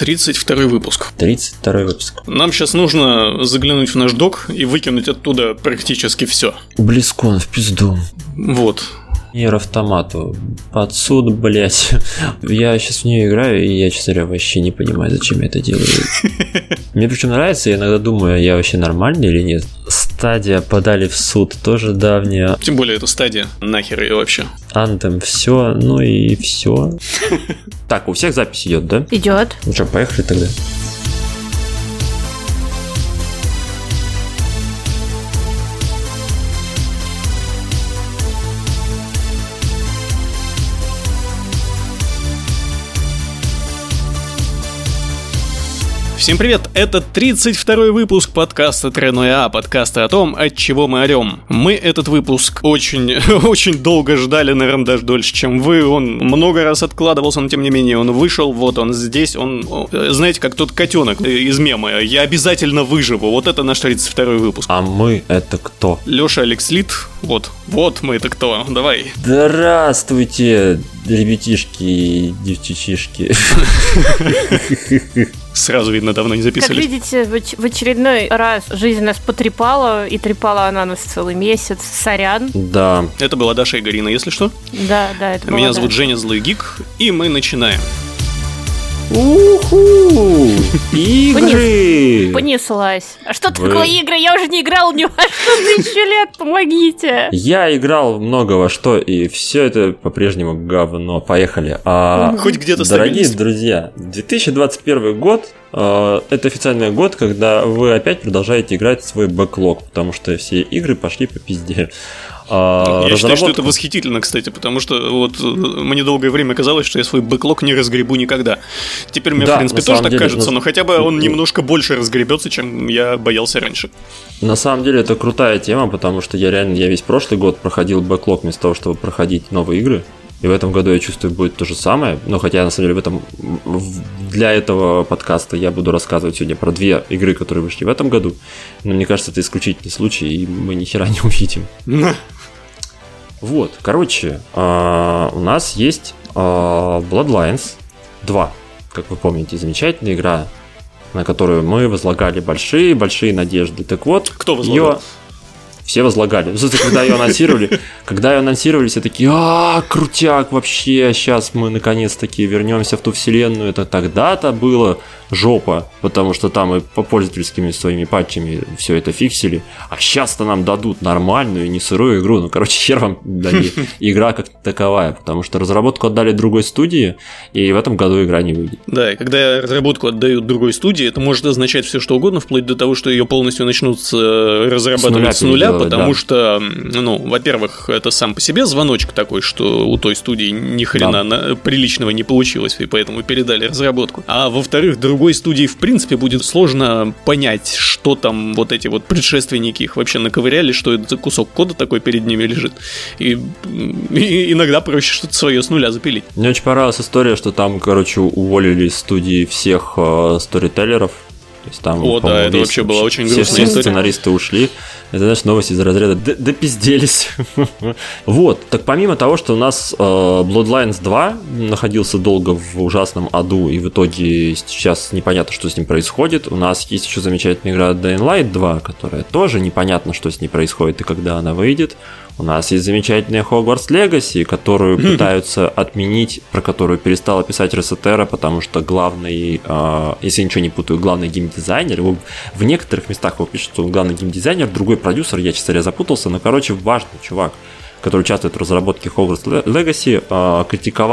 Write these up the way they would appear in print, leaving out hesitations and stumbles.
32-й выпуск. 32-й выпуск. Нам сейчас нужно заглянуть в наш док и выкинуть оттуда практически все. Близкон в пизду. Вот. Нир Автомату. Под суд, блять. Я сейчас в нее играю, и я, честно говоря, вообще не понимаю, зачем я это делаю. Мне причем нравится, я иногда думаю, я вообще нормальный или нет. Стадия подали в суд, тоже давняя. Тем более это стадия, нахер ее вообще. Антhem, все, ну и все. Так, у всех запись идет, да? Идет. Ну что, поехали тогда. Всем привет, это 32-й выпуск подкаста Трено.а, подкаста о том, от чего мы орем. Мы этот выпуск очень долго ждали, наверное, даже дольше, чем вы. Он много раз откладывался, но тем не менее он вышел, вот он здесь, он, знаете, как тот котенок из мема «Я обязательно выживу», вот это наш 32-й выпуск. А мы это кто? Леша, Алекс Лид, вот мы это кто, давай. Здравствуйте, ребятишки и девчичишки. Сразу видно, давно не записывались. Как видите, в очередной раз жизнь нас потрепала, и трепала она нас целый месяц. Сорян. Да. Это была Даша и Галина, если что. Да, это была Меня зовут Женя Злой Гик, и мы начинаем. Уху! Игры! Понеслась. А что такое игры? Я уже не играл ни во что 1000 лет, помогите. Я играл много во что, и все это по-прежнему говно. Поехали. Хоть где-то дорогие стабильность. Друзья, 2021 год это официальный год, когда вы опять продолжаете играть в свой бэклог, потому что все игры пошли по пизде. Я считаю, что это восхитительно, кстати, потому что вот мне долгое время казалось, что я свой бэклог не разгребу никогда. Теперь мне, в принципе, тоже так кажется, но хотя бы он немножко больше разгребется, чем я боялся раньше. На самом деле это крутая тема, потому что я весь прошлый год проходил бэклог вместо того, чтобы проходить новые игры. И в этом году, я чувствую, будет то же самое. Но хотя, на самом деле, для этого подкаста я буду рассказывать сегодня про 2 игры, которые вышли в этом году. Но мне кажется, это исключительный случай, и мы ни хера не увидим. Вот, короче, у нас есть Bloodlines 2. Как вы помните, замечательная игра, на которую мы возлагали большие надежды. Так вот, кто возлагал? Все возлагали. Когда ее анонсировали, все такие: крутяк вообще, сейчас мы наконец-таки вернемся в ту вселенную. Это тогда-то было жопа, потому что там и по пользовательскими своими патчами все это фиксили. А сейчас-то нам дадут нормальную, не сырую игру. Ну, короче, хер вам дали игра как таковая, потому что разработку отдали другой студии, и в этом году игра не выйдет. Да, и когда разработку отдают другой студии, это может означать все что угодно, вплоть до того, что ее полностью начнут разрабатывать с нуля, потому что, во-первых, это сам по себе звоночек такой, что у той студии ни хрена приличного не получилось, и поэтому передали разработку. А во-вторых, другой студии в принципе будет сложно понять, что там вот эти вот предшественники их вообще наковыряли, что это за кусок кода такой перед ними лежит. И иногда проще что-то свое с нуля запилить. Мне очень понравилась история, что там, уволили из студии всех сторителлеров. То есть там, это вообще была очень грустная история. Все сценаристы ушли. Это, знаешь, новости из разряда допизделись. Вот, так помимо того, что у нас Bloodlines 2 находился долго в ужасном аду, и в итоге сейчас непонятно, что с ним происходит, у нас есть еще замечательная игра Dying Light 2, которая тоже непонятно, что с ней происходит и когда она выйдет. У нас есть замечательная Hogwarts Legacy, которую пытаются отменить, про которую перестала писать Ресетера, потому что главный, если я ничего не путаю, главный геймдизайнер, его в некоторых местах его пишут, что он главный геймдизайнер, другой продюсер, я, честно говоря, запутался, но, важный чувак, который участвует в разработке Hogwarts Legacy,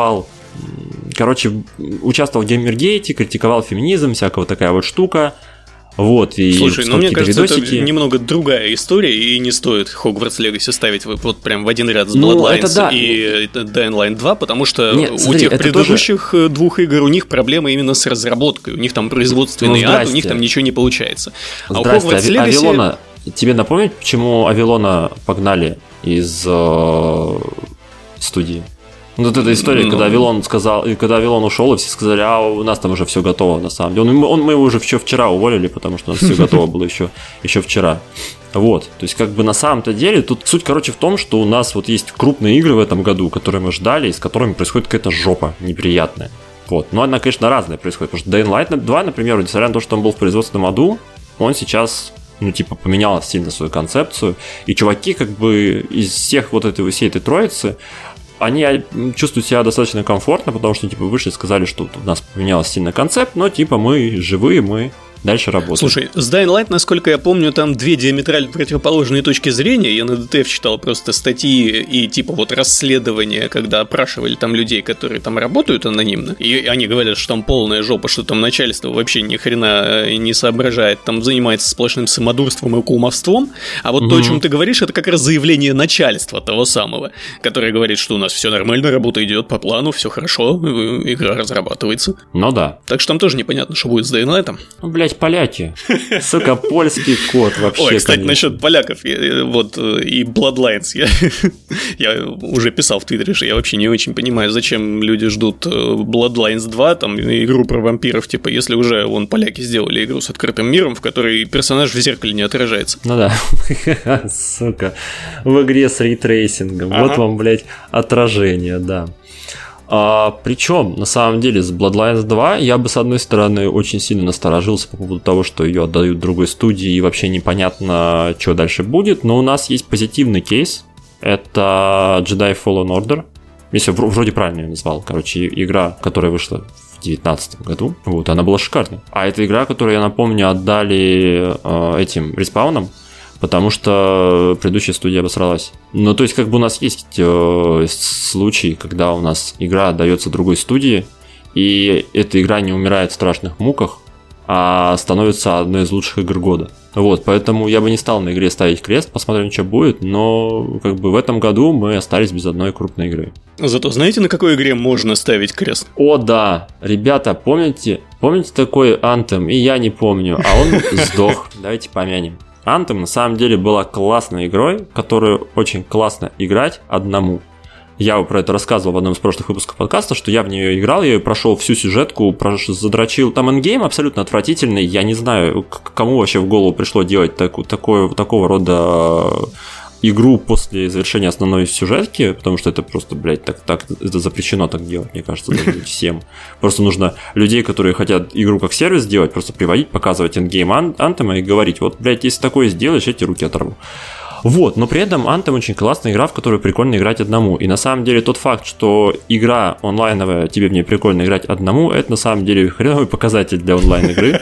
участвовал в Геймергейте, критиковал феминизм, всякого такая вот штука. Вот, и слушай, мне кажется, это немного другая история, и не стоит Hogwarts Legacy ставить вот прям в один ряд с Bloodlines и Dying Light 2, потому что у тех предыдущих 2 игр у них проблемы именно с разработкой, у них там производственный ад, у них там ничего не получается. А у Hogwarts Legacy... Авилона, тебе напомнить, почему Авилона погнали из студии? Вот эта история, когда Авилон ушел, и все сказали: у нас там уже все готово, на самом деле. Мы его уже еще вчера уволили, потому что у нас все готово было еще вчера. Вот, то есть на самом-то деле тут суть, в том, что у нас вот есть крупные игры в этом году, которые мы ждали, и с которыми происходит какая-то жопа неприятная. Вот. Но она, конечно, разная происходит. Потому что Dying Light 2, например, несмотря на то, что он был в производственном аду, он сейчас, поменял сильно свою концепцию. И чуваки, из всех всей этой троицы, они чувствуют себя достаточно комфортно, потому что, вышли и сказали, что у нас поменялся сильно концепт, но, мы живые, мы дальше работаем. Слушай, с Dying Light, насколько я помню, там две диаметрально противоположные точки зрения. Я на ДТФ читал просто статьи и расследования, когда опрашивали там людей, которые там работают анонимно. И они говорят, что там полная жопа, что там начальство вообще ни хрена не соображает, там занимается сплошным самодурством и кумовством. А вот то, о чем ты говоришь, это как раз заявление начальства того самого, которое говорит, что у нас все нормально, работа идет по плану, все хорошо, игра разрабатывается. Ну да. Так что там тоже непонятно, что будет с Dying Light'ом. Поляки. Сука, польский код вообще. Ой, кстати, насчет поляков, и Bloodlines, я уже писал в Твиттере, что я вообще не очень понимаю, зачем люди ждут Bloodlines 2, там, игру про вампиров, если уже поляки сделали игру с открытым миром, в которой персонаж в зеркале не отражается. Ну да. Сука. В игре с рейтрейсингом. Вот вам, блядь, отражение, да. Причем, на самом деле, с Bloodlines 2 я бы, с одной стороны, очень сильно насторожился по поводу того, что ее отдают другой студии и вообще непонятно, что дальше будет, но у нас есть позитивный кейс. Это Jedi Fallen Order. Если вроде правильно ее назвал. Игра, которая вышла в 2019 году. Она была шикарной. А это игра, которую, я напомню, отдали этим респаунам, потому что предыдущая студия обосралась. То есть, у нас есть случаи, когда у нас игра отдается другой студии, и эта игра не умирает в страшных муках, а становится одной из лучших игр года. Поэтому я бы не стал на игре ставить крест, посмотрим, что будет, но в этом году мы остались без одной крупной игры. Зато знаете, на какой игре можно ставить крест? О, да, ребята, помните такой Anthem? И я не помню, а он сдох. Давайте помянем. Anthem на самом деле была классной игрой, которую очень классно играть одному. Я про это рассказывал в одном из прошлых выпусков подкаста, что я в нее играл, я прошел всю сюжетку, задрочил. Там эндгейм абсолютно отвратительный, я не знаю, кому вообще в голову пришло делать такого рода игру после завершения основной сюжетки, потому что это просто, блядь, так это запрещено так делать, мне кажется, всем. Просто нужно людей, которые хотят игру как сервис делать, просто приводить, показывать эндгейм Anthem и говорить, блядь, если такое сделаешь, я тебе руки оторву. Но при этом Anthem очень классная игра, в которую прикольно играть одному. И на самом деле тот факт, что игра онлайновая, тебе в ней прикольно играть одному, это на самом деле хреновый показатель для онлайн-игры.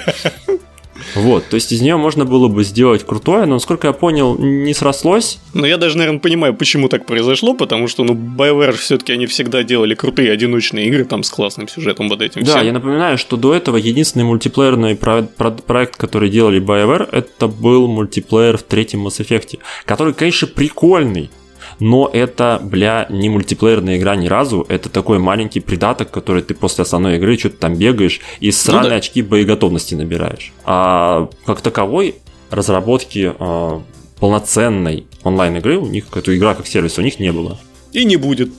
То есть из нее можно было бы сделать крутое, но, насколько я понял, не срослось. Но я даже, наверное, понимаю, почему так произошло, потому что, BioWare все-таки они всегда делали крутые одиночные игры там с классным сюжетом этим всем. Да, я напоминаю, что до этого единственный мультиплеерный проект, который делали BioWare, это был мультиплеер в третьем Mass Effect, который, конечно, прикольный. Но это, не мультиплеерная игра ни разу. Это такой маленький придаток, который ты после основной игры что-то там бегаешь и сраные очки боеготовности набираешь. А как таковой разработки полноценной онлайн-игры у них, эту игра как сервис у них не было. И не будет.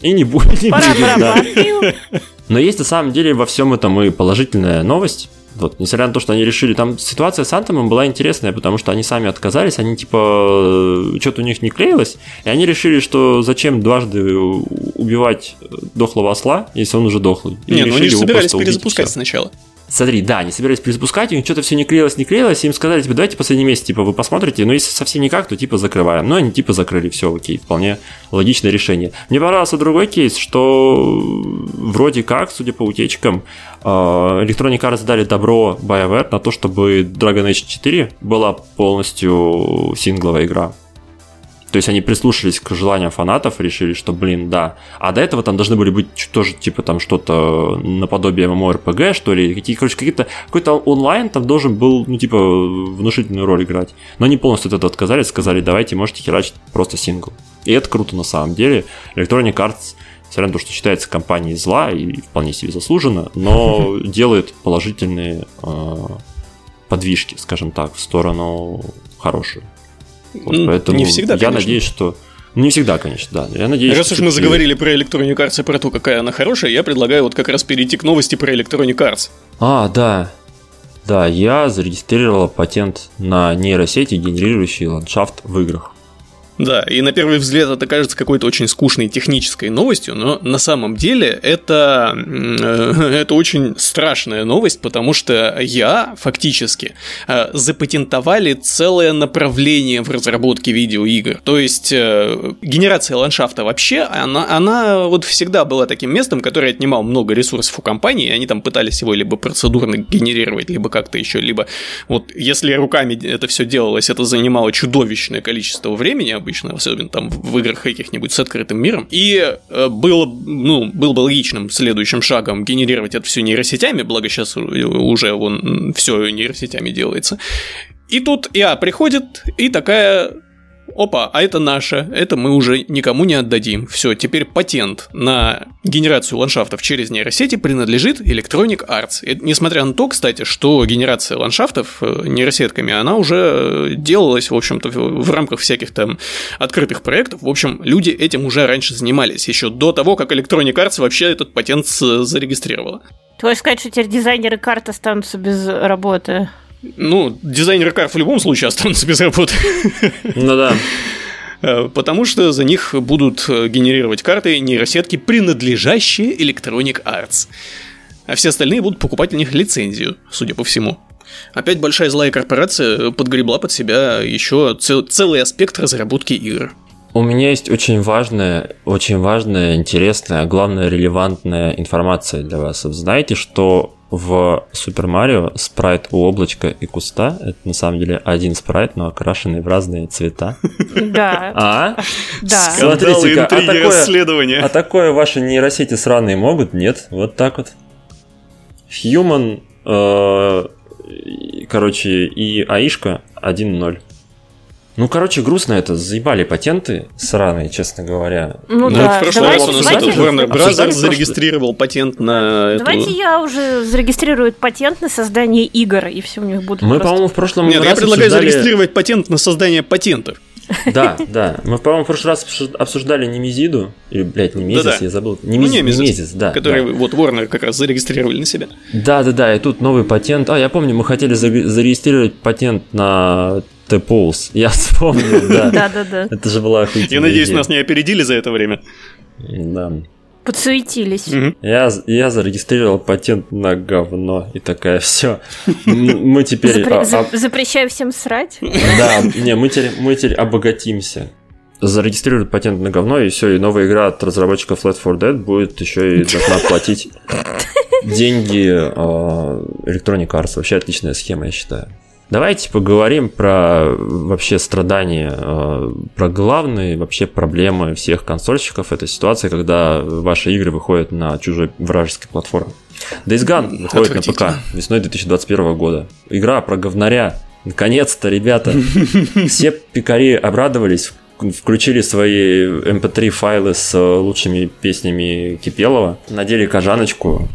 Да. Но есть на самом деле во всем этом и положительная новость. Несмотря на то, что они решили, там ситуация с Anthem была интересная, потому что они сами отказались, они что-то у них не клеилось, и они решили, что зачем дважды убивать дохлого осла, если он уже дохлый. Они же собирались перезапускать сначала. Смотри, да, они собирались перезапускать, у них что-то все не клеилось, и им сказали, давайте последний месяц, вы посмотрите, но если совсем никак, то закрываем. Но они закрыли, все, окей, вполне логичное решение. Мне понравился другой кейс, что вроде как, судя по утечкам, Electronic Arts дали добро BioWare на то, чтобы Dragon Age 4 была полностью сингловая игра. То есть они прислушались к желаниям фанатов, решили, что, да. А до этого там должны были быть тоже, там что-то наподобие MMORPG, что ли. Какой-то онлайн там должен был, внушительную роль играть. Но они полностью от этого отказались, сказали, давайте, можете херачить просто сингл. И это круто на самом деле. Electronic Arts, несмотря на то, что считается компанией зла и вполне себе заслуженно, но делает положительные подвижки, скажем так, в сторону хорошую. Поэтому не всегда, я надеюсь, что... Не всегда, конечно, да. Я надеюсь, раз уж мы заговорили про Electronic Arts и про то, какая она хорошая, я предлагаю как раз перейти к новости про Electronic Arts. Да. Да, я зарегистрировал патент на нейросети, генерирующие ландшафт в играх. Да, и на первый взгляд это кажется какой-то очень скучной технической новостью, но на самом деле это очень страшная новость, потому что фактически запатентовали целое направление в разработке видеоигр. То есть генерация ландшафта вообще, она вот всегда была таким местом, которое отнимало много ресурсов у компании, они там пытались его либо процедурно генерировать, либо как-то еще, либо вот если руками это все делалось, это занимало чудовищное количество времени обычно, особенно там в играх каких-нибудь с открытым миром, и было бы логичным следующим шагом генерировать это все нейросетями, благо сейчас уже все нейросетями делается. И тут ИА приходит и такая: опа, а это наше, это мы уже никому не отдадим. Все, теперь патент на генерацию ландшафтов через нейросети принадлежит Electronic Arts. И, несмотря на то, кстати, что генерация ландшафтов нейросетками, она уже делалась, в общем-то, в рамках всяких там открытых проектов. В общем, люди этим уже раньше занимались, еще до того, как Electronic Arts вообще этот патент зарегистрировала. Ты хочешь сказать, что теперь дизайнеры карт останутся без работы? Дизайнеры карт в любом случае останутся без работы. Ну да. Потому что за них будут генерировать карты нейросетки, принадлежащие Electronic Arts. А все остальные будут покупать у них лицензию, судя по всему. Опять большая злая корпорация подгребла под себя еще целый аспект разработки игр. У меня есть очень важная, интересная, а главное релевантная информация для вас. Вы знаете, что в Super Mario спрайт у облачка и куста — это на самом деле один спрайт, но окрашенный в разные цвета? Да. Да. Смотрите-ка, расследование. Такое ваши нейросети сраные могут? Нет, вот так вот. Human, и аишка 1.0. Грустно это, заебали патенты сраные, честно говоря. В прошлый раз у нас Warner Bros. Зарегистрировал патент на эту... Давайте я уже зарегистрирую патент на создание игр, и все у них будут. Мы, по-моему, в прошлом раз я предлагаю зарегистрировать патент на создание патентов. Да. Мы, по-моему, в прошлый раз обсуждали Немезиду. Или, Немезис, я забыл. Немезис, да. Который Warner как раз зарегистрировали на себя. Да, и тут новый патент. Я помню, мы хотели зарегистрировать патент на T-Pulse. Я вспомнил, да. Да. Это же была охуительная Я надеюсь, нас не опередили за это время. Да. Подсуетились. Я зарегистрировал патент на говно. И такая, все. Мы теперь... Запрещаю всем срать? Да, мы теперь обогатимся. Зарегистрировать патент на говно, и все, и новая игра от разработчиков Left 4 Dead будет еще и должна платить деньги Electronic Arts. Вообще отличная схема, я считаю. Давайте поговорим про вообще страдания, про главные вообще проблемы всех консольщиков. Это ситуация, когда ваши игры выходят на чужой вражеской платформе. Days Gone выходит на ПК весной 2021 года. Игра про говнаря. Наконец-то, ребята. Все пикари обрадовались, включили свои MP3 файлы с лучшими песнями Кипелова, надели кожаночку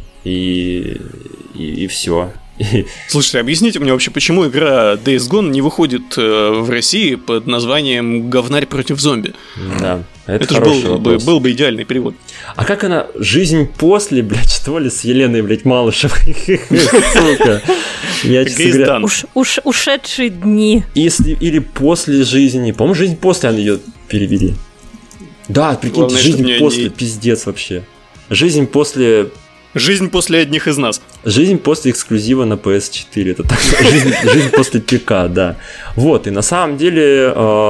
и все. Слушайте, объясните мне вообще, почему игра Days Gone не выходит в России под названием «Говнарь против зомби»? Да, это же был бы идеальный перевод. А как она? «Жизнь после», что ли, с Еленой, Малышевой? Сука. Я, честно говоря... Ушедшие дни. Или «После жизни». По-моему, «Жизнь после» они ее перевели. Да, прикиньте, «Жизнь после», пиздец вообще. «Жизнь после». Жизнь после одних из нас. Жизнь после эксклюзива на PS4. Это так. Жизнь после ПК, да. Вот, и на самом деле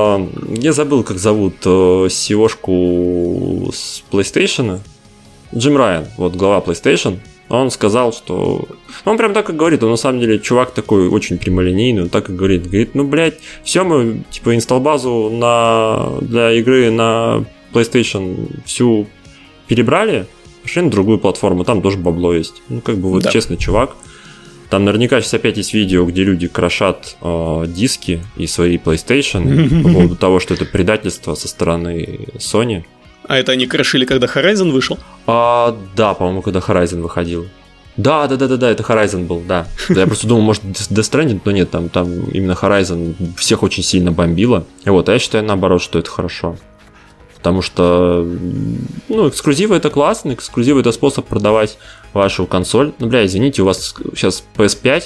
я забыл, как зовут CEO-шку с PlayStation. Джим Райан, глава PlayStation. Он сказал, что... Он прям так и говорит. Он на самом деле чувак такой очень прямолинейный. Он так и говорит. Все, мы инсталл-базу для игры на PlayStation всю перебрали. Пошли на другую платформу, там тоже бабло есть. Да. Честный чувак. Там наверняка сейчас опять есть видео, где люди крошат диски и свои PlayStation по поводу того, что это предательство со стороны Sony. А это они крошили, когда Horizon вышел? Да, по-моему, когда Horizon выходил. Да, это Horizon был, да. Я просто думал, может, Death Stranding, но нет, там именно Horizon всех очень сильно бомбило. А я считаю, наоборот, что это хорошо. Потому что, эксклюзивы это классно, эксклюзивы это способ продавать вашу консоль. Извините, у вас сейчас PS5,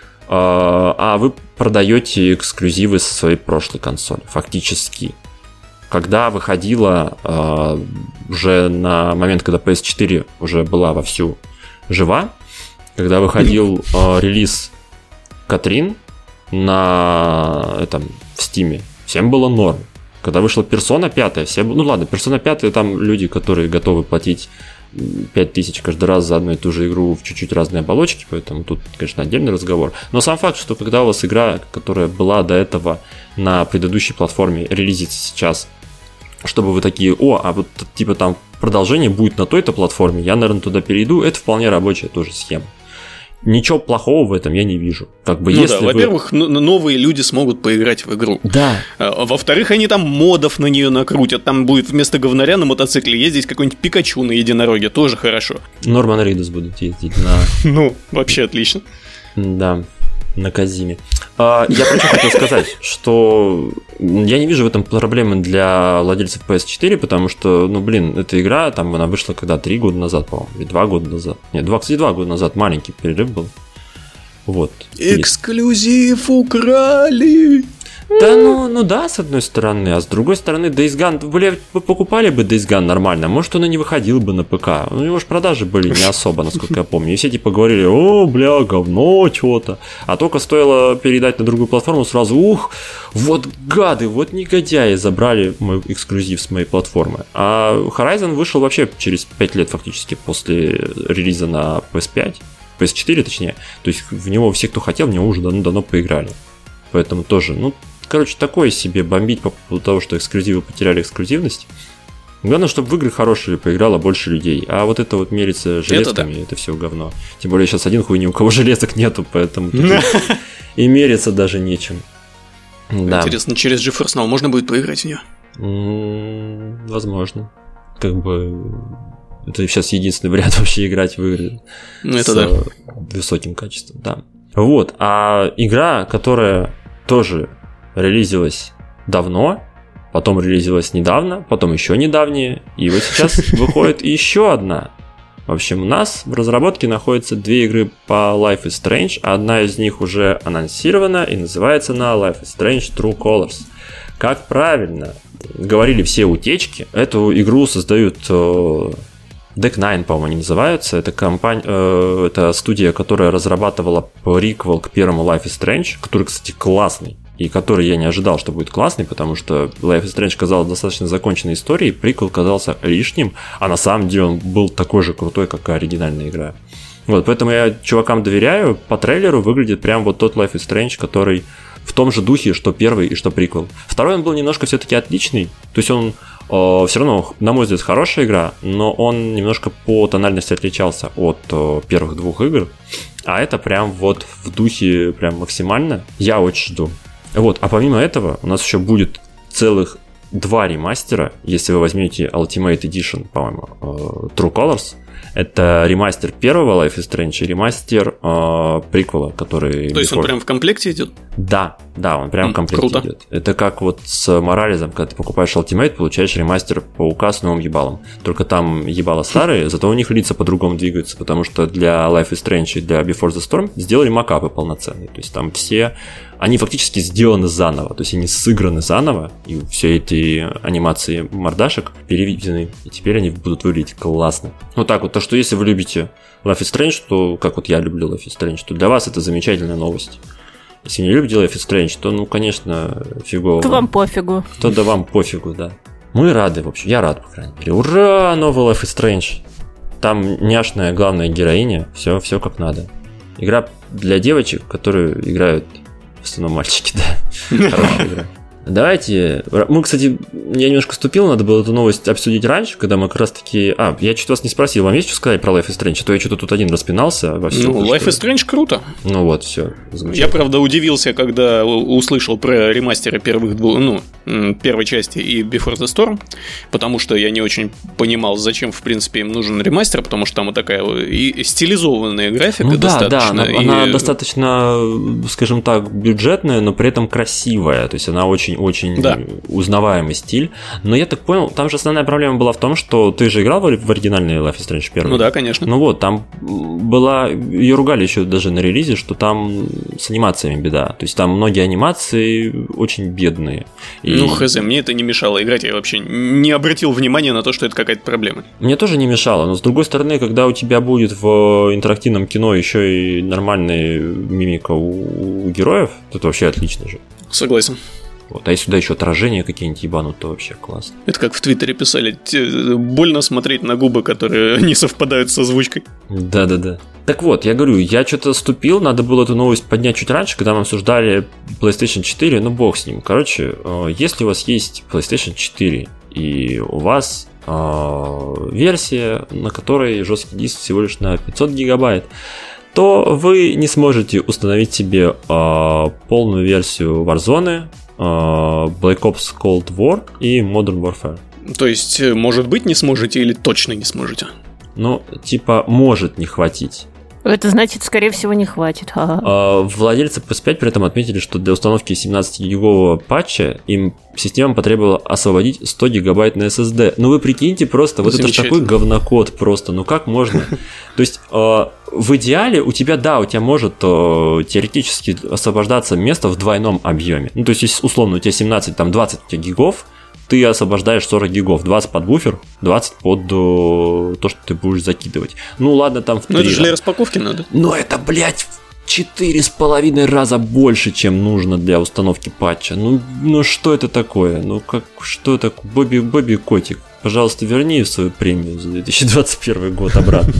а вы продаете эксклюзивы со своей прошлой консоли, фактически. когда выходила уже на момент, когда PS4 уже была вовсю жива, когда выходил релиз Катрин в Стиме, всем было норм. Когда вышла Persona 5, Persona 5 там люди, которые готовы платить 5000 каждый раз за одну и ту же игру в чуть-чуть разные оболочки, поэтому тут, конечно, отдельный разговор. Но сам факт, что когда у вас игра, которая была до этого на предыдущей платформе, релизится сейчас, чтобы вы такие, а вот типа там продолжение будет на той-то платформе, я, наверное, туда перейду, это вполне рабочая тоже схема. Ничего плохого в этом я не вижу. Во-первых, новые люди смогут поиграть в игру. Да. Во-вторых, они там модов на нее накрутят. Там будет вместо говнаря на мотоцикле ездить какой-нибудь Пикачу на единороге. Тоже хорошо. Норман Ридус будут ездить на... вообще отлично. Да, на Казиме. Я про что хотел сказать, что я не вижу в этом проблемы для владельцев PS4, потому что, эта игра, там она вышла когда? 3 года назад, по-моему, или 2 года назад. Нет, 2 года назад маленький перерыв был. Вот. Эксклюзив украли! Да, да, с одной стороны, а с другой стороны, Days Gone, вы покупали бы Days Gone нормально, может, он и не выходил бы на ПК. У него же продажи были не особо, насколько я помню. И все типа говорили, говно, чего-то. А только стоило передать на другую платформу, сразу, вот гады, вот негодяи, забрали мой эксклюзив с моей платформы. А Horizon вышел вообще через 5 лет фактически после релиза на PS5, PS4 точнее. То есть в него все, кто хотел, в него уже давно поиграли. Поэтому тоже, такое себе бомбить по поводу того, что эксклюзивы потеряли эксклюзивность. Главное, чтобы в игры хорошие поиграло больше людей. А вот это вот мериться железками, это все говно. Тем более сейчас один хуй, ни у кого железок нету, поэтому и мериться даже нечем. Интересно, через GeForce Now можно будет поиграть в нее? Возможно. Это сейчас единственный вариант вообще играть в игры с высоким качеством, да. Вот, а игра, которая тоже релизилась давно, потом релизилась недавно, потом еще недавнее, и вот сейчас выходит еще одна. В общем, у нас в разработке находятся 2 игры по Life is Strange, одна из них уже анонсирована и называется она Life is Strange True Colors. Как правильно говорили все утечки, эту игру создают Deck Nine, по-моему, они называются. Это студия, которая разрабатывала приквел к первому Life is Strange, который, кстати, классный, и который я не ожидал, что будет классный, потому что Life is Strange казалось достаточно законченной историей, приквел казался лишним, а на самом деле он был такой же крутой, как и оригинальная игра. Вот, поэтому я чувакам доверяю. По трейлеру выглядит прям вот тот Life is Strange, который в том же духе, что первый и что приквел. Второй он был немножко все-таки отличный, то есть он все равно, на мой взгляд, хорошая игра, но он немножко по тональности отличался от первых 2 игр, а это прям вот в духе прям максимально. Я очень жду. Вот, а помимо этого у нас еще будет целых 2 ремастера, если вы возьмете Ultimate Edition, по-моему, True Colors. Это ремастер первого Life is Strange и ремастер приквела, который... То есть он прям в комплекте идет? Да, он прям в комплекте идет. Это как вот с Морализом, когда ты покупаешь Ultimate, получаешь ремастер Паука с новым ебалом. Только там ебала старые, зато у них лица по-другому двигаются, потому что для Life is Strange и для Before the Storm сделали макапы полноценные. То есть там все... Они фактически сделаны заново, то есть они сыграны заново, и все эти анимации мордашек переведены, и теперь они будут выглядеть классно. Вот так вот, то что если вы любите Life is Strange, то, как вот я люблю Life is Strange, то для вас это замечательная новость. Если не любите Life is Strange, то, конечно, фигово. То вам пофигу. То да вам пофигу, да. Мы рады, в общем, я рад, по крайней мере. Ура, новый Life is Strange. Там няшная главная героиня, все как надо. Игра для девочек, которые играют... В основном мальчики, да. Хорошая игра. Давайте... Мы, кстати, я немножко вступил, надо было эту новость обсудить раньше, когда мы как раз таки... я что-то вас не спросил, вам есть что сказать про Life is Strange? А то я что-то тут один распинался во всем. Life is Strange круто. Вот, все. Я, правда, удивился, когда услышал про ремастеры первых 2, первой части и Before the Storm, потому что я не очень понимал, зачем, в принципе, им нужен ремастер, потому что там такая и стилизованная графика достаточно. Да, она достаточно, скажем так, бюджетная, но при этом красивая, то есть она очень очень-очень узнаваемый стиль. Но я так понял, там же основная проблема была в том, что ты же играл в оригинальный Life is Strange 1. Ну да, конечно. Ну вот, там была... Ее ругали еще даже на релизе, что там с анимациями беда. То есть там многие анимации очень бедные. Ну, хз, мне это не мешало играть. Я вообще не обратил внимания на то, что это какая-то проблема. Мне тоже не мешало. Но с другой стороны, когда у тебя будет в интерактивном кино еще и нормальная мимика у героев, то это вообще отлично же. Согласен. Вот. А если сюда еще отражения какие-нибудь ебанут, то вообще классно. Это как в Твиттере писали, больно смотреть на губы, которые не совпадают с озвучкой. Да-да-да. Так вот, я говорю, я что-то ступил, надо было эту новость поднять чуть раньше, когда мы обсуждали PlayStation 4, ну бог с ним. Короче, если у вас есть PlayStation 4 и у вас версия, на которой жесткий диск всего лишь на 500 гигабайт, то вы не сможете установить себе полную версию Warzone, Black Ops Cold War и Modern Warfare. То есть, может быть, не сможете или точно не сможете? Ну, типа, может не хватить. Это значит, скорее всего, не хватит. Владельцы PS5 при этом отметили, что для установки 17-гигового патча им система потребовала освободить 100 гигабайт на SSD. Ну вы прикиньте просто, вот это же такой говнокод просто, ну как можно? То есть в идеале у тебя может теоретически освобождаться место в двойном объеме. Ну то есть если условно у тебя 17, там 20 гигов, ты освобождаешь 40 гигов, 20 под буфер, 20 под то, что ты будешь закидывать. Ну ладно, там в 3 Ну это же для распаковки надо. Но это, блядь, в 4,5 раза больше, чем нужно для установки патча. Ну что это такое? Ну как, что это? Бобби Котик, пожалуйста, верни свою премию за 2021 год обратно.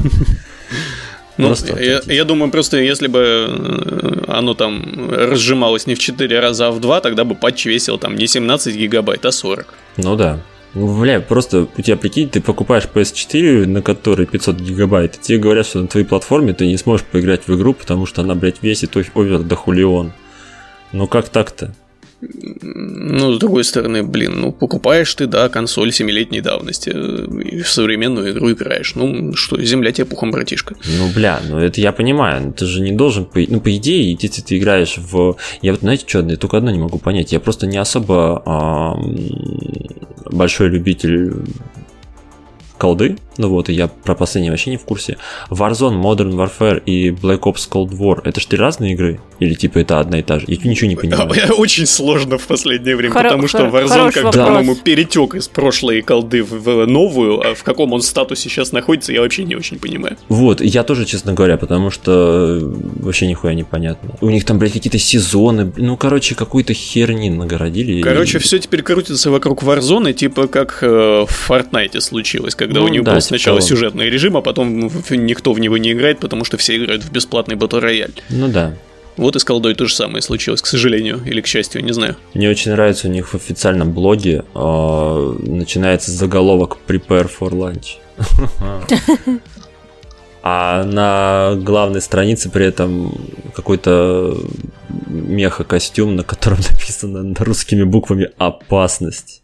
Ну, я думаю, просто если бы оно там разжималось не в 4 раза, а в 2, тогда бы патч весил там не 17 гигабайт, а 40. Ну да. Ну, бля, просто у тебя, прикинь, ты покупаешь PS4, на которой 500 гигабайт, и тебе говорят, что на твоей платформе ты не сможешь поиграть в игру, потому что она, блядь, весит овер до хулион. Ну как так-то? Ну, с другой стороны, покупаешь ты, консоль 7-летней давности и в современную игру играешь. Ну, что, земля тебе пухом, братишка. Ну, бля, это я понимаю, ты же не должен, по идее, если ты играешь в... Я вот, знаете, что, я только одно не могу понять, я просто не особо большой любитель колды, и я про последнее вообще не в курсе. Warzone, Modern Warfare и Black Ops Cold War — это же 3 разные игры? Или типа это одна и та же? Я ничего не понимаю. Очень сложно в последнее время, потому что Warzone как-то, по-моему, перетек из прошлой колды в новую, а в каком он статусе сейчас находится, я вообще не очень понимаю. Вот, я тоже, честно говоря, потому что вообще нихуя непонятно. У них там, блядь, какие-то сезоны, какой-то херни нагородили. Все теперь крутится вокруг Warzone, типа как в Fortnite случилось, когда у них был сначала сюжетный режим, а потом никто в него не играет, потому что все играют в бесплатный батл-рояль. Ну да. Вот и с колдой то же самое случилось, к сожалению, или к счастью, не знаю. Мне очень нравится у них в официальном блоге начинается заголовок «Prepare for lunch». А на главной странице при этом какой-то меха-костюм, на котором написано русскими буквами «Опасность».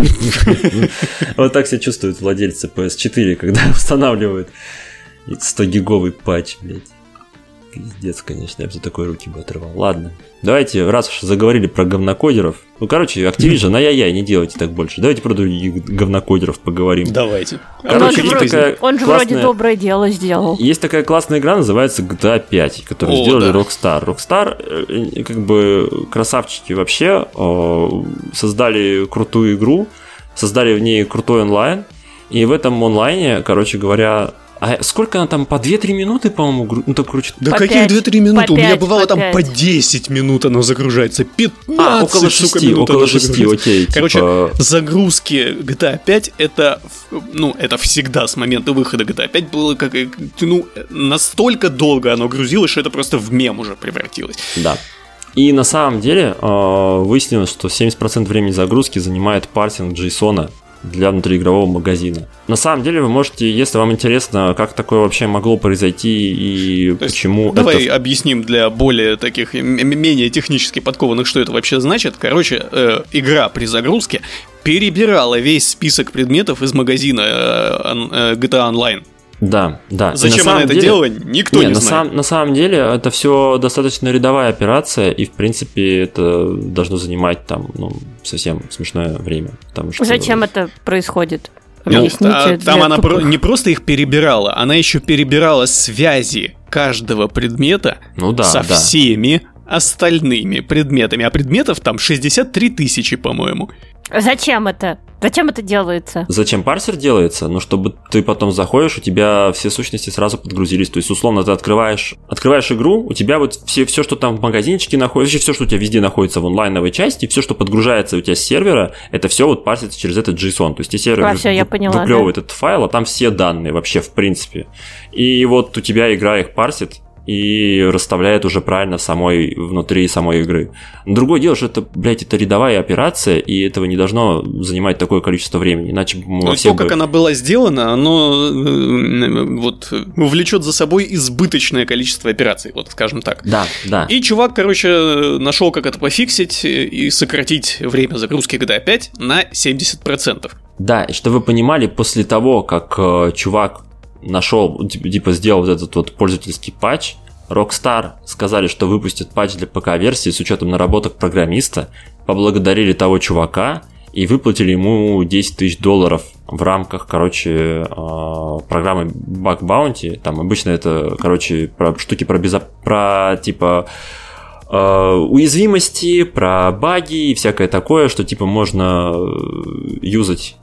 Вот так себя чувствуют владельцы PS4, когда устанавливают 100-гиговый патч, блядь. Пиздец, конечно, я бы за такой руки бы отрывал. Ладно, давайте, раз уж заговорили про говнокодеров. Activision, ай-яй-яй, не делайте так больше. Давайте про других говнокодеров поговорим. Давайте. Он же вроде доброе дело сделал. Есть такая классная игра, называется GTA 5, которую сделали Rockstar. Rockstar, как бы, красавчики вообще, создали крутую игру, создали в ней крутой онлайн, и в этом онлайне, короче говоря... А сколько она там, по 2-3 минуты, по-моему, так крутит? Да какие 2-3 минуты? У меня бывало там по 10 минут оно загружается. 15, около 6 окей. Короче, загрузки GTA 5 это всегда с момента выхода GTA 5 было как... настолько долго оно грузилось, что это просто в мем уже превратилось. Да. И на самом деле выяснилось, что 70% времени загрузки занимает парсинг JSON для внутриигрового магазина. На самом деле вы можете, если вам интересно, как такое вообще могло произойти и почему... Давай объясним для более таких, менее технически подкованных, что это вообще значит. Короче, игра при загрузке перебирала весь список предметов из магазина GTA Online. Да. Зачем она это делала, никто не знает. На самом деле, это все достаточно рядовая операция, и, в принципе, это должно занимать там, совсем смешное время. Что... Зачем это происходит? Там она не просто их перебирала, она еще перебирала связи каждого предмета со всеми остальными предметами. А предметов там 63 тысячи, по-моему. Зачем это? Зачем это делается? Зачем парсер делается? Чтобы ты потом заходишь, у тебя все сущности сразу подгрузились. То есть, условно, ты открываешь игру, у тебя вот все, что там в магазинчике находится, все, что у тебя везде находится в онлайновой части, все, что подгружается у тебя с сервера, это все вот парсится через этот JSON. То есть, сервер выплевывает этот файл, а там все данные вообще, в принципе. И вот у тебя игра их парсит и расставляет уже правильно внутри самой игры. Другое дело, что это, это рядовая операция, и этого не должно занимать такое количество времени, иначе как она была сделана, оно влечет за собой избыточное количество операций, вот скажем так. Да. И чувак, нашел, как это пофиксить и сократить время загрузки GTA 5 на 70%. Да, и чтобы вы понимали, после того, как чувак нашел, сделал вот этот вот пользовательский патч, Rockstar сказали, что выпустят патч для ПК-версии с учетом наработок программиста, поблагодарили того чувака и выплатили ему $10 тысяч в рамках, программы Bug Bounty. Там обычно это, штуки про уязвимости, про баги и всякое такое, что можно юзать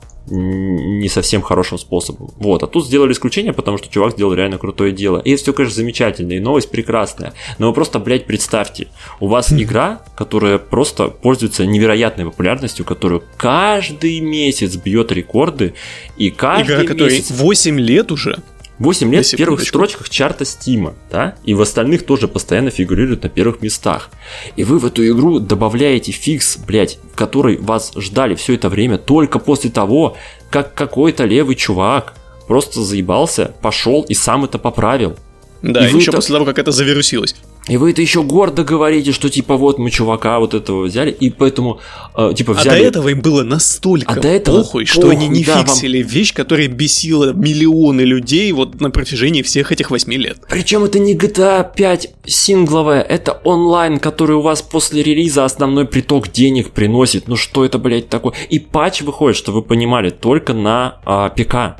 не совсем хорошим способом. А тут сделали исключение, потому что чувак сделал реально крутое дело. И это все, конечно, замечательно, и новость прекрасная. Но вы просто, представьте, у вас игра, которая просто пользуется невероятной популярностью, которую каждый месяц бьет рекорды, и каждый игра, месяц... 8 лет уже. 8 лет в первых строчках чарта Стима, да? И в остальных тоже постоянно фигурирует на первых местах. И вы в эту игру добавляете фикс, который вас ждали все это время только после того, как какой-то левый чувак просто заебался, пошел и сам это поправил. Да, и еще после того, как это завирусилось. И вы это еще гордо говорите, что мы чувака вот этого взяли, и поэтому взяли... А до этого им было настолько похуй, что они не фиксили вещь, которая бесила миллионы людей на протяжении всех этих 8 лет. Причем это не GTA 5 сингловая, это онлайн, который у вас после релиза основной приток денег приносит. Что это, такое? И патч выходит, что вы понимали, только на ПК.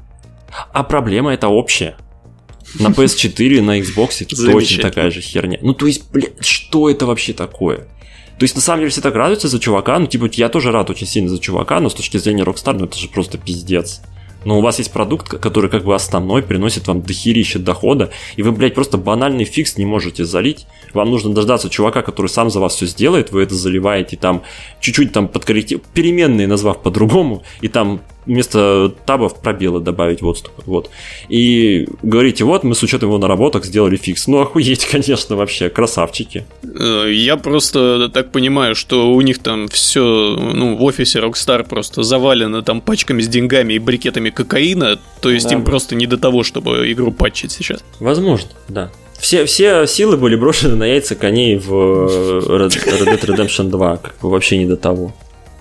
А проблема это общая. На PS4, на Xbox точно такая же херня. То есть, что это вообще такое? То есть, на самом деле, все так радуются за чувака. Я тоже рад очень сильно за чувака, но с точки зрения Rockstar, это же просто пиздец. Но у вас есть продукт, который основной, приносит вам дохерища дохода, и вы, просто банальный фикс не можете залить. Вам нужно дождаться чувака, который сам за вас все сделает, вы это заливаете, чуть-чуть подкорректировать, переменные назвав по-другому, и вместо табов пробелы добавить отступы. И говорите, мы с учетом его наработок сделали фикс. Охуеть, конечно, вообще, красавчики. Я просто так понимаю, что у них там все, в офисе Rockstar просто завалено пачками с деньгами и брикетами кокаина, то есть им просто не до того, чтобы игру патчить сейчас. Возможно, да. Все силы были брошены на яйца коней в Red Dead Redemption 2, вообще не до того.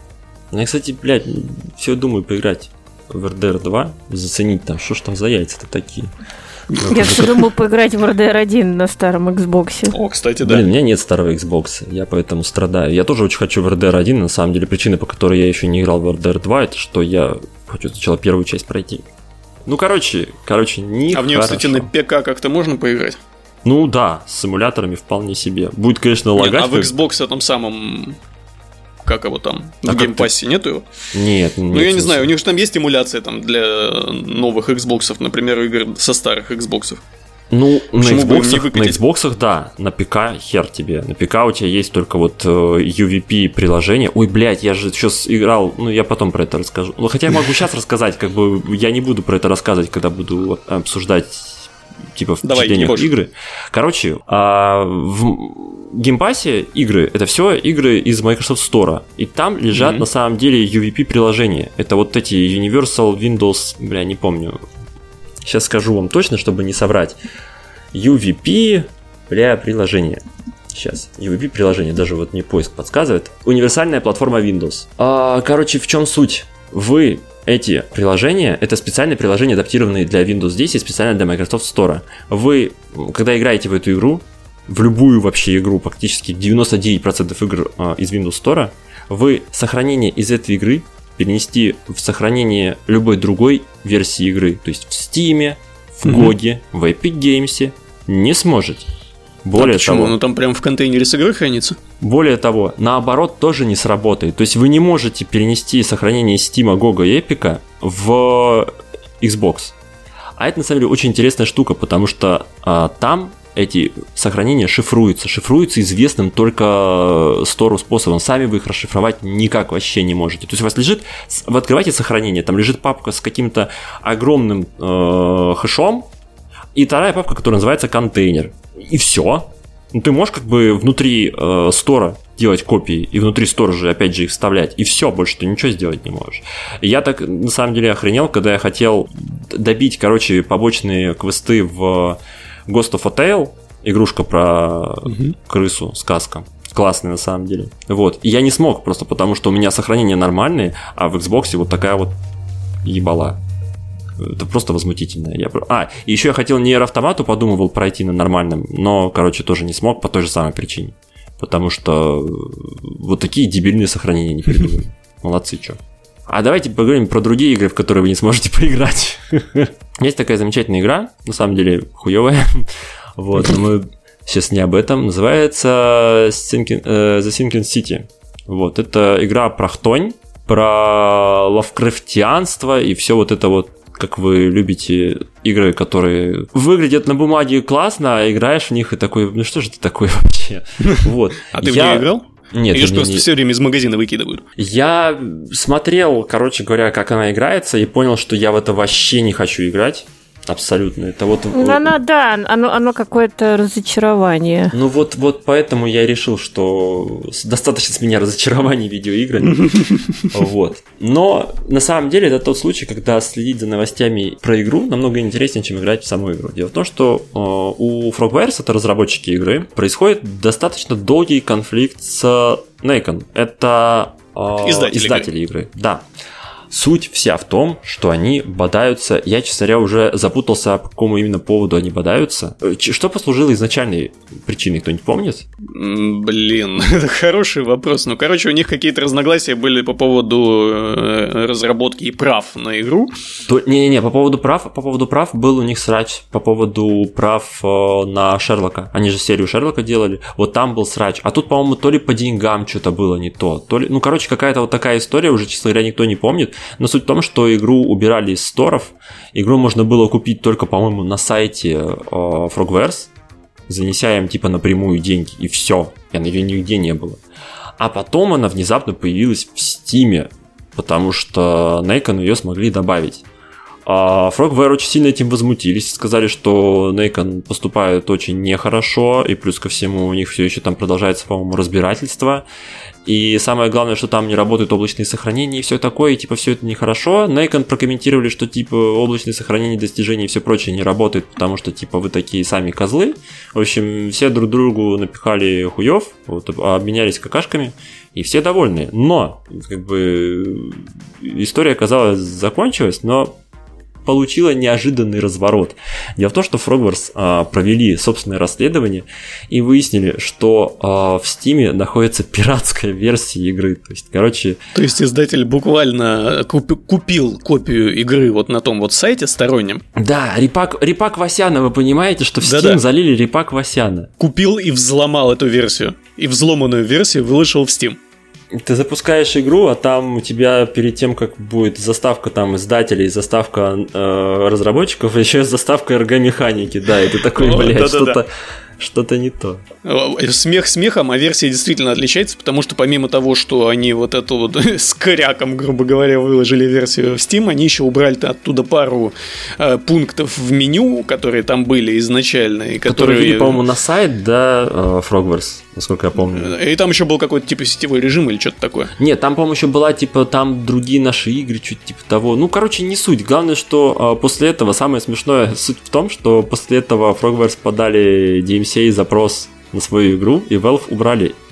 Я, кстати, все думаю поиграть в RDR 2, заценить что ж там за яйца-то такие. Я все думал поиграть в RDR 1 на старом Xbox. О, кстати, да. У меня нет старого Xbox, я поэтому страдаю. Я тоже очень хочу в RDR 1, на самом деле причина, по которой я еще не играл в RDR 2, это что я хочу сначала первую часть пройти. Короче, не. А в нее, кстати, на ПК как-то можно поиграть? Да, с симуляторами вполне себе. Будет, конечно, лагать. А в Xbox этом самом... Как его там? В геймпассе нету его? Нет. Я не знаю, у них же там есть эмуляция для новых Xbox'ов, например, игр со старых Xbox'ов. На Xbox'ах, да, на ПК хер тебе. На ПК у тебя есть только UVP приложение. Ой, я же сейчас играл, я потом про это расскажу. Хотя я могу сейчас рассказать, я не буду про это рассказывать, когда буду обсуждать впечатления игры. Короче, в геймпассе игры, это все игры из Microsoft Store. И там лежат на самом деле UVP приложения. Это эти Universal Windows, не помню. Сейчас скажу вам точно, чтобы не соврать. UVP, приложение. Сейчас, UVP приложение, даже мне поиск подсказывает. Универсальная платформа Windows. В чем суть? Вы эти приложения, это специальные приложения, адаптированные для Windows 10 и специально для Microsoft Store. Вы, когда играете в эту игру, в любую вообще игру, практически 99% игр из Windows Store, вы сохранение из этой игры перенести в сохранение любой другой версии игры, то есть в Steam, в GOG, в Epic Games не сможете. Более почему? того, Там прям в контейнере с игрой хранится? Более того, наоборот, тоже не сработает. То есть вы не можете перенести сохранение Steam, GOG и Epic в Xbox. А это на самом деле очень интересная штука, потому что там эти сохранения шифруются известным только Store способом. Сами вы их расшифровать никак вообще не можете. То есть у вас лежит, вы открываете сохранение, там лежит папка с каким-то огромным хэшом, и вторая папка, которая называется контейнер. И все. Ну, ты можешь как бы внутри стора делать копии, и внутри стора же опять же их вставлять, и все, больше ты ничего сделать не можешь. Я так на самом деле охренел, когда я хотел добить, побочные квесты в Ghost of a Tale, игрушка про крысу, сказка. Классная на самом деле. Вот. И я не смог, просто потому что у меня сохранения нормальные, а в Xbox вот такая вот ебала. Это просто возмутительно. И еще я хотел Nier Automata, подумывал пройти на нормальном, но, тоже не смог по той же самой причине. Потому что вот такие дебильные сохранения не придумали. Молодцы, чё. А давайте поговорим про другие игры, в которые вы не сможете поиграть. Есть такая замечательная игра, на самом деле хуёвая. Вот, но мы сейчас не об этом. Называется The Sinking City. Вот, это игра про хтонь, про лавкрафтианство и все вот это вот, как вы любите игры, которые выглядят на бумаге классно, а играешь в них и такой, ну что же это такое вообще? Вот. А ты в нее играл? Нет. Ее же просто все время из магазина выкидывают. Я смотрел, как она играется, и понял, что я в это вообще не хочу играть. Абсолютно. Это вот... Оно какое-то разочарование. Ну вот поэтому я решил, что достаточно с меня разочарований видеоиграми. Вот. Но на самом деле это тот случай, когда следить за новостями про игру намного интереснее, чем играть в саму игру. Дело в том, что у Frogwares, это разработчики игры, происходит достаточно долгий конфликт с Nacon. Это издатели игры. Да. Суть вся в том, что они бодаются. Я, честно говоря, уже запутался, по какому именно поводу они бодаются. Что послужило изначальной причиной, кто-нибудь помнит? Блин, это хороший вопрос. У них какие-то разногласия были по поводу разработки и прав на игру. По поводу прав был у них срач. По поводу прав на Шерлока. Они же серию Шерлока делали. Вот там был срач. А тут, по-моему, то ли по деньгам что-то было не то. Какая-то вот такая история, уже, честно говоря, никто не помнит. Но суть в том, что игру убирали из сторов. Игру можно было купить только, по-моему, на сайте Frogwares, занеся им напрямую деньги, и все. Ее нигде не было. А потом она внезапно появилась в Steam, потому что Nacon ее смогли добавить. Frogware очень сильно этим возмутились, сказали, что Nacon поступает очень нехорошо, и плюс ко всему у них все еще там продолжается, по-моему, разбирательство. И самое главное, что там не работают облачные сохранения и все такое, и все это нехорошо. Nacon прокомментировали, что облачные сохранения, достижения и все прочее не работают, потому что вы такие сами козлы. В общем, все друг другу напихали хуев, обменялись какашками, и все довольны. Но, история, казалось, закончилась, но получила неожиданный разворот. Дело в том, что Frogwares провели собственное расследование и выяснили, что в Steam находится пиратская версия игры. То есть издатель буквально купил копию игры вот на том вот сайте стороннем. Да, репак Васяна, вы понимаете, что в Steam залили репак Васяна. Купил и взломал эту версию. И взломанную версию выложил в Steam. Ты запускаешь игру, а там у тебя перед тем, как будет заставка там издателей, заставка разработчиков, еще заставка эргомеханики, да, и ты такой, что-то не то. Смех смехом, а версия действительно отличается, потому что помимо того, что они вот эту вот с коряком, грубо говоря, выложили версию в Steam, они еще убрали оттуда пару пунктов в меню, которые там были изначально. И которые ввели, по-моему, на сайт, да, Frogwares, насколько я помню. И там еще был какой-то сетевой режим или что-то такое. Нет, там, по-моему, еще была там другие наши игры, что-то типа того. Не суть. Главное, что после этого, самое смешное суть в том, что после этого Frogwares подали DMCA запрос на свою игру, и Valve убрали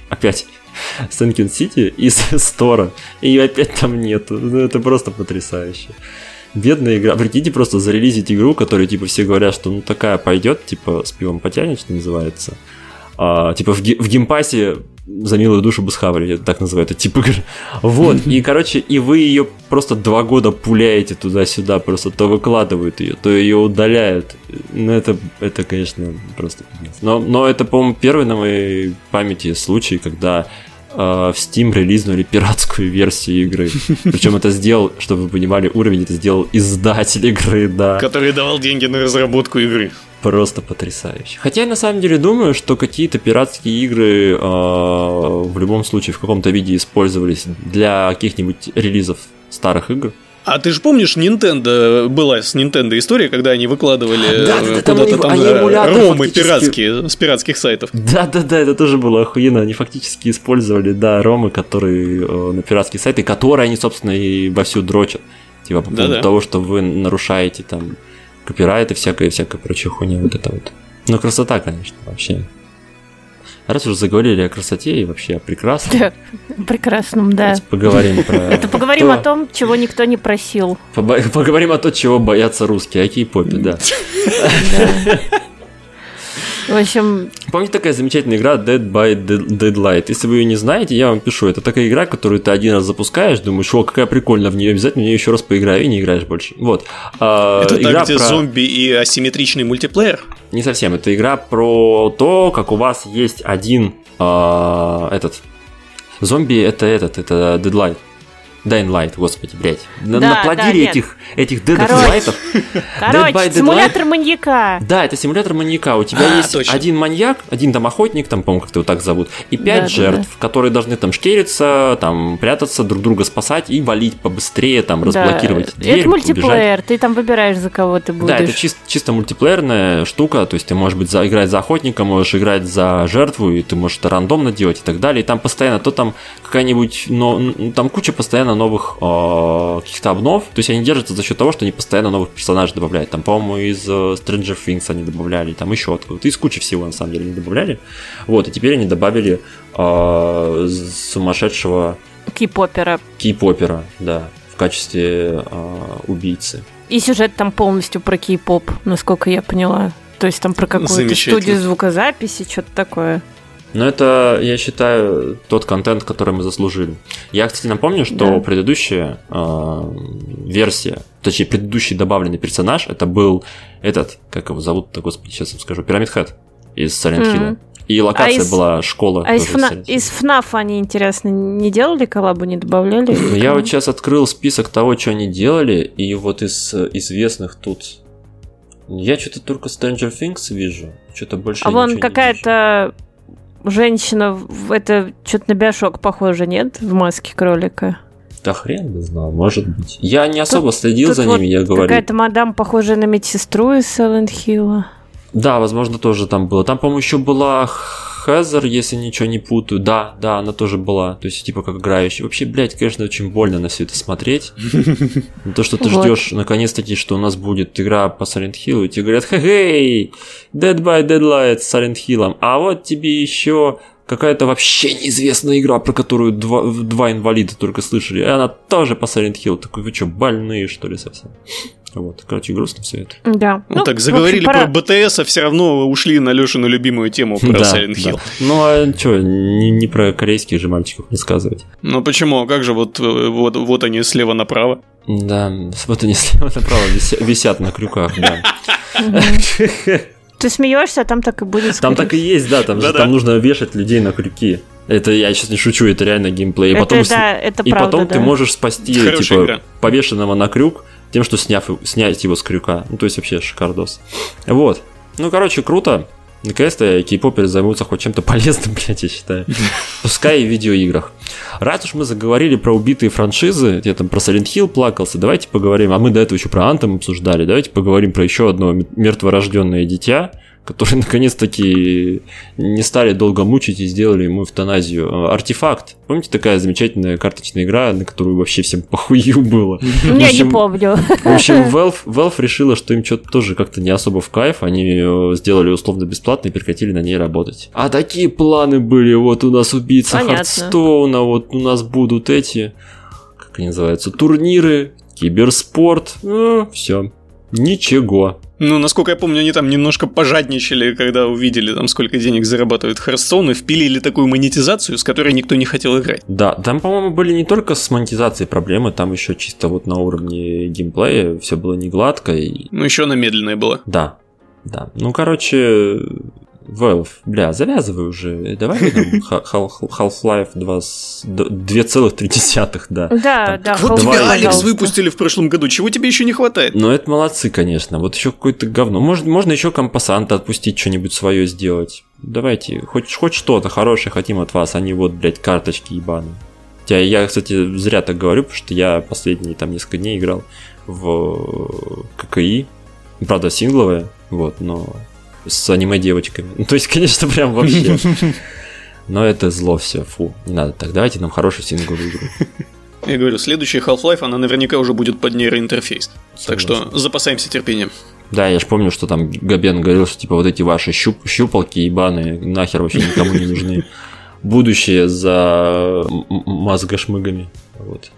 опять Sinking City из стора, и опять там нету. Ну, это просто потрясающе. Бедная игра. Прикиньте, просто зарелизить игру, которую, типа, все говорят, что ну такая пойдет, типа, с пивом потянет, что называется. Типа, в геймпассе за милую душу бы схавали, так называют этот тип игр. Вот, и, короче, и вы ее просто 2 года пуляете туда-сюда, просто то выкладывают ее, то ее удаляют. Ну, это конечно, просто... Но это, по-моему, первый на моей памяти случай, когда в Steam релизнули пиратскую версию игры. Причем это сделал, чтобы вы понимали, уровень это сделал издатель игры, да. Который давал деньги на разработку игры. Просто потрясающе. Хотя я на самом деле думаю, что какие-то пиратские игры в любом случае в каком-то виде использовались для каких-нибудь релизов старых игр. А ты же помнишь, Nintendo была с Nintendo история, когда они выкладывали куда-то там ромы пиратские с пиратских сайтов. Да, это тоже было охуенно. Они фактически использовали, да, ромы, которые на пиратские сайты, которые они, собственно, и вовсю дрочат. Типа по поводу того, что вы нарушаете там копирайт и всякая прочая хуйня, вот это вот. Ну, красота, конечно, вообще. Раз уже заговорили о красоте и вообще о прекрасном. Да, прекрасном, да. Поговорим про... Это поговорим о том, чего никто не просил. Поговорим о том, чего боятся русские, о кей-попе, да. В общем... Помните такая замечательная игра Dead by Daylight? Если вы ее не знаете, я вам пишу. Это такая игра, которую ты один раз запускаешь, думаешь, о, какая прикольная, в нее обязательно в нее еще раз поиграю, и не играешь больше. Вот. Это игра где зомби и асимметричный мультиплеер? Не совсем. Это игра про то, как у вас есть один зомби, это Deadlight. Dying Light, господи, блядь. Наплодили этих Dead Light'ов. Короче, симулятор маньяка. Да, это симулятор маньяка. У тебя есть один маньяк, один там охотник, там, по-моему, как-то его так зовут, и 5 жертв, которые должны там шкериться, там прятаться, друг друга спасать и валить побыстрее, там, разблокировать дверь. Это мультиплеер, ты там выбираешь, за кого ты будешь. Да, это чисто мультиплеерная штука, то есть ты можешь играть за охотника, можешь играть за жертву, и ты можешь это рандомно делать и так далее. И там постоянно, то там какая-нибудь, там куча постоянно новых каких-то обнов, то есть они держатся за счет того, что они постоянно новых персонажей добавляют. Там, по-моему, из Stranger Things они добавляли, там еще откуда-то, из кучи всего, на самом деле, они добавляли. Вот, и теперь они добавили сумасшедшего кей-попера, да, в качестве убийцы. И сюжет там полностью про кей-поп, насколько я поняла. То есть там про какую-то студию звукозаписи, что-то такое. Но это, я считаю, тот контент, который мы заслужили. Я, кстати, напомню, что предыдущая версия, точнее, предыдущий добавленный персонаж, это был этот, как его зовут-то, господи, сейчас вам скажу, Pyramid Head из Silent Hill. И локация была школа. А из FNAF они, интересно, не делали коллабу, не добавляли? Я вот сейчас открыл список того, что они делали, и вот из известных тут... Я что-то только Stranger Things вижу, что-то больше ничего не вижу. А вон какая-то... Женщина, это что-то на Биошок похоже, нет? В маске кролика. Да хрен бы знал, может быть. Я не особо следил за ними, я говорю. Какая-то мадам, похожая на медсестру из Silent Hill. Да, возможно, тоже там было. Там, по-моему, еще была Хезер, если ничего не путаю. Да, она тоже была. То есть, типа, как играющий. Вообще, блядь, конечно, очень больно на все это смотреть. То, что ты ждешь, наконец-таки, что у нас будет игра по Silent Hill, и тебе говорят, хе-хей, Dead by Daylight с Silent Hill. А вот тебе еще какая-то вообще неизвестная игра, про которую два инвалида только слышали, и она тоже по Silent Hill. Такой, вы что, больные, что ли, совсем? Вот, короче, грустно все это. Да. Ну так, заговорили про БТС, а все равно ушли на Лешину любимую тему про Silent Hill. Да. Ну а что, не про корейских же мальчиков не сказывать. Ну почему? Как же вот они слева направо? Да, вот они слева направо висят на крюках, да. Ты смеешься, а там так и будет. Там так и есть, да, там нужно вешать людей на крюки. Это я сейчас не шучу, это реально геймплей. Это потом ты можешь спасти типа повешенного на крюк тем, что снять его с крюка. Ну, то есть вообще шикардос. Вот. Ну, короче, круто. Наконец-то кей-поперы займутся хоть чем-то полезным, блядь, я считаю. Пускай и в видеоиграх. Раз уж мы заговорили про убитые франшизы, я там про Silent Hill плакался, давайте поговорим, а мы до этого еще про Anthem обсуждали, давайте поговорим про еще одно мертворожденное дитя, которые наконец-таки не стали долго мучить и сделали ему эвтаназию. Артефакт. Помните, такая замечательная карточная игра, на которую вообще всем похую было? Я не помню. В общем, Valve решила, что им что-то тоже как-то не особо в кайф. Они ее сделали условно бесплатно и прекратили на ней работать. А такие планы были. Вот у нас убийца Хардстоуна, вот у нас будут эти, как они называются, турниры, киберспорт. Все. Ничего. Ну, насколько я помню, они там немножко пожадничали, когда увидели, там, сколько денег зарабатывает Hearthstone, и впилили такую монетизацию, с которой никто не хотел играть. Да, там, по-моему, были не только с монетизацией проблемы, там еще чисто вот на уровне геймплея все было не гладко. Ну, еще она медленная была. Да. Ну, короче, Valve, завязывай уже. Давай нам Half-Life 2,3, да. Да. Вот тебе Алекс выпустили в прошлом году, чего тебе еще не хватает? Ну, это молодцы, конечно. Вот еще какое-то говно. Можно еще компассанта отпустить, что-нибудь свое сделать. Давайте, хоть что-то хорошее хотим от вас, а не вот, блядь, карточки ебаные. Я, кстати, зря так говорю, потому что я последние там несколько дней играл в ККИ. Правда, сингловая, вот, но с аниме-девочками. Ну, то есть, конечно, прям вообще. Но это зло все, фу, не надо так. Давайте нам хорошую сингловую игру. Я говорю, следующая Half-Life, она наверняка уже будет под нейроинтерфейс. Так что запасаемся терпением. Да, я ж помню, что там Габен говорил, что типа вот эти ваши щупалки ебаные нахер вообще никому не нужны. Будущее за мозгошмыгами. Вот.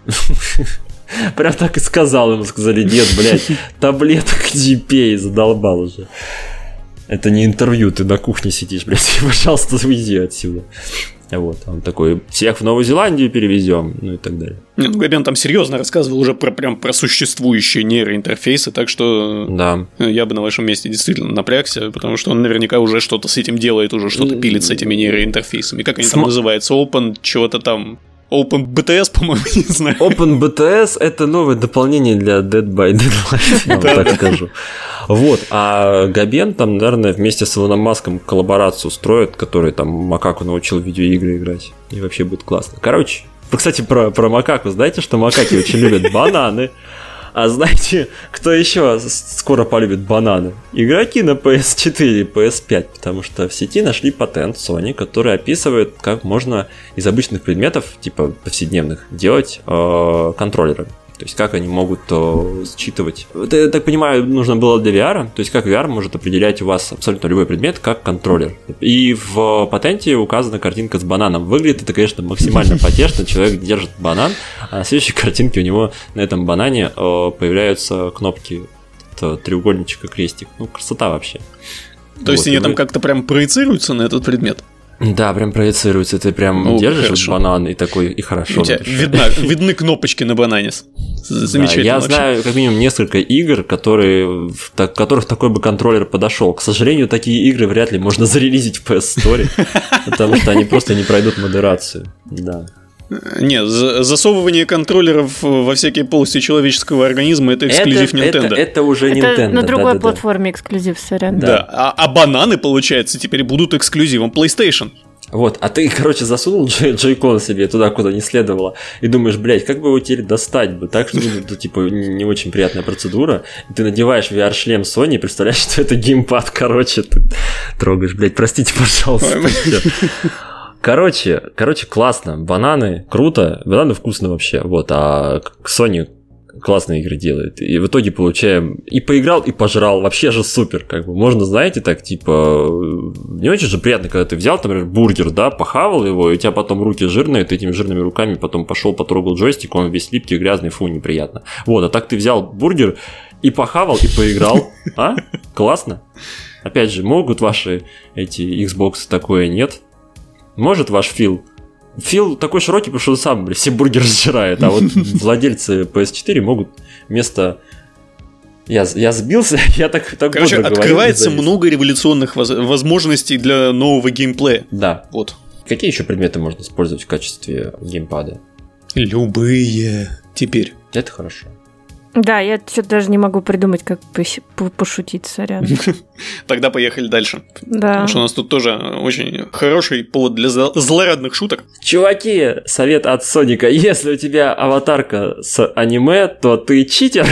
Прям так и сказал, ему сказали: нет, блядь, таблеток не пей, задолбал уже. Это не интервью, ты на кухне сидишь, блядь, пожалуйста, уйди отсюда. Вот, он такой: всех в Новую Зеландию перевезем, ну и так далее. Габен там серьезно рассказывал уже про существующие нейроинтерфейсы, так что да. Я бы на вашем месте действительно напрягся, потому что он наверняка уже что-то с этим делает, уже что-то пилит с этими нейроинтерфейсами. Как они там называются? Open чего-то там... OpenBTS, по-моему, не знаю. OpenBTS — это новое дополнение для Dead by Daylight, я вам так скажу. Вот, а Габен там, наверное, вместе с Илоном Маском коллаборацию строит, который там Макаку научил в видеоигры играть. И вообще будет классно. Короче, кстати, про Макаку. Знаете, что макаки очень любят бананы? А знаете, кто еще скоро полюбит бананы? Игроки на PS4 и PS5, потому что в сети нашли патент Sony, который описывает, как можно из обычных предметов, типа повседневных, делать контроллеры. То есть, как они могут считывать. Это, я так понимаю, нужно было для VR. То есть, как VR может определять у вас абсолютно любой предмет как контроллер. И в патенте указана картинка с бананом. Выглядит это, конечно, максимально потешно. Человек держит банан, а на следующей картинке у него на этом банане появляются кнопки. Это треугольничек и крестик. Ну, красота вообще. То есть, они там как-то прям проецируются на этот предмет? Да, прям проецируется. Ты прям держишь банан и такой, и хорошо. У тебя видны кнопочки на банане. Замечательно. Да, я знаю как минимум несколько игр, в которых такой бы контроллер подошел. К сожалению, такие игры вряд ли можно зарелизить в PS Store, потому что они просто не пройдут модерацию. Да. Нет, засовывание контроллеров во всякие полости человеческого организма — это эксклюзив Nintendo. Это уже Nintendo. Это на другой платформе эксклюзив, сорян. Да, а бананы, получается, теперь будут эксклюзивом PlayStation. Вот, а ты, короче, засунул джойкон себе туда, куда не следовало, и думаешь, блядь, как бы его теперь достать бы, так, что это, типа, не очень приятная процедура, и ты надеваешь VR-шлем Sony и представляешь, что это геймпад, короче, ты трогаешь, блядь, простите, пожалуйста. Короче, классно, бананы круто, бананы вкусно вообще, вот, а Sony классные игры делает, и в итоге получаем и поиграл, и пожрал, вообще же супер, как бы, можно, знаете, так, типа, не очень же приятно, когда ты взял, например, бургер, да, похавал его, и у тебя потом руки жирные, ты этими жирными руками потом пошел, потрогал джойстик, он весь липкий, грязный, фу, неприятно, вот, а так ты взял бургер и похавал, и поиграл, а, классно, опять же, могут ваши эти Xbox такое, нет? Может ваш Фил такой широкий, потому что он сам, блядь, все бургеры сжирает, а вот владельцы PS4 могут вместо... Я сбился, я так короче, открывается много революционных возможностей для нового геймплея. Да. Вот. Какие еще предметы можно использовать в качестве геймпада? Любые. Теперь. Это хорошо. Да, я что-то даже не могу придумать, как пошутить, сорян. Тогда поехали дальше. Да. Потому что у нас тут тоже очень хороший повод для злорадных шуток. Чуваки, совет от Соника. Если у тебя аватарка с аниме, то ты читер.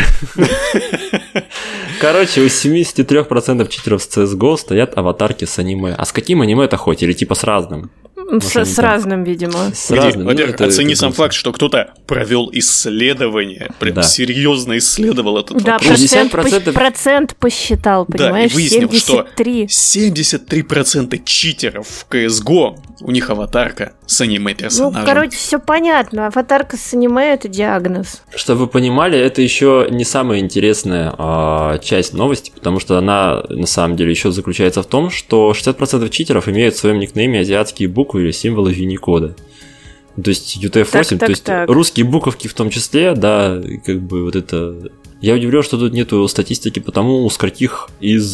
Короче, у 73% читеров с CSGO стоят аватарки с аниме. А с каким аниме-то хоть? Или типа с разным? С разным, видимо. Во-первых, оцени сам факт, что кто-то провел исследование, прям серьезно исследовал этот вопрос. Да, процент посчитал, понимаешь? Да, и выяснил, что 73% читеров в CSGO, у них аватарка с аниме-персонажем. Ну, короче, все понятно. Аватарка с аниме – это диагноз. Чтобы вы понимали, это еще не самая интересная часть новости, потому что она, на самом деле, еще заключается в том, что 60% читеров имеют в своем никнейме азиатские буквы или символы Unicode. То есть UTF-8, то есть русские буковки в том числе, да, как бы вот это... Я удивлен, что тут нету статистики, потому у скольких из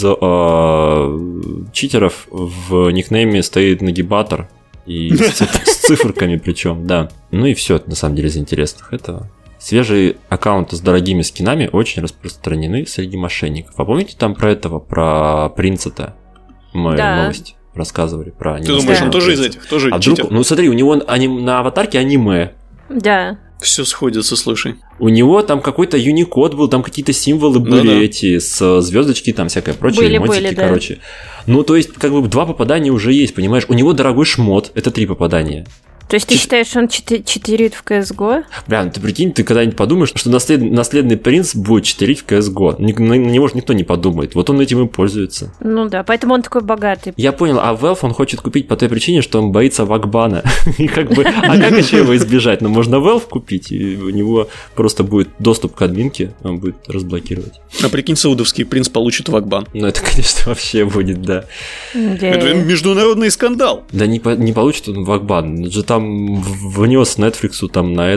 читеров в никнейме стоит нагибатор и с циферками причем, да. Ну и все, на самом деле, из интересных. Это свежие аккаунты с дорогими скинами очень распространены среди мошенников. А помните там про этого, про принца-то? Мы новость рассказывали про... Ты думаешь, он тоже из этих? Тоже читер? Ну смотри, у него на аватарке аниме. Да. Все сходится, слушай. У него там какой-то Unicode был, там какие-то символы были эти, с звездочки, там всякое прочее, эмодзики, короче. Да. Ну, то есть, как бы 2 попадания уже есть, понимаешь? У него дорогой шмот, это 3 попадания. То есть ты считаешь, он читерит в CSGO? Бля, ну ты прикинь, ты когда-нибудь подумаешь, что наследный принц будет читерить в CSGO. На него же никто не подумает. Вот он этим и пользуется. Ну да, поэтому он такой богатый. Я понял, а Valve он хочет купить по той причине, что он боится вакбана. И как бы, а как еще его избежать? Ну можно Valve купить, и у него просто будет доступ к админке, он будет разблокировать. А прикинь, саудовский принц получит вакбан. Ну это, конечно, вообще будет, да. Это международный скандал. Да не получит он вакбан, это же там внес Netflix там на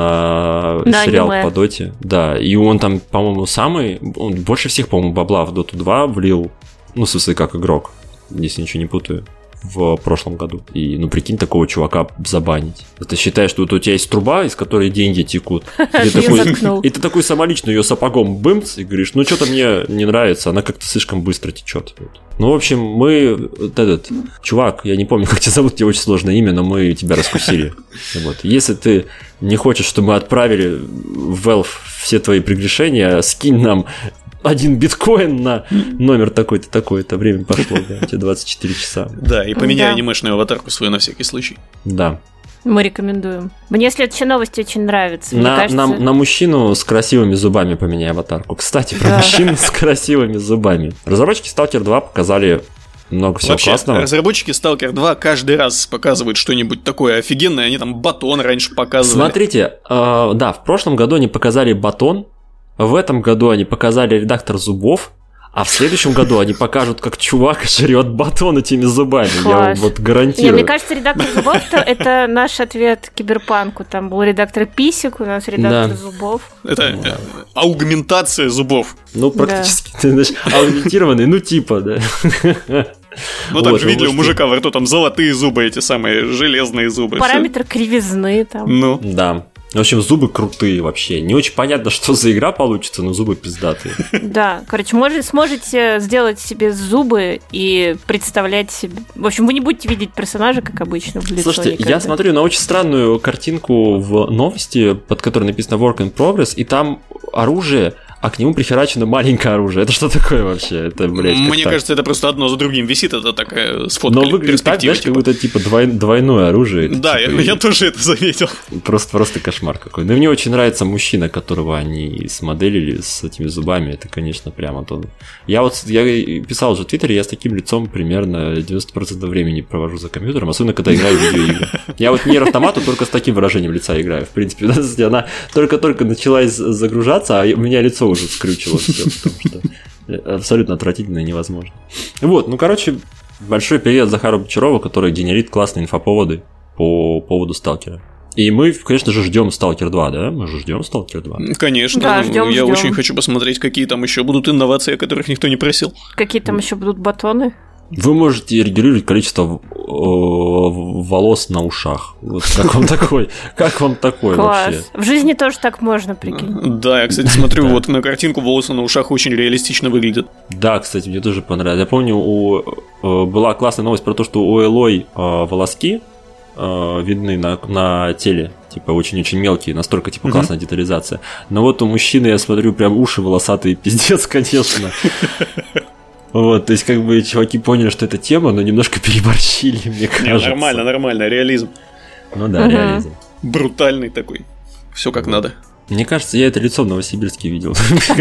сериал по Доте. Да, и он там, по-моему, он больше всех, по-моему, бабла в Доту 2 влил, ну, в смысле, как игрок, если ничего не путаю, в прошлом году. И, ну, прикинь, такого чувака забанить. Ты считаешь, что вот у тебя есть труба, из которой деньги текут. И ты такой самолично ее сапогом бымц и говоришь, ну, что-то мне не нравится, она как-то слишком быстро течет. Ну, в общем, мы... чувак, я не помню, как тебя зовут, тебе очень сложное имя, но мы тебя раскусили. Вот. Если ты не хочешь, чтобы мы отправили в Valve все твои прегрешения, скинь нам 1 биткоин на номер такой-то, такой-то. Время пошло, да, у тебя 24 часа. Да, и поменяй анимешную аватарку свою на всякий случай. Да. Мы рекомендуем. Мне следующая новость очень нравится. На мужчину с красивыми зубами поменяй аватарку. Кстати, про мужчин с красивыми зубами. Разработчики Stalker 2 показали много всего классного. Разработчики Stalker 2 каждый раз показывают что-нибудь такое офигенное. Они там батон раньше показывали. Смотрите, да, в прошлом году они показали батон. В этом году они показали редактор зубов, а в следующем году они покажут, как чувак жрет батон этими зубами. Я вам вот гарантирую. Мне кажется, редактор зубов это наш ответ киберпанку. Там был редактор писек, у нас редактор зубов. Это аугментация зубов. Ну, практически, ты знаешь, аугментированный, ну типа, да. Ну, там же видели у мужика во рту там золотые зубы, эти самые железные зубы. Параметр кривизны там. Ну. Да. В общем, зубы крутые вообще. Не очень понятно, что за игра получится, но зубы пиздатые. Да, короче, сможете сделать себе зубы и представлять себе... В общем, вы не будете видеть персонажа, как обычно, в лицо. Слушайте, никогда. Я смотрю на очень странную картинку в новости, под которой написано Work in Progress, и там оружие... а к нему прихерачено маленькое оружие. Это что такое вообще? Это, блядь, мне кажется, это просто одно за другим висит. Это такая сфоткали. Но выглядит так, знаешь, как будто типа двойное оружие. Да, я тоже это заметил. Просто кошмар какой. Но мне очень нравится мужчина, которого они смоделили с этими зубами. Это, конечно, прямо то. Я писал уже в Твиттере, я с таким лицом примерно 90% времени провожу за компьютером, особенно когда играю в видеоигры. Я вот Nier Automata только с таким выражением лица играю. В принципе, она только началась загружаться, а у меня лицо уже скрючило все, потому что абсолютно отвратительно и невозможно. Вот, ну, короче, большой привет Захару Бочарову, который генерит классные инфоповоды по поводу Сталкера. И мы, конечно же, ждем Stalker 2, да? Мы же ждем Stalker 2. Конечно, да, ждем. Я очень хочу посмотреть, какие там еще будут инновации, о которых никто не просил. Какие там еще будут батоны? Вы можете регулировать количество волос на ушах. Вот как вам такой? Как вам такой вообще? В жизни тоже так можно, прикинь. Да, я, кстати, смотрю вот на картинку, волосы на ушах очень реалистично выглядят. Да, кстати, мне тоже понравилось. Я помню, была классная новость про то, что у Элой волоски видны на теле. Типа очень-очень мелкие, настолько типа классная детализация. Но вот у мужчины, я смотрю, прям уши волосатые, пиздец, конечно. Вот, то есть, как бы чуваки поняли, что это тема, но немножко переборщили, мне кажется. Нормально, реализм. Ну да, реализм. Брутальный такой. Все как надо. Мне кажется, я это лицо в Новосибирске видел.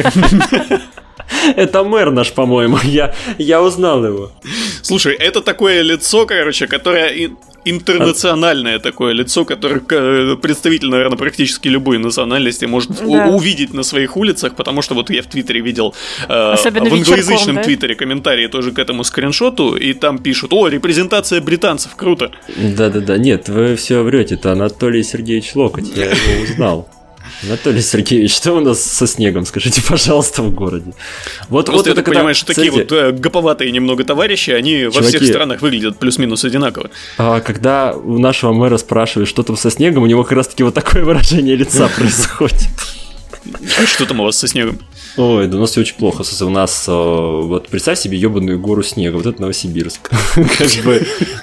Это мэр наш, по-моему, я узнал его. Слушай, это такое лицо, короче, которое интернациональное такое лицо, которое представитель, наверное, практически любой национальности может увидеть на своих улицах, потому что вот я в Твиттере видел, в англоязычном Твиттере комментарии тоже к этому скриншоту, и там пишут: о, репрезентация британцев, круто. Да-да-да, нет, вы все врете, это Анатолий Сергеевич Локоть, я его узнал. Анатолий Сергеевич, что у нас со снегом, скажите, пожалуйста, в городе? Просто вот я так понимаю, что такие вот гоповатые немного товарищи, они во всех странах выглядят плюс-минус одинаково. Когда у нашего мэра спрашивают, что там со снегом, у него как раз-таки вот такое выражение лица происходит. Что там у вас со снегом? Ой, да у нас все очень плохо. У нас, вот представь себе ебаную гору снега, вот это Новосибирск. Как бы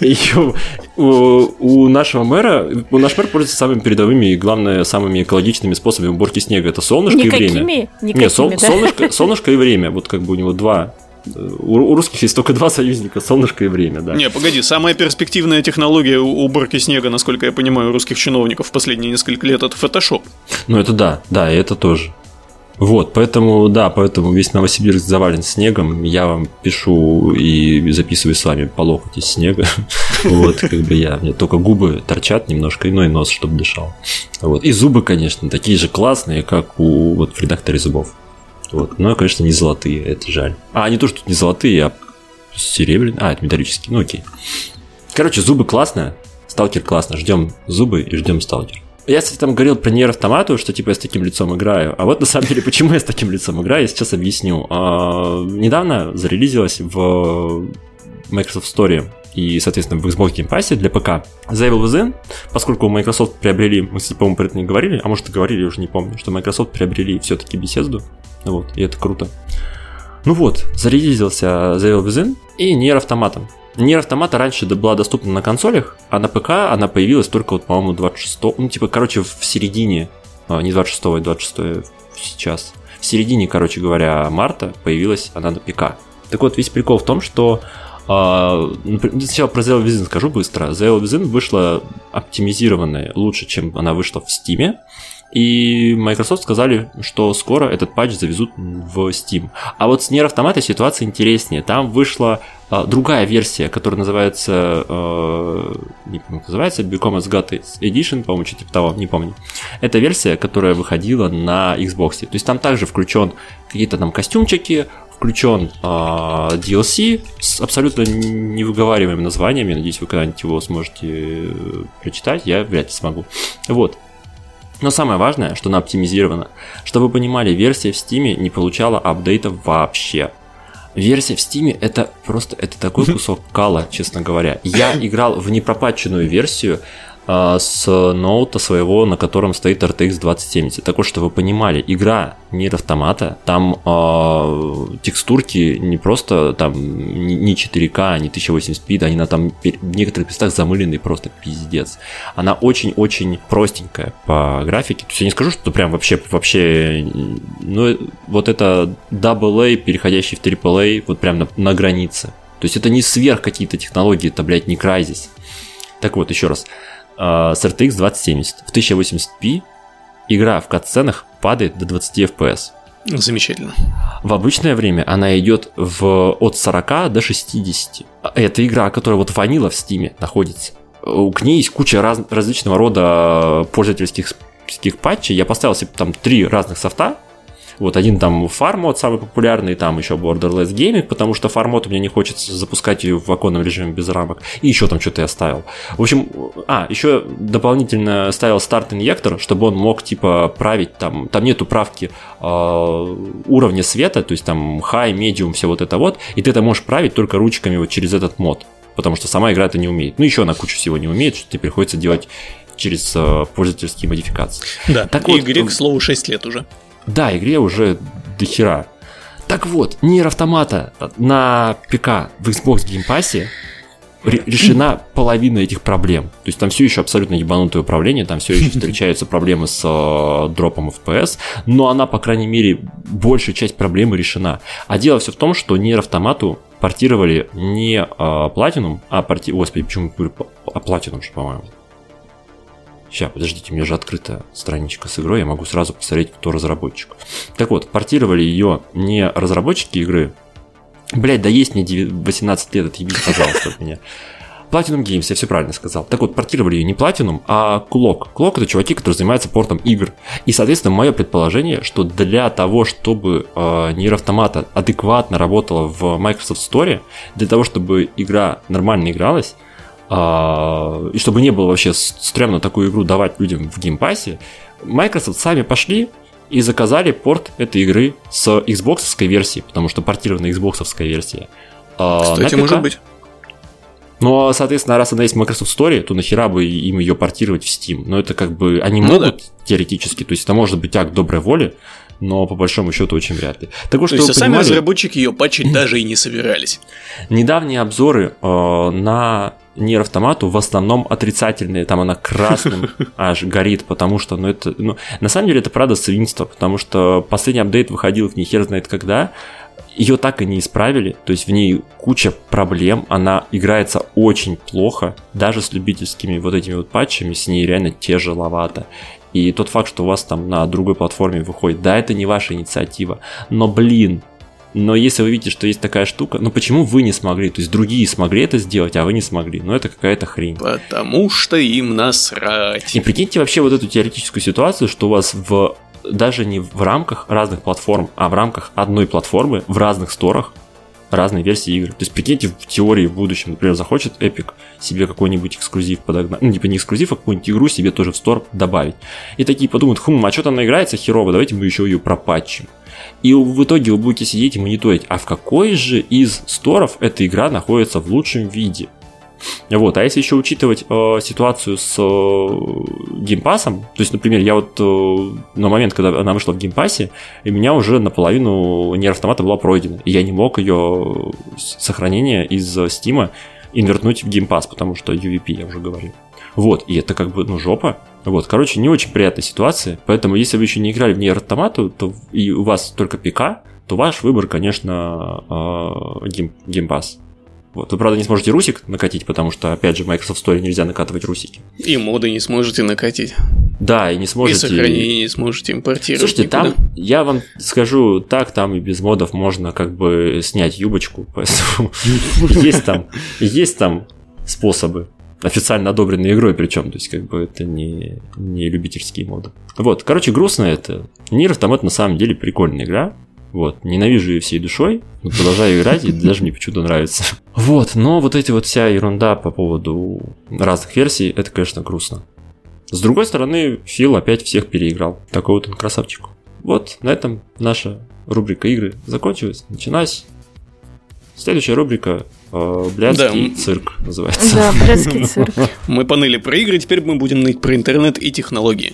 у нашего мэра, наш мэр пользуется самыми передовыми и, главное, самыми экологичными способами уборки снега. Это солнышко и время. Нет, солнышко и время. Вот как бы у него два. У русских есть только два союзника: солнышко и время, да. Не, погоди, самая перспективная технология уборки снега, насколько я понимаю, у русских чиновников в последние несколько лет — это фотошоп. Ну это да, и это тоже. Вот, поэтому весь Новосибирск завален снегом. Я вам пишу и записываю с вами по локоть из снега. Вот, как бы мне только губы торчат немножко, ну и нос, чтобы дышал. Вот, и зубы, конечно, такие же классные, как в редакторе зубов. Вот, но, конечно, не золотые, это жаль. Не то, что не золотые, а серебряные. Это металлические, ну окей. Короче, зубы классно, сталкер классно. Ждем зубы и ждем сталкер. Я, кстати, там говорил про Nier Automata, что типа я с таким лицом играю. А вот на самом деле, почему я с таким лицом играю, я сейчас объясню. Недавно зарелизилась в Microsoft Store и, соответственно, в Xbox Game Pass для ПК The Evil Within, поскольку Microsoft приобрели, мы, кстати, по-моему, про это не говорили, а может и говорили, я уже не помню, что Microsoft приобрели все-таки Bethesda. Вот, и это круто. Ну вот, зарелизился The Evil Within и Nier Automata. Nier Automata раньше была доступна на консолях, а на ПК она появилась только, вот, по-моему, 26-го, в середине, не 26-го, 26-го сейчас, в середине, марта появилась она на ПК. Так вот, весь прикол в том, что сначала про The Evil Within скажу быстро. The Evil Within вышла оптимизированная лучше, чем она вышла в Steam. И Microsoft сказали, что скоро этот патч завезут в Steam. А вот с Nier Automata ситуация интереснее. Там вышла другая версия, которая называется Become as God Edition, по-моему, что-то типа того, не помню. Это версия, которая выходила на Xbox. То есть там также включен какие-то там костюмчики, включен DLC с абсолютно невыговариваемыми названиями. Надеюсь, вы когда-нибудь его сможете прочитать. Я вряд ли смогу. Вот. Но самое важное, что она оптимизирована. Чтобы вы понимали, версия в Steam не получала апдейтов вообще. Версия в Steam это такой кусок кала, честно говоря. Я играл в непропатченную версию с ноута своего, на котором стоит RTX 2070. Так вот, чтобы вы понимали, игра Nier Automata, там текстурки не просто там не 4К, не 1080p, да, они там в некоторых местах замыленные, просто пиздец. Она очень-очень простенькая по графике. То есть я не скажу, что прям вообще, ну, вот это AA, переходящий в AAA, вот прям на границе. То есть это не сверх какие-то технологии, это, блядь, не Crysis. Так вот, еще раз. С RTX 2070 в 1080p игра в катсценах падает до 20 FPS. Замечательно. В обычное время она идет от 40 до 60. Это игра, которая вот ванила в Steam находится. К ней есть куча различного рода пользовательских патчей. Я поставил себе там 3 разных софта. Вот один там Farm мод самый популярный, там еще Borderless Gaming, потому что Farm мод у меня не хочется запускать ее в оконном режиме без рамок. И еще там что-то я ставил. В общем, еще дополнительно ставил Start Injector, чтобы он мог типа править, там нету правки уровня света, то есть там High, Medium, все вот это вот, и ты это можешь править только ручками вот через этот мод, потому что сама игра это не умеет. Ну, еще она кучу всего не умеет, что тебе приходится делать через пользовательские модификации. Да, так вот, игре, к слову, 6 лет уже. Да, игре уже дохера. Так вот, Nier Automata на ПК в Xbox Game Pass решена половина этих проблем. То есть там все еще абсолютно ебанутое управление, там все еще встречаются проблемы с дропом FPS, но она, по крайней мере, большая часть проблемы решена. А дело все в том, что Nier Automata портировали не Platinum, Господи, почему я говорю Platinum, по-моему? Сейчас, подождите, у меня же открыта страничка с игрой, я могу сразу посмотреть, кто разработчик. Так вот, портировали ее не разработчики игры. Блять, да есть мне 18 лет, отъебись, пожалуйста, от меня. Platinum Games, я все правильно сказал. Так вот, портировали ее не Platinum, а Kulok. Kulok — это чуваки, которые занимаются портом игр. И, соответственно, мое предположение, что для того, чтобы Nier Automata адекватно работала в Microsoft Store, для того, чтобы игра нормально игралась, и чтобы не было вообще стрёмно такую игру давать людям в геймпассе, Microsoft сами пошли и заказали порт этой игры с Xbox-овской версии, потому что портирована Xbox-овская версия. Кстати, может быть. Но, соответственно, раз она есть в Microsoft Store, то нахера бы им ее портировать в Steam? Но это как бы они могут теоретически, то есть это может быть акт доброй воли, но по большому счету очень вряд ли. Так вот, то есть сами разработчики ее патчить даже и не собирались. Недавние обзоры на Nier Automata в основном отрицательные, там она красным аж горит, потому что, на самом деле это правда свинство, потому что последний апдейт выходил в ней хер знает когда, ее так и не исправили, то есть в ней куча проблем, она играется очень плохо, даже с любительскими вот этими вот патчами, с ней реально тяжеловато. И тот факт, что у вас там на другой платформе выходит, да, это не ваша инициатива, но если вы видите, что есть такая штука, почему вы не смогли? То есть другие смогли это сделать, а вы не смогли. Это какая-то хрень. Потому что им насрать. И прикиньте вообще вот эту теоретическую ситуацию, что у вас даже не в рамках разных платформ, а в рамках одной платформы в разных сторах разные версии игр. То есть прикиньте, в теории в будущем, например, захочет Epic себе какой-нибудь эксклюзив подогнать, не эксклюзив, а какую-нибудь игру себе тоже в стор добавить. И такие подумают, а что-то она играется херово, давайте мы еще ее пропатчим. И в итоге вы будете сидеть и мониторить, а в какой же из сторов эта игра находится в лучшем виде. Вот, а если еще учитывать ситуацию с геймпассом, то есть, например, я на момент, когда она вышла в геймпассе, у меня уже наполовину Nier Automata была пройдена, и я не мог ее сохранение из Steam инвертнуть в геймпасс, потому что UVP, я уже говорил. Вот, и это как бы, жопа. Вот, короче, не очень приятная ситуация, поэтому если вы еще не играли в Nier Automata, и у вас только ПК, то ваш выбор, конечно, геймпасс. Вот. Вы, правда, не сможете русик накатить, потому что, опять же, в Microsoft Store нельзя накатывать русики. И моды не сможете накатить. Да, и не сможете... И сохранение не сможете импортировать. Слушайте, никуда. Там, я вам скажу так, там и без модов можно как бы снять юбочку, поэтому есть там способы, официально одобренные игрой причем, то есть как бы это не любительские моды. Вот, короче, грустно это. Nier Automata на самом деле прикольная игра. Вот, ненавижу ее всей душой, но продолжаю играть, и даже мне почему-то нравится. Вот, но вот эти вот вся ерунда по поводу разных версий, это, конечно, грустно. С другой стороны, Фил опять всех переиграл. Такой вот он красавчик. Вот, на этом наша рубрика игры закончилась. Началась следующая рубрика «Блядский цирк» называется. Да, «Блядский цирк». Мы поныли про игры, теперь мы будем ныть про интернет и технологии.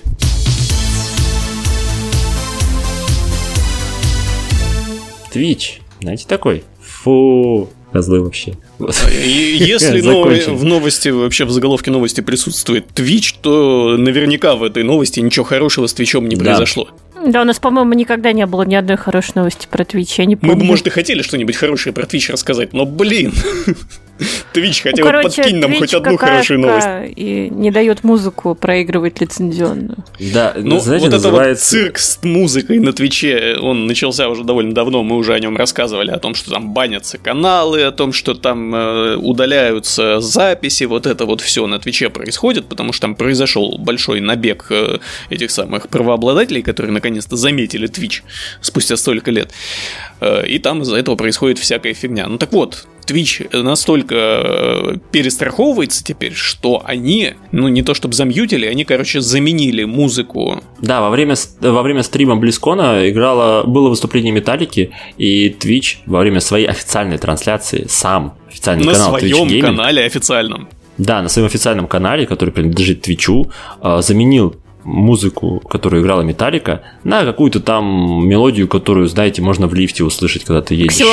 Twitch, знаете такой? Фу, козлы вообще. Вот. Если в новости, вообще в заголовке новости присутствует Twitch, то наверняка в этой новости ничего хорошего с Твичом не произошло. Да, у нас, по-моему, никогда не было ни одной хорошей новости про Twitch, я не помню. Мы бы, может, и хотели что-нибудь хорошее про Twitch рассказать, но, блин. Twitch, хотя бы подкинь нам хоть одну хорошую новость. И не дает музыку проигрывать лицензионную. Да, ну, знаете, вот называется... это вот цирк с музыкой на Твиче, он начался уже довольно давно, мы уже о нем рассказывали, о том, что там банятся каналы, о том, что там удаляются записи, вот это вот все на Твиче происходит, потому что там произошел большой набег этих самых правообладателей, которые наконец-то заметили Twitch спустя столько лет. И там из-за этого происходит всякая фигня. Ну так вот, Twitch настолько перестраховывается теперь, что они, ну не то чтобы замьютили, они, короче, заменили музыку. Да, во время стрима BlizzCon было выступление Металлики, и Twitch во время своей официальной трансляции, сам официальный канал Twitch Gaming, на своем канале официальном. Да, на своем официальном канале, который принадлежит Твичу, заменил музыку, которую играла Металлика, на какую-то там мелодию, которую, знаете, можно в лифте услышать, когда ты едешь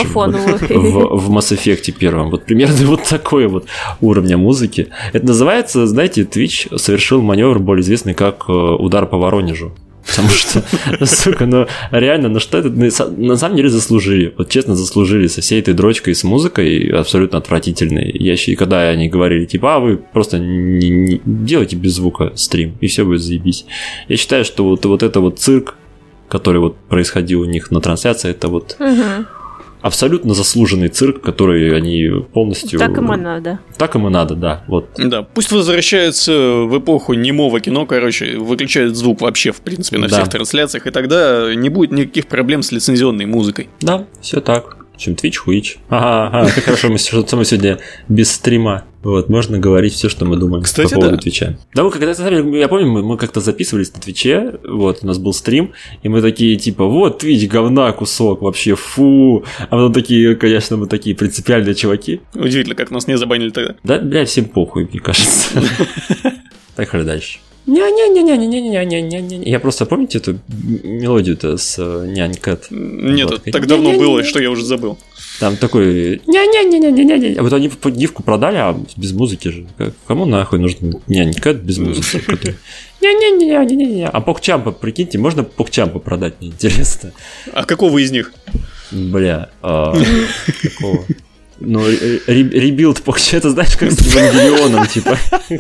в Mass Effect 1. Вот примерно вот такой вот уровня музыки. Это называется, знаете, Twitch совершил маневр, более известный как удар по Воронежу. Потому что, сука, ну реально, ну что это, на самом деле заслужили, вот честно заслужили со всей этой дрочкой с музыкой абсолютно отвратительной. И когда они говорили, типа, вы просто не делайте без звука стрим, и все будет заебись. Я считаю, что вот это вот цирк, который вот происходил у них на трансляции, это вот... абсолютно заслуженный цирк, который они полностью... Так им и надо. Так им и надо, да. Вот. Да, пусть возвращаются в эпоху немого кино, короче, выключают звук вообще, в принципе, на всех трансляциях, и тогда не будет никаких проблем с лицензионной музыкой. Да, все так. В общем, Twitch, Huich. Ага, как хорошо, мы сегодня без стрима. Вот, можно говорить все, что мы думаем, кстати, по поводу Твича. Да, мы когда, я помню, мы как-то записывались на Твиче, вот, у нас был стрим, и мы такие, типа, вот, Твич, говна кусок, вообще, фу. А потом такие, конечно, мы такие принципиальные чуваки. Удивительно, как нас не забанили тогда. Да, блядь, всем похуй, мне кажется. Поехали дальше. Не-не-не-не-не-не-не-не-не. Я просто, помните эту мелодию-то с Нянь Кэт? Нет, это так давно было, что я уже забыл. Там такой не-не-не-не-не-не. А вот они дивку продали, а без музыки же. Кому нахуй нужен Нянь Кэт без музыки? Не-не-не-не-не-не. А Покчампа, прикиньте, можно Покчампа продать, мне интересно. А какого из них? Бля, какого? Ну, ребилд Покча, это знаешь, как с Евангелионом, типа.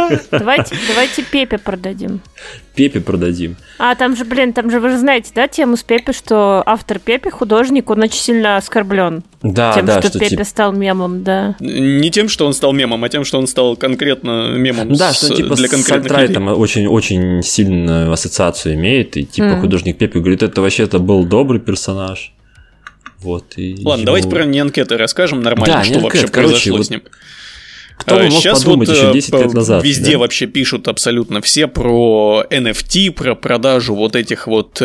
Давайте Пепе продадим. Пепе продадим. А там же, вы же знаете, да, тему с Пепе, что автор Пепе, художник, он очень сильно оскорблен. Да, тем, да, что Пепе стал мемом, да. Не тем, что он стал мемом, а тем, что он стал конкретно мемом да, что типа для конкретных людей. Там очень сильную ассоциацию имеет, и типа художник Пепе говорит, это вообще-то был добрый персонаж. Вот, и ладно, давайте про Нянкета расскажем нормально, да, что вообще произошло вот с ним. Кто бы мог подумать вот еще 10 лет назад. Везде вообще пишут абсолютно все про NFT, про продажу вот этих вот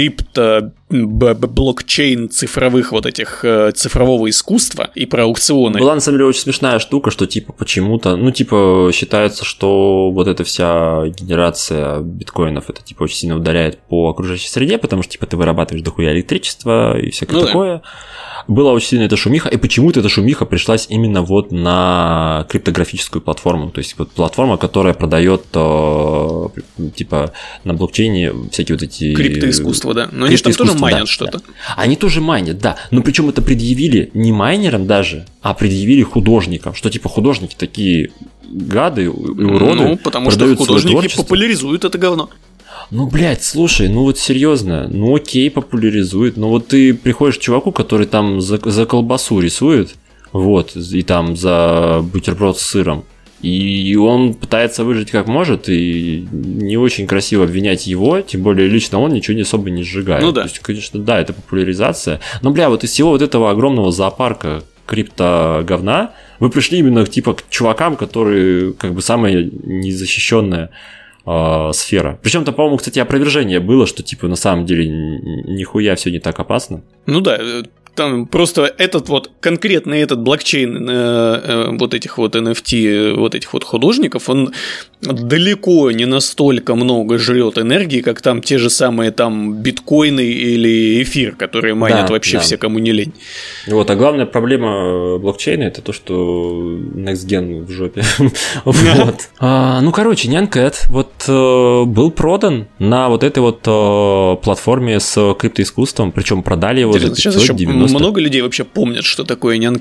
блокчейн цифровых вот этих цифрового искусства и про аукционы. Была на самом деле очень смешная штука, что типа почему-то, ну типа считается, что вот эта вся генерация биткоинов это типа очень сильно ударяет по окружающей среде, потому что типа ты вырабатываешь дохуя электричества и всякое такое. Да. Была очень сильная эта шумиха, и почему-то эта шумиха пришлась именно вот на криптографическую платформу, то есть вот платформа, которая продает типа на блокчейне всякие вот эти... Криптоискусство, да. Но они же там тоже майнят что-то. Да. Они тоже майнят, да. Но причем это предъявили не майнерам даже, а предъявили художникам, что типа художники такие гады и уроды. Ну, потому что художники популяризуют это говно. Ну, блядь, слушай, ну вот серьезно, ну окей, популяризует, но вот ты приходишь к чуваку, который там за колбасу рисует, вот, и там за бутерброд с сыром, и он пытается выжить как может, и не очень красиво обвинять его, тем более лично он ничего особо не сжигает. Ну да. То есть, конечно, да, это популяризация, но, бля, вот из всего вот этого огромного зоопарка крипто-говна вы пришли именно типа к чувакам, которые как бы самая незащищенная сфера. Причем там, по-моему, кстати, опровержение было, что типа на самом деле нихуя все не так опасно. Ну да, там просто этот вот конкретно этот блокчейн вот этих вот NFT, вот этих вот художников, он далеко не настолько много жрет энергии, как там те же самые там биткоины или эфир, которые майнят вообще все, кому не лень. Вот, а главная проблема блокчейна это то, что Next Gen в жопе. Ну, короче, Нянкэт вот был продан на вот этой вот платформе с криптоискусством, причем продали его за 590. Много людей вообще помнят, что такое Нянкэт.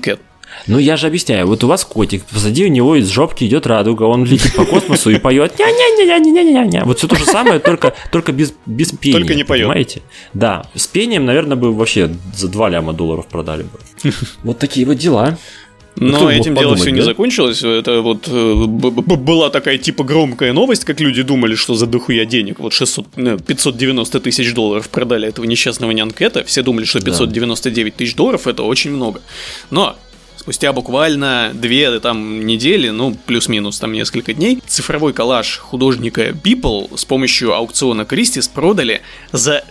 Ну, я же объясняю, вот у вас котик, позади у него из жопки идет радуга, он летит по космосу и поет ня-ня-ня-ня-ня-ня-ня. Вот все то же самое, только без пения. Только не поет. Понимаете? Да, с пением, наверное, бы вообще за $2 ляма продали бы. Вот такие вот дела. Но этим дело все не закончилось. Это вот была такая типа громкая новость, как люди думали, что за дохуя денег. Вот 590 тысяч долларов продали этого несчастного нянкэта. Все думали, что 599 тысяч долларов это очень много. Но спустя буквально 2 там недели, ну, плюс-минус там несколько дней, цифровой коллаж художника Beeple с помощью аукциона Кристис продали за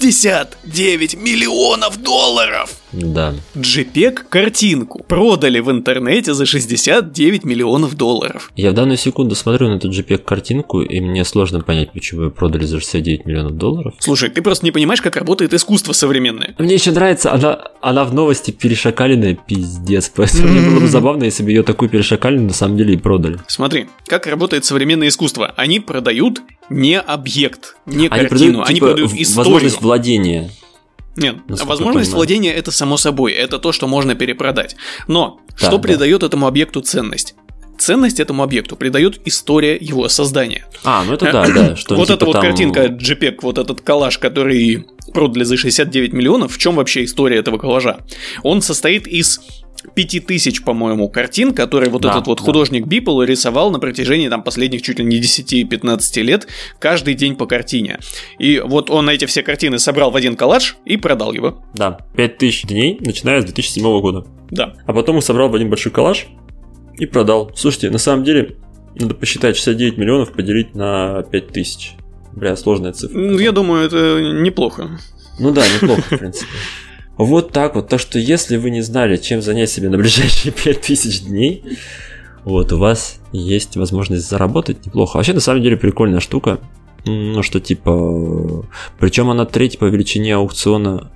69 миллионов долларов. Да. JPEG-картинку продали в интернете за 69 миллионов долларов. Я в данную секунду смотрю на эту JPEG-картинку, и мне сложно понять, почему ее продали за 69 миллионов долларов. Слушай, ты просто не понимаешь, как работает искусство современное. Мне еще нравится, она в новости перешакаленная, пиздец. Поэтому мне было бы забавно, если бы ее такую перешакаленную на самом деле и продали. Смотри, как работает современное искусство. Они продают не объект, не они картину, продают, они продают историю. Возможность владения. Нет, возможность владения это само собой, это то, что можно перепродать. Но что придает этому объекту ценность? Ценность этому объекту придает история его создания. Ну это да. Что вот типа эта вот там... картинка JPEG, вот этот коллаж, который продали за 69 миллионов, в чем вообще история этого коллажа? Он состоит из 5000, по-моему, картин, которые этот художник Beeple рисовал на протяжении там последних чуть ли не 10-15 лет, каждый день по картине. И вот он эти все картины собрал в один коллаж и продал его. Да, 5000 дней, начиная с 2007 года. Да. А потом он собрал в один большой коллаж и продал. Слушайте, на самом деле, надо посчитать 69 миллионов поделить на 5000. Бля, сложная цифра. Я думаю, это неплохо. Ну да, неплохо, в принципе. Вот так вот. Так что, если вы не знали, чем занять себе на ближайшие 5000 дней, вот, у вас есть возможность заработать неплохо. Вообще, на самом деле, прикольная штука. Ну, что типа... Причем она третья по величине аукциона...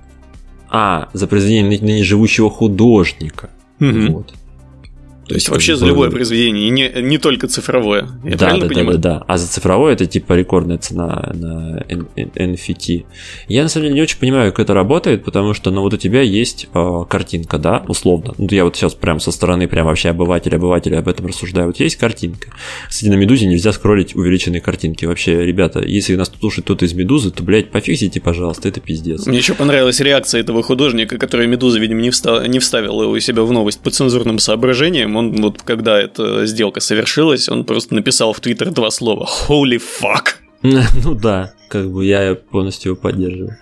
за произведение ныне живущего художника. Вот. То есть вообще за любое произведение, и не только цифровое. Я правильно понимаю? Да. А за цифровое это типа рекордная цена на NFT. Я на самом деле не очень понимаю, как это работает, потому что вот у тебя есть картинка, да, условно. Я вот сейчас прям со стороны прям вообще обывателя об этом рассуждаю. Вот есть картинка. Кстати, на Медузе нельзя скроллить увеличенные картинки. Вообще, ребята, если нас тут слушает кто-то из Медузы, то, блядь, пофиксите, пожалуйста, это пиздец. Мне еще понравилась реакция этого художника, который Медуза, видимо, не вставил у себя в новость по цензурным соображениям. Он вот когда эта сделка совершилась, он просто написал в Твиттер 2 слова «Holy fuck». Ну да, как бы я полностью его поддерживаю.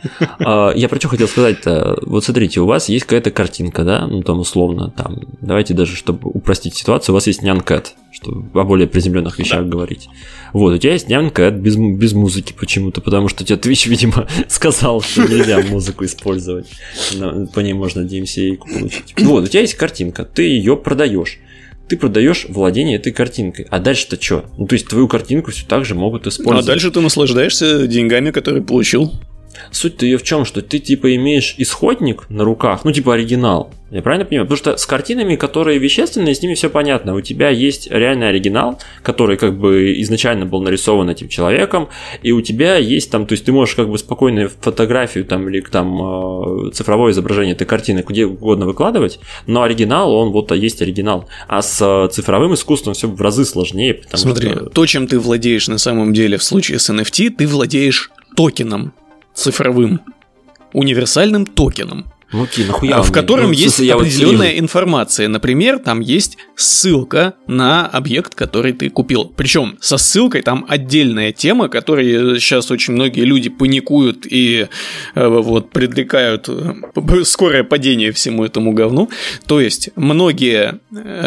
Я про что хотел сказать-то. Вот смотрите, у вас есть какая-то картинка, да? Ну там условно, там. Давайте даже, чтобы упростить ситуацию, у вас есть нянкэт, чтобы о более приземленных вещах говорить. Вот, у тебя есть нянкэт без музыки почему-то, потому что тебе Twitch, видимо, сказал, что нельзя музыку использовать. По ней можно DMCA-ку получить. Вот, у тебя есть картинка, ты ее продаешь. Ты продаешь владение этой картинкой. А дальше-то что? Ну, то есть твою картинку все так же могут использовать. А дальше ты наслаждаешься деньгами, которые получил. Суть-то ее в чем? Что ты типа имеешь исходник на руках, ну типа оригинал. Я правильно понимаю? Потому что с картинами, которые вещественные, с ними все понятно. У тебя есть реальный оригинал, который как бы изначально был нарисован этим человеком, и у тебя есть там, то есть ты можешь как бы спокойно фотографию там или там цифровое изображение этой картины где угодно выкладывать, но оригинал, он вот есть оригинал. А с цифровым искусством все в разы сложнее. Смотри, что... то, чем ты владеешь на самом деле в случае с NFT, ты владеешь токеном цифровым, универсальным токеном. Окей, нахуя в котором есть определенная информация. Например, там есть ссылка на объект, который ты купил. Причем со ссылкой там отдельная тема, которой сейчас очень многие люди паникуют и вот предрекают скорое падение всему этому говну. То есть многие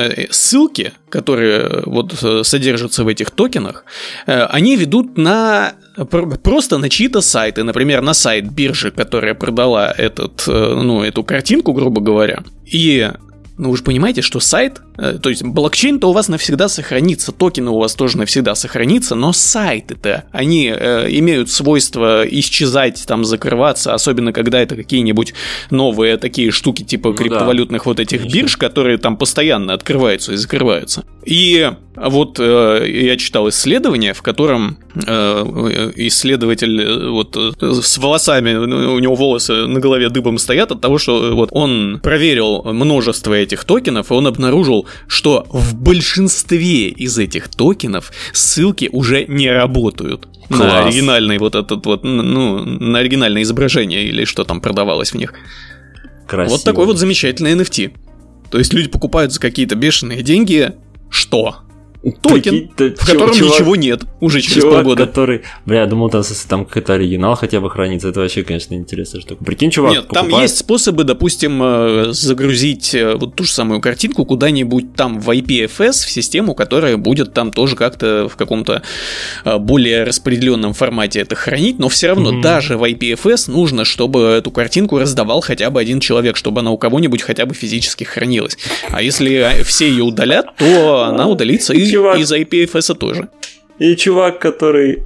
ссылки, которые вот содержатся в этих токенах, они ведут просто на чьи-то сайты, например, на сайт биржи, которая продала эту картинку, грубо говоря. И, вы же понимаете, что сайт То есть блокчейн-то у вас навсегда сохранится, токены у вас тоже навсегда сохранится, но сайты-то, они имеют свойство исчезать, там, закрываться, особенно когда это какие-нибудь новые такие штуки типа криптовалютных вот этих бирж, которые там постоянно открываются и закрываются. И вот я читал исследование, в котором исследователь вот с волосами, у него волосы на голове дыбом стоят от того, что вот он проверил множество этих токенов, и он обнаружил, что в большинстве из этих токенов ссылки уже не работают. Класс. На оригинальный вот этот вот, ну, на оригинальное изображение или что там продавалось в них. Красиво. Вот такой вот замечательный NFT. То есть люди покупают за какие-то бешеные деньги что? Токен, в котором ничего нет уже через полгода. Который, бля, я думал, там какой-то оригинал хотя бы хранится. Это вообще, конечно, интересная штука. Прикинь, чувак, нет, покупает... там есть способы, допустим, загрузить вот ту же самую картинку куда-нибудь там в IPFS, в систему, которая будет там тоже как-то в каком-то более распределенном формате это хранить, но все равно даже в IPFS нужно, чтобы эту картинку раздавал хотя бы один человек, чтобы она у кого-нибудь хотя бы физически хранилась. А если все ее удалят, то она удалится и из IPFS тоже. И чувак, который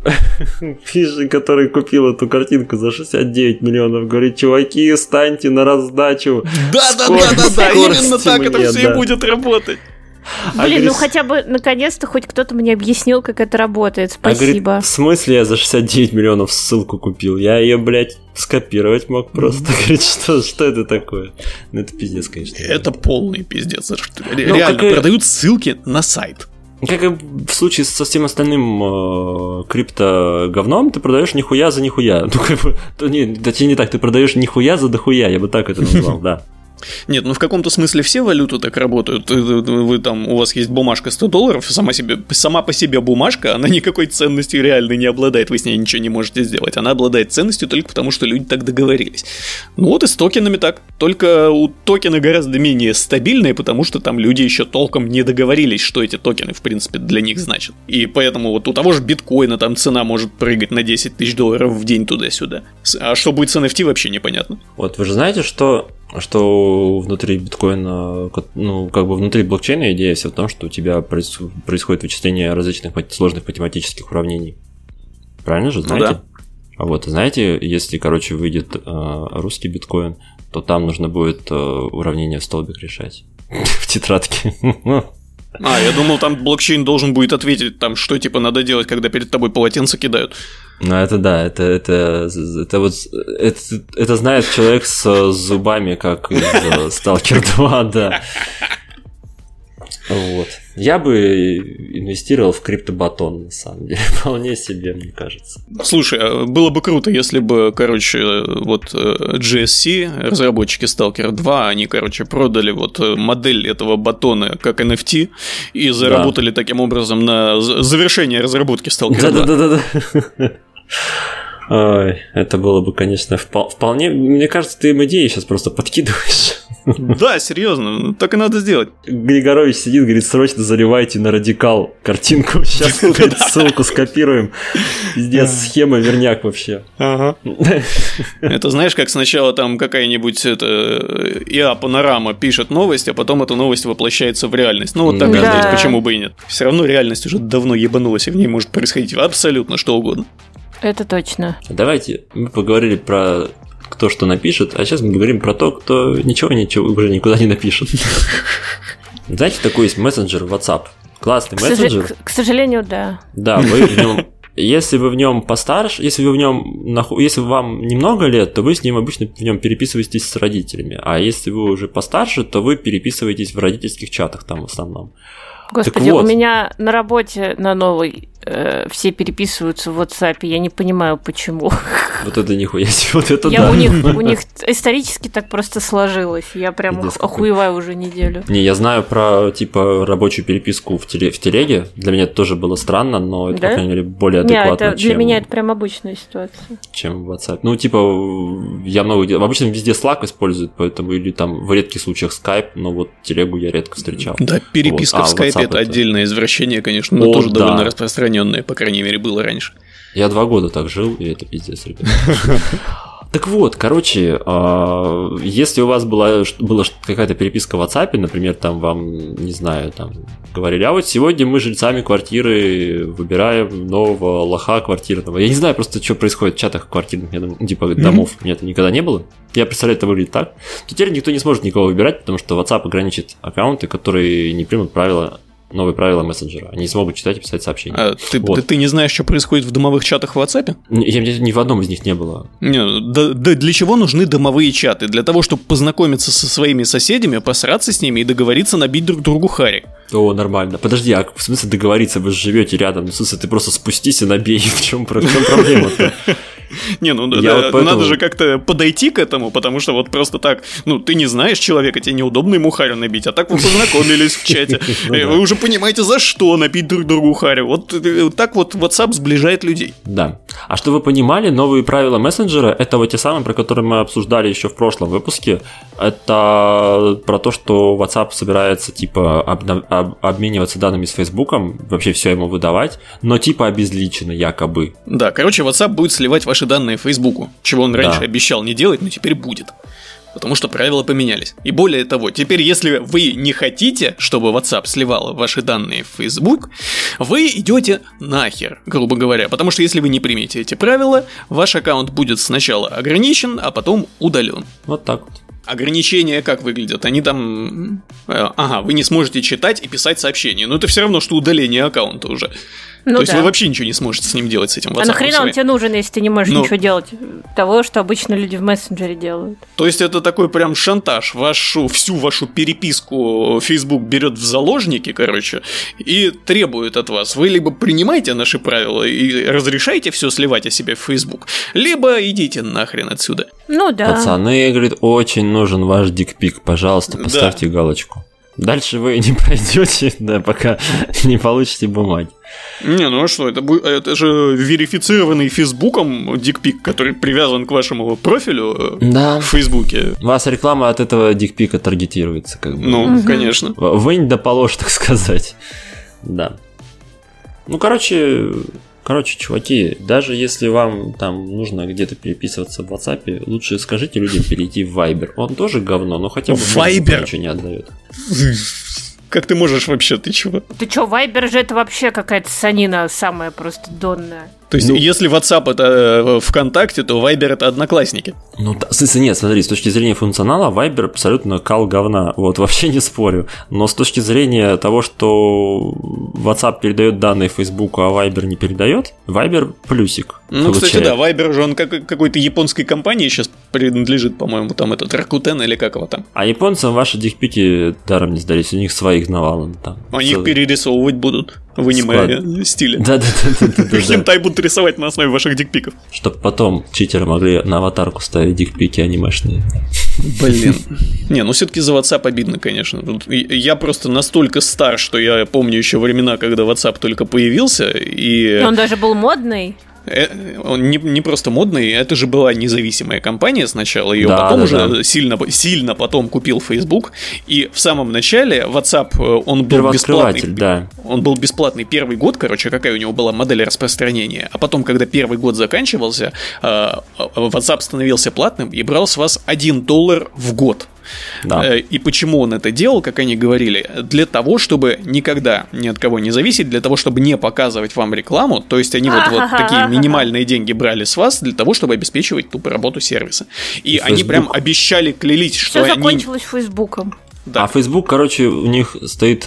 купил эту картинку за 69 миллионов, говорит: чуваки, станьте на раздачу. Да, именно так это все и будет работать. Блин, ну хотя бы наконец-то хоть кто-то мне объяснил, как это работает. Спасибо. Говорит, в смысле я за 69 миллионов ссылку купил? Я ее, блядь, скопировать мог просто. Говорит, что это такое? Ну это пиздец, конечно. Это полный пиздец. Реально продают ссылки на сайт. Как и в случае со всем остальным крипто-говном, ты продаешь нихуя за нихуя. Ну, как бы, точнее не так, ты продаешь нихуя за дохуя, я бы так это назвал, да. Нет, ну в каком-то смысле все валюты так работают. Вы там, у вас есть бумажка $100, сама по себе бумажка, она никакой ценностью реальной не обладает, вы с ней ничего не можете сделать. Она обладает ценностью только потому, что люди так договорились. Ну вот и с токенами так. Только у токены гораздо менее стабильные, потому что там люди еще толком не договорились, что эти токены, в принципе, для них значат. И поэтому вот у того же биткоина там цена может прыгать на $10 тысяч в день туда-сюда. А что будет с NFT, вообще непонятно. Вот вы же знаете, что внутри биткоина, ну, как бы внутри блокчейна идея вся в том, что у тебя происходит вычисление различных сложных математических уравнений. Правильно же, знаете? Ну, да. А вот, знаете, если, короче, выйдет русский биткоин, то там нужно будет уравнение в столбик решать в тетрадке. Я думал, там блокчейн должен будет ответить, там, что типа надо делать, когда перед тобой полотенце кидают. Ну, это да, это знает человек с зубами, как из Stalker 2, да. Вот. Я бы инвестировал в криптобатон, на самом деле. Вполне себе, мне кажется. Слушай, было бы круто, если бы, короче, вот GSC, разработчики Stalker 2, они, короче, продали вот модель этого батона как NFT и заработали таким образом на завершение разработки Stalker 2. Да-да-да. Ой, это было бы, конечно, вполне... Мне кажется, ты им идеи сейчас просто подкидываешь. Да, серьезно, так и надо сделать. Григорович сидит, говорит: срочно заливайте на радикал картинку. Сейчас ссылку скопируем. Пиздец, схема верняк вообще. Ага. Это знаешь, как сначала там какая-нибудь ИА Панорама пишет новость, а потом эта новость воплощается в реальность. Ну вот так, да. Почему бы и нет. Все равно реальность уже давно ебанулась, и в ней может происходить абсолютно что угодно. Это точно. Давайте, мы поговорили про кто что напишет, а сейчас мы говорим про то, кто ничего уже никуда не напишет. Знаете, такой есть мессенджер WhatsApp. Классный мессенджер. К сожалению, да. Да, вы в нем. Если вы в нем постарше, если вам немного лет, то вы с ним обычно в нем переписываетесь с родителями. А если вы уже постарше, то вы переписываетесь в родительских чатах там в основном. Господи, вот. У меня на работе на новой все переписываются в WhatsApp, я не понимаю, почему. Вот это нихуя себе, вот это да. У них исторически так просто сложилось, я прям охуеваю уже неделю. Не, я знаю про, типа, рабочую переписку в телеге, для меня это тоже было странно, но это, по крайней мере, более адекватно, чем... Для меня это прям обычная ситуация. Чем в WhatsApp. Ну, типа, я много делаю, обычно везде Slack используют, поэтому, или там в редких случаях Skype, но вот телегу я редко встречал. Да, переписка в Skype это отдельное извращение, конечно, но тоже довольно распространенное, по крайней мере, было раньше. Я 2 года так жил, и это пиздец, ребят. Так вот, короче, если у вас была какая-то переписка в WhatsApp, например, там вам, не знаю, там говорили, а вот сегодня мы жильцами квартиры выбираем нового лоха квартирного. Я не знаю просто, что происходит в чатах квартирных, типа домов, у меня это никогда не было. Я представляю, это выглядит так. Теперь никто не сможет никого выбирать, потому что WhatsApp ограничит аккаунты, которые не примут новые правила мессенджера. Они не смогут читать и писать сообщения. Ты не знаешь, что происходит в домовых чатах в WhatsApp? Ни в одном из них не было. Для чего нужны домовые чаты? Для того, чтобы познакомиться со своими соседями, посраться с ними и договориться набить друг другу хари. О, нормально. Подожди, а в смысле договориться? Вы же живете рядом. В смысле, ты просто спустись и набей. В чем проблема-то? Не, надо же как-то подойти к этому, потому что вот просто так, ты не знаешь человека, тебе неудобно ему харю набить, а так вы познакомились в чате. Вы уже понимаете, за что набить друг другу харю. Вот так вот WhatsApp сближает людей. Да. А что вы понимали, новые правила мессенджера, это вот те самые, про которые мы обсуждали еще в прошлом выпуске. Это про то, что WhatsApp собирается типа обмениваться данными с Фейсбуком, вообще все ему выдавать, но типа обезличенно якобы. Да, короче, WhatsApp будет сливать ваши данные Фейсбуку, чего он раньше обещал не делать, но теперь будет. Потому что правила поменялись. И более того, теперь если вы не хотите, чтобы WhatsApp сливал ваши данные в Facebook, вы идете нахер, грубо говоря. Потому что если вы не примете эти правила, ваш аккаунт будет сначала ограничен, а потом удален. Вот так вот. Ограничения как выглядят? Они там... вы не сможете читать и писать сообщения. Но это все равно, что удаление аккаунта уже. То есть вы вообще ничего не сможете с ним делать, с этим WhatsApp. А нахрена он тебе нужен, если ты не можешь ничего делать? Того, что обычно люди в мессенджере делают. То есть это такой прям шантаж. Всю вашу переписку Facebook берет в заложники, и требует от вас. Вы либо принимаете наши правила и разрешаете все сливать о себе в Facebook, либо идите нахрен отсюда. Пацаны, говорит, очень нужен ваш дикпик. Пожалуйста, поставьте галочку. Дальше вы не пройдете, пока не получите бумаги. А что, это же верифицированный Фейсбуком дикпик, который привязан к вашему профилю в Фейсбуке. У вас реклама от этого дикпика таргетируется, как бы. Конечно. Вынь да положь, так сказать. Да. Короче, чуваки, даже если вам там нужно где-то переписываться в WhatsApp, лучше скажите людям перейти в Viber. Он тоже говно, но хотя бы Viber ничего не отдает. Как ты можешь вообще, ты чего? Ты чё, Viber же это вообще какая-то санина самая просто донная. То есть, если WhatsApp это ВКонтакте, то Viber это Одноклассники. В смысле, нет, смотри, с точки зрения функционала Viber абсолютно кал говна, вообще не спорю. Но с точки зрения того, что WhatsApp передает данные Facebook, а Viber не передает, Viber плюсик. Кстати, да, Viber же он какой-то японской компании сейчас принадлежит, по-моему, там этот Rakuten или как его там. А японцам ваши дикпики даром не сдались, у них своих навалом там. Они их перерисовывать будут в аниме-стиле. Да. Хентай будут рисовать на основе ваших дикпиков. Чтоб потом читеры могли на аватарку ставить дикпики анимешные. Блин. Все-таки за WhatsApp обидно, конечно. Я просто настолько стар, что я помню еще времена, когда WhatsApp только появился. И он даже был модный. Он не просто модный, это же была независимая компания сначала, ее потом уже сильно потом купил Facebook, и в самом начале WhatsApp, он был бесплатный. Да. Он был бесплатный первый год, какая у него была модель распространения, а потом, когда первый год заканчивался, WhatsApp становился платным и брал с вас $1 в год. Да. И почему он это делал, как они говорили? Для того, чтобы никогда ни от кого не зависеть, для того, чтобы не показывать вам рекламу. То есть они вот такие минимальные деньги брали с вас для того, чтобы обеспечивать тупо работу сервиса. И они прям обещали, клялись, что все закончилось Фейсбуком. Да. А Facebook, у них стоит,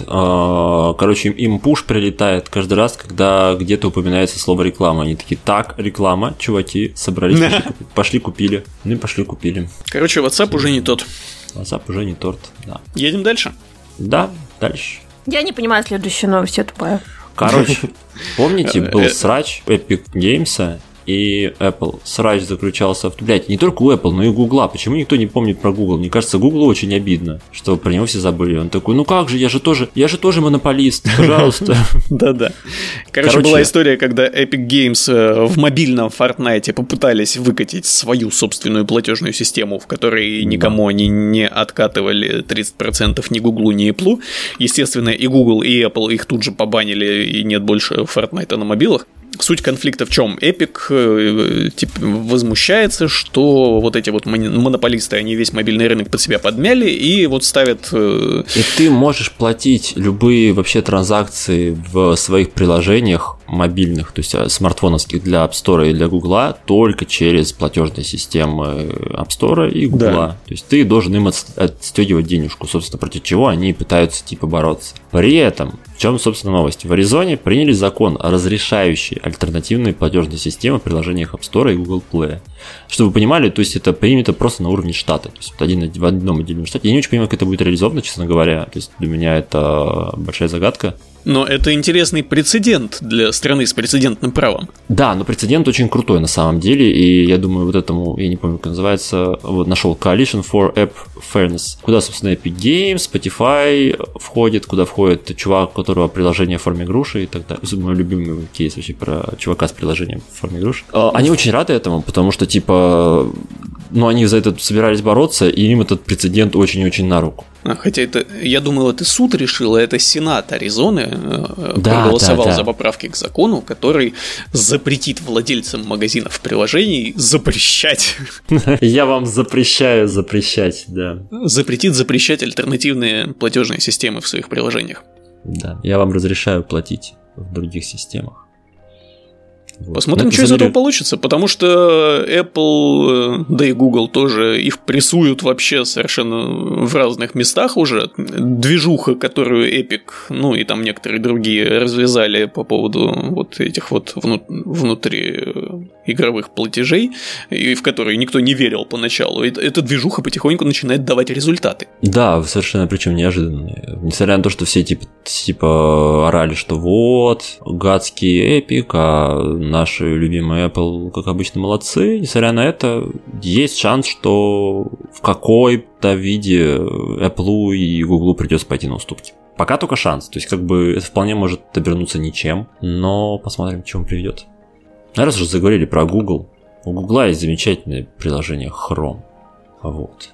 им пуш прилетает каждый раз, когда где-то упоминается слово реклама. Они такие, так, реклама, чуваки, собрались, пошли купили. Пошли купили. WhatsApp уже не тот. WhatsApp уже не торт, да. Едем дальше? Да, дальше. Я не понимаю следующую новость, я тупая. Помните, был срач Epic Games и Apple. Срач заключался в... не только у Apple, но и у Google. Почему никто не помнит про Google? Мне кажется, Google очень обидно, что про него все забыли. Он такой, как же, я же тоже монополист, пожалуйста. Да-да. Была история, когда Epic Games в мобильном Fortnite попытались выкатить свою собственную платежную систему, в которой никому они не откатывали 30% ни Google, ни Apple. Естественно, и Google, и Apple их тут же побанили, и нет больше Fortnite на мобилах. суть конфликта в чем? Epic возмущается, что вот эти вот монополисты, они весь мобильный рынок под себя подмяли и вот ставят... И ты можешь платить любые вообще транзакции в своих приложениях мобильных, то есть смартфоновских для App Store и для Google, только через платежные системы App Store и Google. Да. То есть ты должен им отстегивать денежку, собственно, против чего они пытаются бороться. При этом, в чем, собственно, новость? В Аризоне приняли закон, разрешающий альтернативные платежные системы в приложениях App Store и Google Play. Чтобы вы понимали, то есть это принято просто на уровне штата. То есть вот в одном отдельном штате. Я не очень понимаю, как это будет реализовано, честно говоря. То есть для меня это большая загадка. Но это интересный прецедент для страны с прецедентным правом. Да, но прецедент очень крутой на самом деле, и я думаю, вот этому, я не помню, как называется, вот нашел Coalition for App Fairness, куда, собственно, Epic Games, Spotify входит, куда входит чувак, у которого приложение в форме груши и так далее. Мой любимый кейс вообще про чувака с приложением в форме груши. Они очень рады этому, потому что, они за это собирались бороться, и им этот прецедент очень-очень на руку. Хотя это, я думал, это суд решил, а это Сенат Аризоны проголосовал за поправки к закону, который запретит владельцам магазинов приложений запрещать. Я вам запрещаю запрещать, да. Запретит альтернативные платежные системы в своих приложениях. Да, я вам разрешаю платить в других системах. Вот. Посмотрим, что из этого получится, потому что Apple, да и Google тоже их прессуют вообще совершенно в разных местах уже. Движуха, которую Epic, и там некоторые другие развязали по поводу вот этих вот внутриигровых платежей, и в которые никто не верил поначалу. Эта движуха потихоньку начинает давать результаты. Да, совершенно причем неожиданные. Несмотря на то, что все орали, что вот, гадский Epic, а наши любимые Apple, как обычно, молодцы. Несмотря на это, есть шанс, что в какой-то виде Apple и Google придется пойти на уступки. Пока только шанс. То есть, это вполне может обернуться ничем. Но посмотрим, к чему приведет. Раз уже заговорили про Google. У Google есть замечательное приложение Chrome. Вот.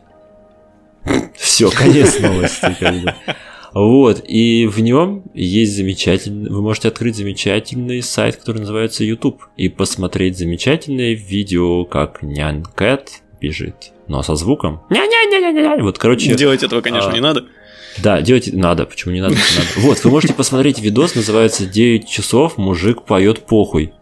Все, конец новости, Вот, и в нем есть вы можете открыть замечательный сайт, который называется YouTube, и посмотреть замечательное видео, как нянь Кэт бежит, но со звуком. Ня-ня-ня-ня-ня. Вот, короче. Делать этого, конечно, не надо. Да, делать надо. Почему не надо? Надо. Вот, вы можете посмотреть видос, называется 9 часов, мужик поет похуй.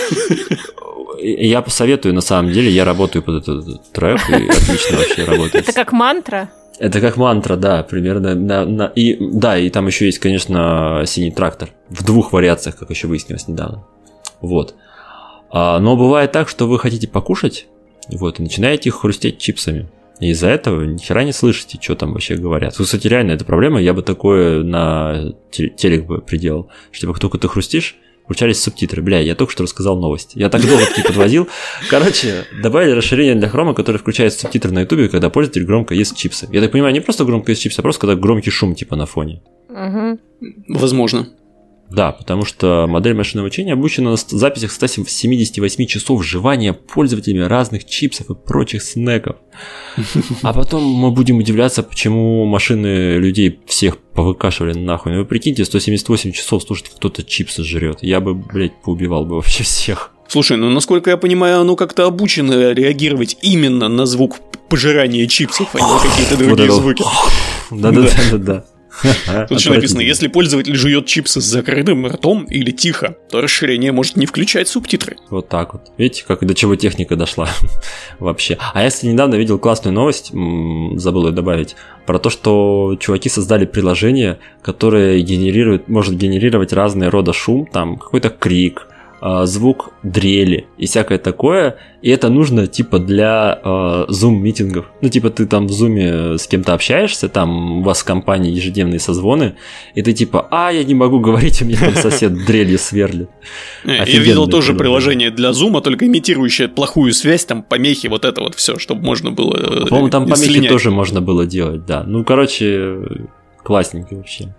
Я посоветую, на самом деле, я работаю под этот трек, и отлично вообще работает. Это как мантра? Это как мантра, да, примерно. И там еще есть, конечно, синий трактор. В 2 вариациях, как еще выяснилось недавно. Вот. Но бывает так, что вы хотите покушать, и начинаете хрустеть чипсами. И из-за этого ни хера не слышите, что там вообще говорят. Кстати, реально, это проблема. Я бы такое на телек бы приделал. Что как только ты хрустишь, включались субтитры. Бля, я только что рассказал новость. Я так долго подводил. Короче, добавили расширение для хрома, которое включает субтитры на ютубе, когда пользователь громко ест чипсы. Я так понимаю, не просто громко ест чипсы, а просто когда громкий шум на фоне. Угу. Возможно. Да, потому что модель машинного обучения обучена на записях 178 часов вживания пользователями разных чипсов и прочих снеков. А потом мы будем удивляться, почему машины людей всех повыкашивали нахуй. Вы прикиньте, 178 часов слушать, кто-то чипсы жрет. Я бы, поубивал бы вообще всех. Слушай, насколько я понимаю, оно как-то обучено реагировать именно на звук пожирания чипсов, а не на какие-то другие звуки. Да. Тут еще написано, если пользователь жует чипсы с закрытым ртом или тихо, то расширение может не включать субтитры. Вот так вот. Видите, до чего техника дошла вообще. А я недавно видел классную новость, забыл ее добавить, про то, что чуваки создали приложение, которое может генерировать разные рода шум, там какой-то крик, звук дрели и всякое такое, и это нужно для зум-митингов. Ты там в зуме с кем-то общаешься, там у вас в компании ежедневные созвоны, и ты я не могу говорить, у меня там сосед дрелью сверлит. Я видел тоже приложение для зума, только имитирующее плохую связь, там помехи, вот это вот все, чтобы можно было. По-моему, там помехи тоже можно было делать, да. Классненько вообще.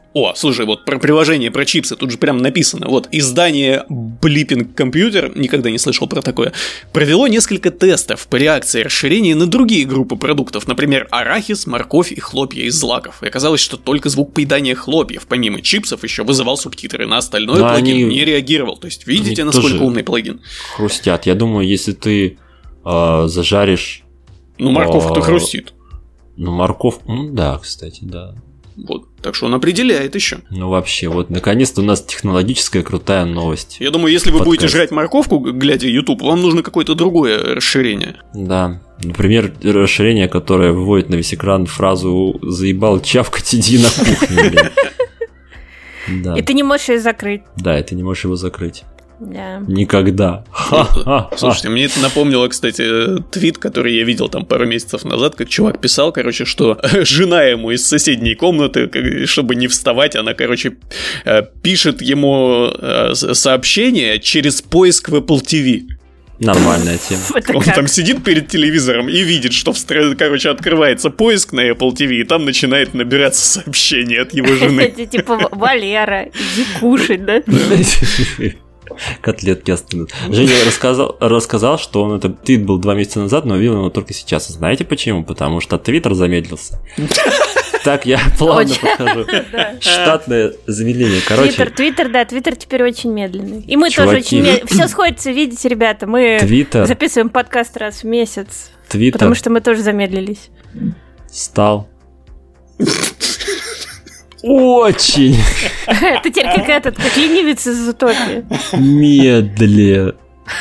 О, слушай, вот про приложение, про чипсы, тут же прям написано. Вот, издание Blipping Computer, никогда не слышал про такое, провело несколько тестов по реакции расширения на другие группы продуктов, например, арахис, морковь и хлопья из злаков. И оказалось, что только звук поедания хлопьев, помимо чипсов, еще вызывал субтитры, на остальное плагин не реагировал. То есть, видите, насколько умный плагин? Хрустят. Я думаю, если ты зажаришь... Ну, морковка-то хрустит. Ну, морковь... Ну, да, кстати, да. Вот, так что он определяет еще. Ну вообще, вот наконец-то у нас технологическая крутая новость. Я думаю, если вы будете жрать морковку, глядя YouTube, вам нужно какое-то другое расширение. Да, например, расширение, которое выводит на весь экран фразу «заебал чавкать, иди на кухню». И ты не можешь ее закрыть. Да, и ты не можешь его закрыть. Да. Никогда. Слушайте, мне это напомнило, кстати, твит, который я видел там пару месяцев назад, как чувак писал, короче, что жена ему из соседней комнаты, чтобы не вставать, она, короче, пишет ему сообщение через поиск в Apple TV. Нормальная тема. Он там сидит перед телевизором и видит, что, короче, открывается поиск на Apple TV, и там начинает набираться сообщение от его жены. Типа, Валера, иди кушать, да? Котлетки остынут. Женя рассказал, что он этот твит был 2 месяца назад, но увидел его только сейчас. Знаете почему? Потому что Твиттер замедлился. Так, я плавно подхожу. Штатное замедление. Короче, Твиттер теперь очень медленный. И мы тоже очень медленные. Все сходится, видите, ребята, мы записываем подкаст раз в месяц. Потому что мы тоже замедлились. Стал очень. Ты теперь как ленивец из Утопии. Медленный.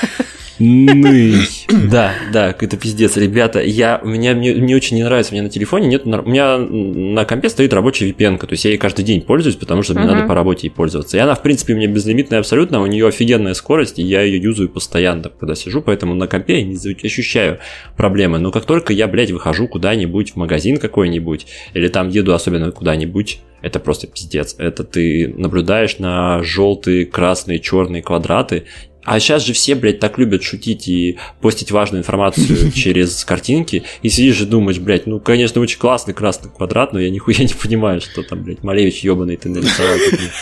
Да, это пиздец, ребята. Мне очень не нравится. У меня на телефоне нет. У меня на компе стоит рабочая VPN, то есть я ей каждый день пользуюсь, потому что мне надо по работе ей пользоваться. И она, в принципе, у меня безлимитная абсолютно. У нее офигенная скорость, и я ее юзаю постоянно, когда сижу, поэтому на компе я не ощущаю проблемы. Но как только я, выхожу куда-нибудь в магазин какой-нибудь, или там еду особенно куда-нибудь, это просто пиздец. Это ты наблюдаешь на желтые, красные, черные квадраты. А сейчас же все, так любят шутить и постить важную информацию через картинки. И сидишь же думаешь, ну, конечно, очень классный красный квадрат, но я нихуя не понимаю, что там, Малевич ебаный ты нарисовал.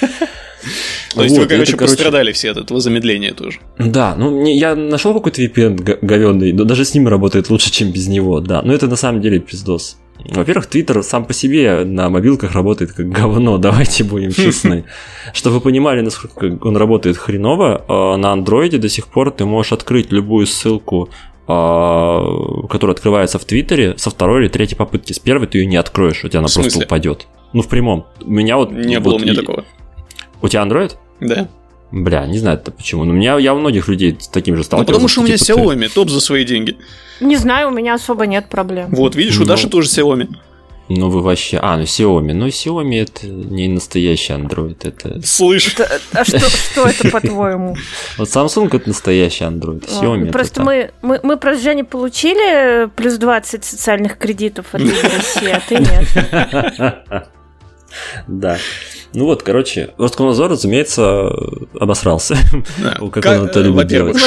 То есть вы, короче, пострадали все от этого замедления тоже. Да, я нашел какой-то VPN говёный, но даже с ним работает лучше, чем без него, да. Но это на самом деле пиздос. Во-первых, Твиттер сам по себе на мобилках работает как говно, давайте будем честны. Чтобы вы понимали, насколько он работает хреново, на андроиде до сих пор ты можешь открыть любую ссылку, которая открывается в Твиттере, со второй или третьей попытки. С первой ты ее не откроешь, у тебя она просто упадет. Ну, в прямом. У меня не было у меня такого. У тебя Android? Да. Бля, не знаю почему, но я у многих людей с таким же сталкивался. Потому что у меня Xiaomi, топ за свои деньги. Не знаю, у меня особо нет проблем. Вот, видишь, у Даши тоже Xiaomi. Ну вы вообще... Xiaomi. Но Xiaomi это не настоящий Android, это... Слышь. А что это, по-твоему? Вот Samsung это настоящий Android, Xiaomi просто мы просто Жене получили плюс 20 социальных кредитов от России, а ты нет. Да. Ну вот, короче, Роскомнадзор, разумеется, обосрался. Да. Как он это любит делать.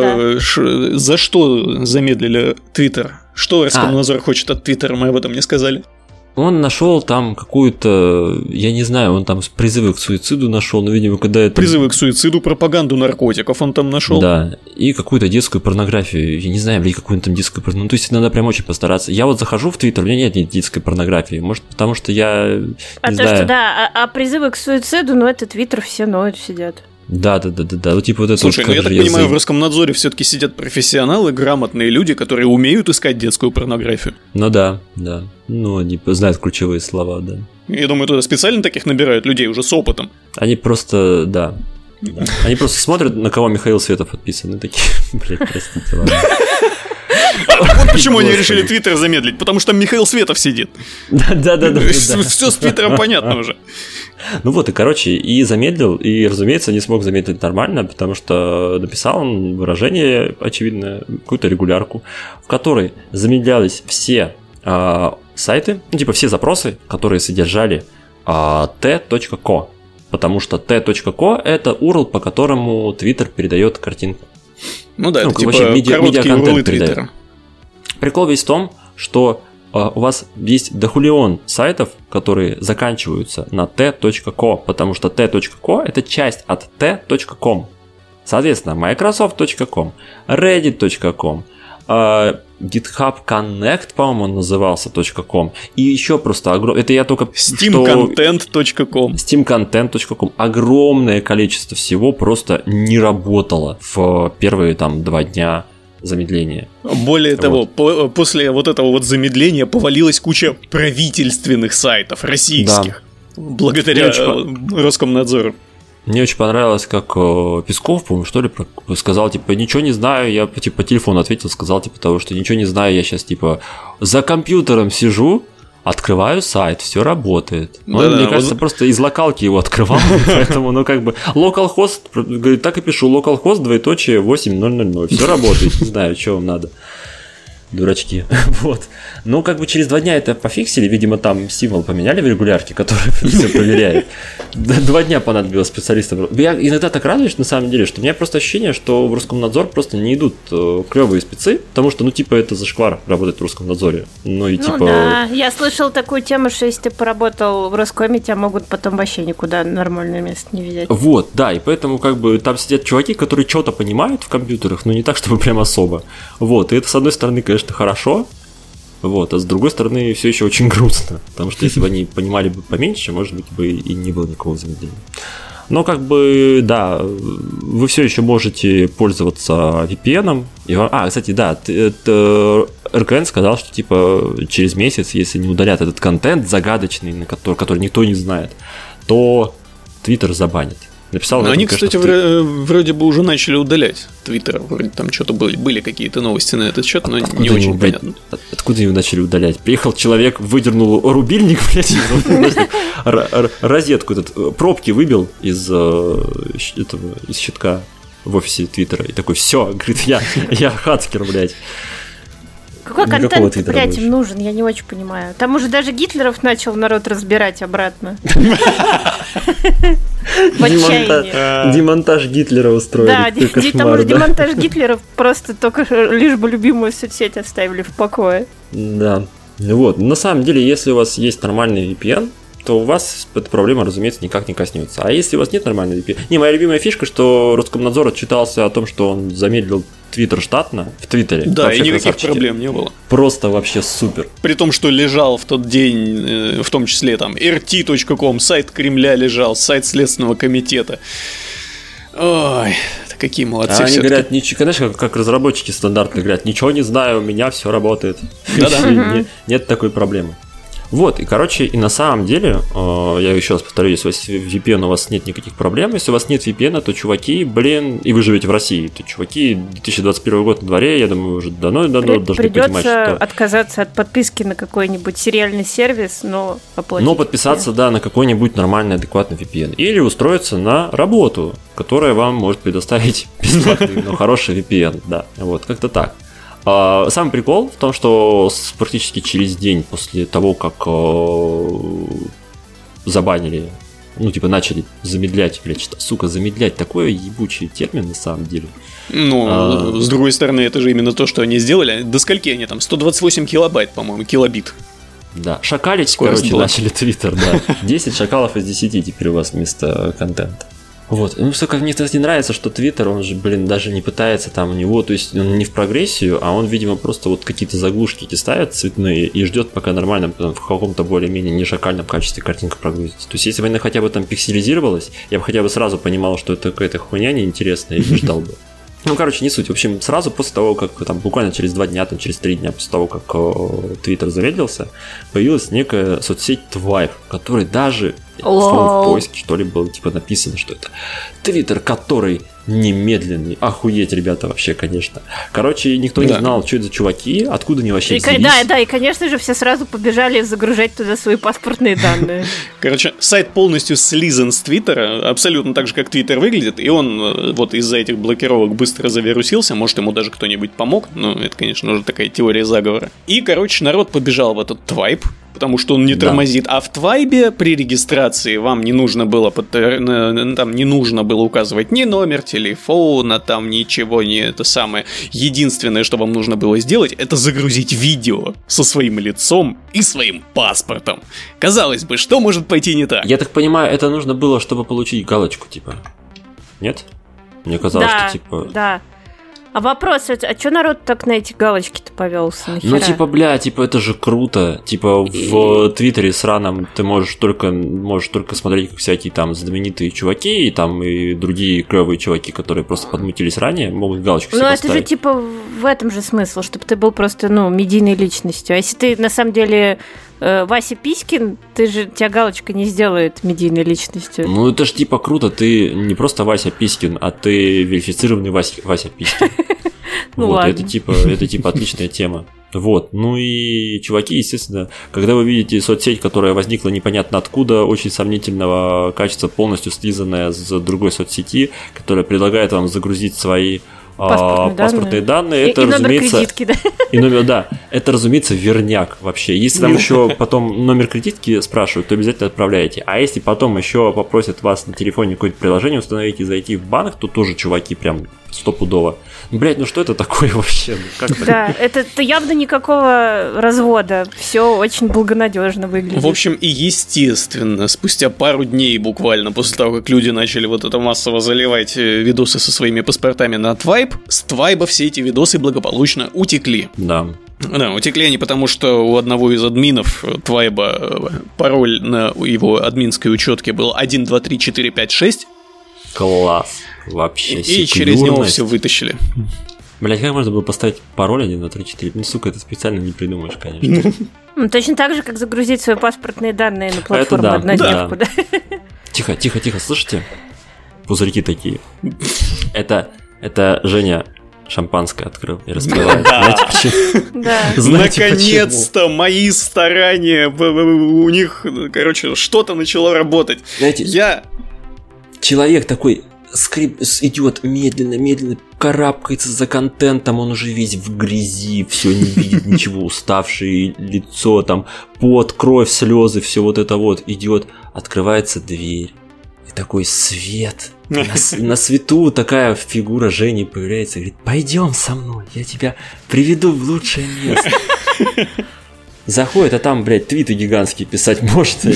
За что замедлили Твиттер? Что Роскомнадзор хочет от Твиттера, мы об этом не сказали. Он нашел там какую-то, я не знаю, он там призывы к суициду нашел, но, видимо, когда это... Призывы к суициду, пропаганду наркотиков он там нашел. Да, и какую-то детскую порнографию, я не знаю, какую-то там детскую порнографию, ну, то есть надо прям очень постараться. Я вот захожу в Твиттер, у меня нет детской порнографии, может, потому что я не знаю... что да, а призывы к суициду, ну, это Твиттер, все ноют, сидят. Да. Ну, типа вот это. Слушай, я так понимаю, в Роскомнадзоре все-таки сидят профессионалы, грамотные люди, которые умеют искать детскую порнографию. Ну да. Ну, они знают ключевые слова, да. Я думаю, туда специально таких набирают людей уже с опытом. Они просто, да. Они просто смотрят, на кого Михаил Светов подписан, и такие, блядь, простите, ладно. Вот почему они решили Твиттер замедлить, потому что там Михаил Светов сидит. Да. Все с Твиттером понятно уже. Ну вот, и короче, и замедлил, и, разумеется, не смог замедлить нормально, потому что написал он выражение, очевидно, какую-то регулярку, в которой замедлялись все сайты, ну типа все запросы, которые содержали t.co, потому что t.co это URL, по которому Twitter передает картинку. Ну да, это типа короткие URL Твиттера. Прикол весь в том, что у вас есть дохулион сайтов, которые заканчиваются на t.co, потому что t.co это часть от t.com. Соответственно, microsoft.com, reddit.com, GitHub Connect, по-моему, он назывался .com, и еще просто это я только steamcontent.com. steamcontent.com. Огромное количество всего просто не работало в первые 2 дня замедления. Более того, после вот этого вот замедления повалилась куча правительственных сайтов российских, благодаря Роскомнадзору. Мне очень понравилось, как Песков, по-моему, что ли, сказал, ничего не знаю, я по телефону ответил, сказал, того, что ничего не знаю, я сейчас, за компьютером сижу, открываю сайт, все работает. Мне кажется, просто из локалки его открывал, поэтому, localhost, говорит, так и пишу, localhost, 2.8000, все работает, не знаю, что вам надо. Дурачки. Вот. Через 2 дня это пофиксили, видимо, там символ поменяли в регулярке, который все проверяет. 2 дня понадобилось специалистам. Я иногда так радуюсь, на самом деле, что у меня просто ощущение, что в Роскомнадзор просто не идут клевые спецы, потому что, это зашквар работать в Роскомнадзоре. Да, я слышал такую тему, что если ты поработал в Роскоме, тебя могут потом вообще никуда нормальное место не взять. Вот, да, и поэтому там сидят чуваки, которые что-то понимают в компьютерах, но не так, чтобы прям особо. Вот, и это, с одной стороны, конечно, хорошо, а с другой стороны все еще очень грустно, потому что если бы они понимали бы поменьше, может быть, бы и не было никакого замедления. Но да, вы все еще можете пользоваться VPN-ом. Кстати, да, РКН сказал, что через месяц, если не удалят этот контент загадочный, который никто не знает, то Twitter забанит. Но они, кстати, вроде бы уже начали удалять Твиттер. Вроде там что-то были какие-то новости на этот счет, но не очень понятно. Откуда его начали удалять? Приехал человек, выдернул рубильник, розетку, пробки выбил из щитка в офисе Твиттера. И такой, все, говорит, я хацкер, блядь. Какой контент, блядь, им нужен, я не очень понимаю. Там уже даже Гитлеров начал народ разбирать обратно. В отчаянии. Демонтаж Гитлера устроили. Да, там уже демонтаж Гитлера просто только лишь бы любимую соцсеть оставили в покое. Да. На самом деле, если у вас есть нормальный VPN, то у вас эта проблема, разумеется, никак не коснется. А если у вас нет нормального VPN... Моя любимая фишка, что Роскомнадзор отчитался о том, что он замедлил Твиттер штатно в Твиттере. Да, и никаких проблем не было. Просто вообще супер. При том, что лежал в тот день, в том числе там rt.com, сайт Кремля лежал, сайт Следственного комитета. Ой, какие молодцы. Они говорят, знаешь, как разработчики стандартно говорят, ничего не знаю, у меня все работает. Да-да. Нет такой проблемы. И на самом деле, я еще раз повторю, если у вас VPN, у вас нет никаких проблем. Если у вас нет VPN, то чуваки, и вы живете в России, то чуваки, 2021 год на дворе, я думаю, уже давно должны понимать, что... Придется отказаться от подписки на какой-нибудь сериальный сервис, но оплатить. Но подписаться, на какой-нибудь нормальный, адекватный VPN. Или устроиться на работу, которая вам может предоставить бесплатный, но хороший VPN. Да, как-то так. Самый прикол в том, что практически через день после того, как забанили, начали замедлять, замедлять, такой ебучий термин на самом деле. С другой стороны, это же именно то, что они сделали. До скольки они там? 128 килобайт, по-моему, килобит. Да, шакалить, начали Твиттер, да. 10 шакалов из 10 теперь у вас вместо контента. Мне не нравится, что Твиттер, он же, даже не пытается там у него, то есть он не в прогрессию, а он, видимо, просто какие-то заглушки эти ставит цветные и ждет, пока нормально в каком-то более-менее не шакальном качестве картинка прогрузится. То есть если бы она хотя бы там пикселизировалась, я бы хотя бы сразу понимал, что это какая-то хуйня неинтересная, и не ждал бы. Не суть. В общем, сразу после того, как буквально через 2 дня, через 3 дня после того, как Твиттер замедлился, появилась некая соцсеть Твайп, которая даже в поиске, что ли, было написано, что это Твиттер, который немедленный. Охуеть, ребята, вообще, конечно. Никто не знал, что это за чуваки, откуда они вообще взялись. Да, и, конечно же, все сразу побежали загружать туда свои паспортные данные. Сайт полностью слизан с Твиттера, абсолютно так же, как Твиттер выглядит, и он из-за этих блокировок быстро завирусился, может, ему даже кто-нибудь помог, но это, конечно, уже такая теория заговора. И, народ побежал в этот Твайп, потому что он не тормозит. А в Твайбе при регистрации вам не нужно было указывать ни номер телефона, там ничего, не это самое. Единственное, что вам нужно было сделать, это загрузить видео со своим лицом и своим паспортом. Казалось бы, что может пойти не так? Я так понимаю, это нужно было, чтобы получить галочку, типа. Нет? Мне казалось, что типа... Да. А вопрос, а чё народ так на эти галочки-то повелся? Нахера? Ну, типа, это же круто. Типа, в Твиттере сраном ты можешь только смотреть, как всякие там знаменитые чуваки и другие клевые чуваки, которые просто подмутились ранее, могут галочку себе поставить. Ну, это же, типа, в этом же смысл, чтобы ты был просто, медийной личностью. А если ты, на самом деле... Вася Писькин, тебя галочка не сделает медийной личностью. Ну, это ж типа круто, ты не просто Вася Писькин, а ты верифицированный Вася Писькин. Ну ладно. Это типа отличная тема. Вот, ну и чуваки, естественно, когда вы видите соцсеть, которая возникла непонятно откуда, очень сомнительного качества, полностью слизанная с другой соцсети, которая предлагает вам загрузить свои паспортные данные, это, разумеется, номер кредитки, да? И номер, это, разумеется, верняк вообще. Если там еще потом номер кредитки спрашивают, то обязательно отправляете. А если потом еще попросят вас на телефоне какое-то приложение установить и зайти в банк, то тоже чуваки прям стопудово. Блять, что это такое вообще? Да, это явно никакого развода. Все очень благонадежно выглядит. В общем, и естественно, спустя пару дней буквально после того, как люди начали вот это массово заливать видосы со своими паспортами на Твайб, с Твайба все эти видосы благополучно утекли. Да. Да, утекли они, потому что у одного из админов Твайба пароль на его админской учетке был 1, 2, 3, 4, 5, 6. Класс. Вообще и через него все вытащили. Блять, как можно было поставить пароль 1, 2, 3, 4? Ну, сука, это специально не придумаешь, конечно. Точно так же, как загрузить свои паспортные данные на платформу однодневку. Тихо, слышите? Пузырьки такие. Это Женя шампанское открыл и распивает. Наконец-то мои старания, у них, что-то начало работать. Человек такой идет медленно карабкается за контентом, он уже весь в грязи, все не видит ничего, уставшее лицо, там пот, кровь, слезы, все вот это вот идет, открывается дверь. И такой свет. На свету такая фигура Жени появляется и говорит: пойдем со мной, я тебя приведу в лучшее место. Заходит, а там, твиты гигантские писать можно.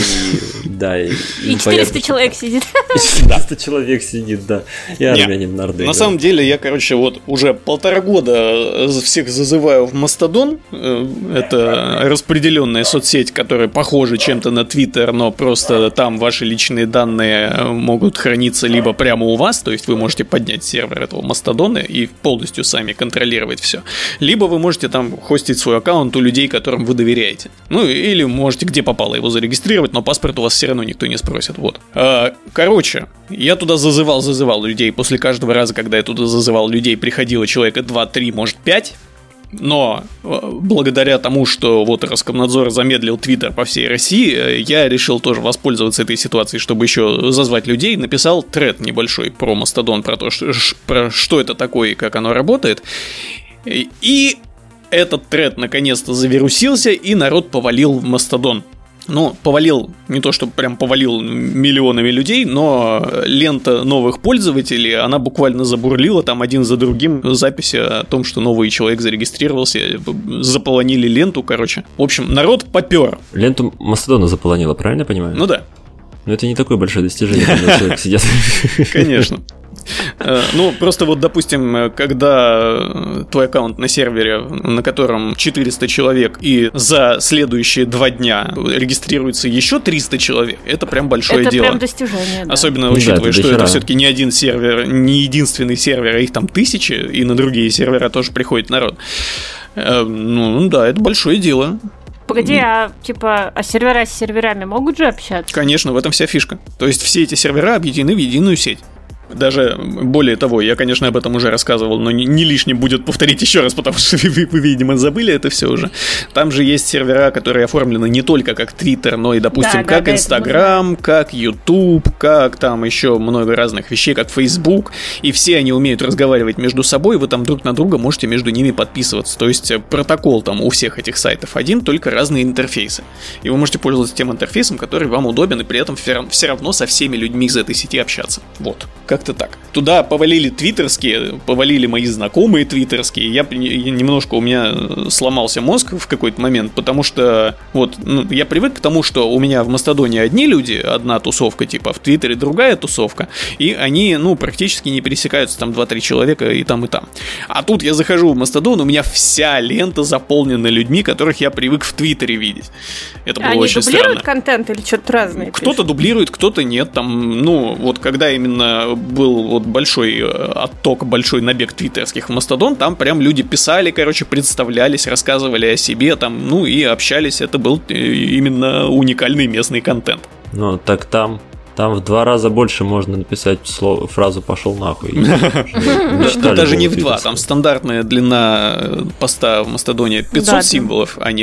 И 400 человек сидит. 400 человек сидит, да. И армянин нарды. На самом деле, я, уже 1,5 года всех зазываю в Мастодон. Это распределенная соцсеть, которая похожа чем-то на Твиттер, но просто там ваши личные данные могут храниться либо прямо у вас, то есть вы можете поднять сервер этого Мастодона и полностью сами контролировать все. Либо вы можете там хостить свой аккаунт у людей, которым вы доверяете. Ну, или можете где попало его зарегистрировать, но паспорт у вас все равно никто не спросит. Вот. Я туда зазывал людей. После каждого раза, когда я туда зазывал людей, приходило человека 2, 3, может 5. Но благодаря тому, что Роскомнадзор замедлил Твиттер по всей России, я решил тоже воспользоваться этой ситуацией, чтобы еще зазвать людей. Написал тред небольшой про Мастодон, про то, что это такое и как оно работает. И этот тред наконец-то завирусился, и народ повалил в Мастодон. Ну, повалил, не то, что прям повалил миллионами людей, но лента новых пользователей, она буквально забурлила, там один за другим записи о том, что новый человек зарегистрировался, заполонили ленту, В общем, народ попер. Ленту Мастодона заполонила, правильно я понимаю? Ну да. Но это не такое большое достижение, когда человек сидит. Конечно. Ну, просто допустим, когда твой аккаунт на сервере, на котором 400 человек, и за следующие 2 дня регистрируется еще 300 человек, это прям большое дело. Это прям достижение, да. Особенно учитывая, что это все-таки не один сервер, не единственный сервер, а их там 1000, и на другие сервера тоже приходит народ. Ну, да, это большое дело. Погоди, а сервера с серверами могут же общаться? Конечно, в этом вся фишка. То есть все эти сервера объединены в единую сеть. Даже более того, я, конечно, об этом уже рассказывал, но не лишним будет повторить еще раз, потому что вы, видимо, забыли это все уже. Там же есть сервера, которые оформлены не только как Twitter, но и, допустим, как Instagram, как YouTube, как там еще много разных вещей, как Facebook. И все они умеют разговаривать между собой, вы там друг на друга можете между ними подписываться. То есть протокол там у всех этих сайтов один, только разные интерфейсы. И вы можете пользоваться тем интерфейсом, который вам удобен, и при этом все равно со всеми людьми из этой сети общаться. Вот, как-то так. Туда повалили твиттерские, повалили мои знакомые твиттерские. Я немножко, у меня сломался мозг в какой-то момент, потому что вот, я привык к тому, что у меня в Мастодоне одни люди, одна тусовка, типа в Твиттере другая тусовка, и они, практически не пересекаются, там 2-3 человека и там, и там. А тут я захожу в Мастодон, у меня вся лента заполнена людьми, которых я привык в Твиттере видеть. Это было очень странно. Они дублируют контент или что-то разное? Кто-то дублирует, кто-то нет. Там, вот когда именно был вот большой отток, большой набег твиттерских в Мастодон, там прям люди писали, представлялись, рассказывали о себе, там, и общались. Это был именно уникальный местный контент. Так там в 2 раза больше можно написать фразу «пошел нахуй». Даже не в 2, там стандартная длина поста в Мастодоне 500 символов, а не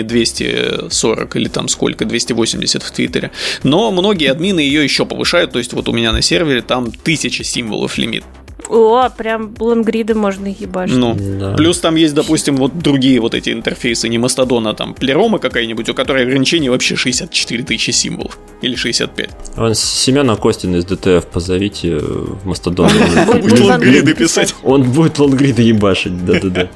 240 или там сколько, 280 в Твиттере. Но многие админы ее еще повышают, то есть вот у меня на сервере там 1000 символов лимит. О, прям лонгриды можно ебашить. Плюс там есть, допустим, вот другие вот эти интерфейсы, не Мастодона, там Плерома какая-нибудь, у которой ограничение вообще 64 тысячи символов. Или 65. Семена Костина из ДТФ позовите в Мастодон. Будет лонгриды писать. Он будет лонгриды ебашить, да-да-да.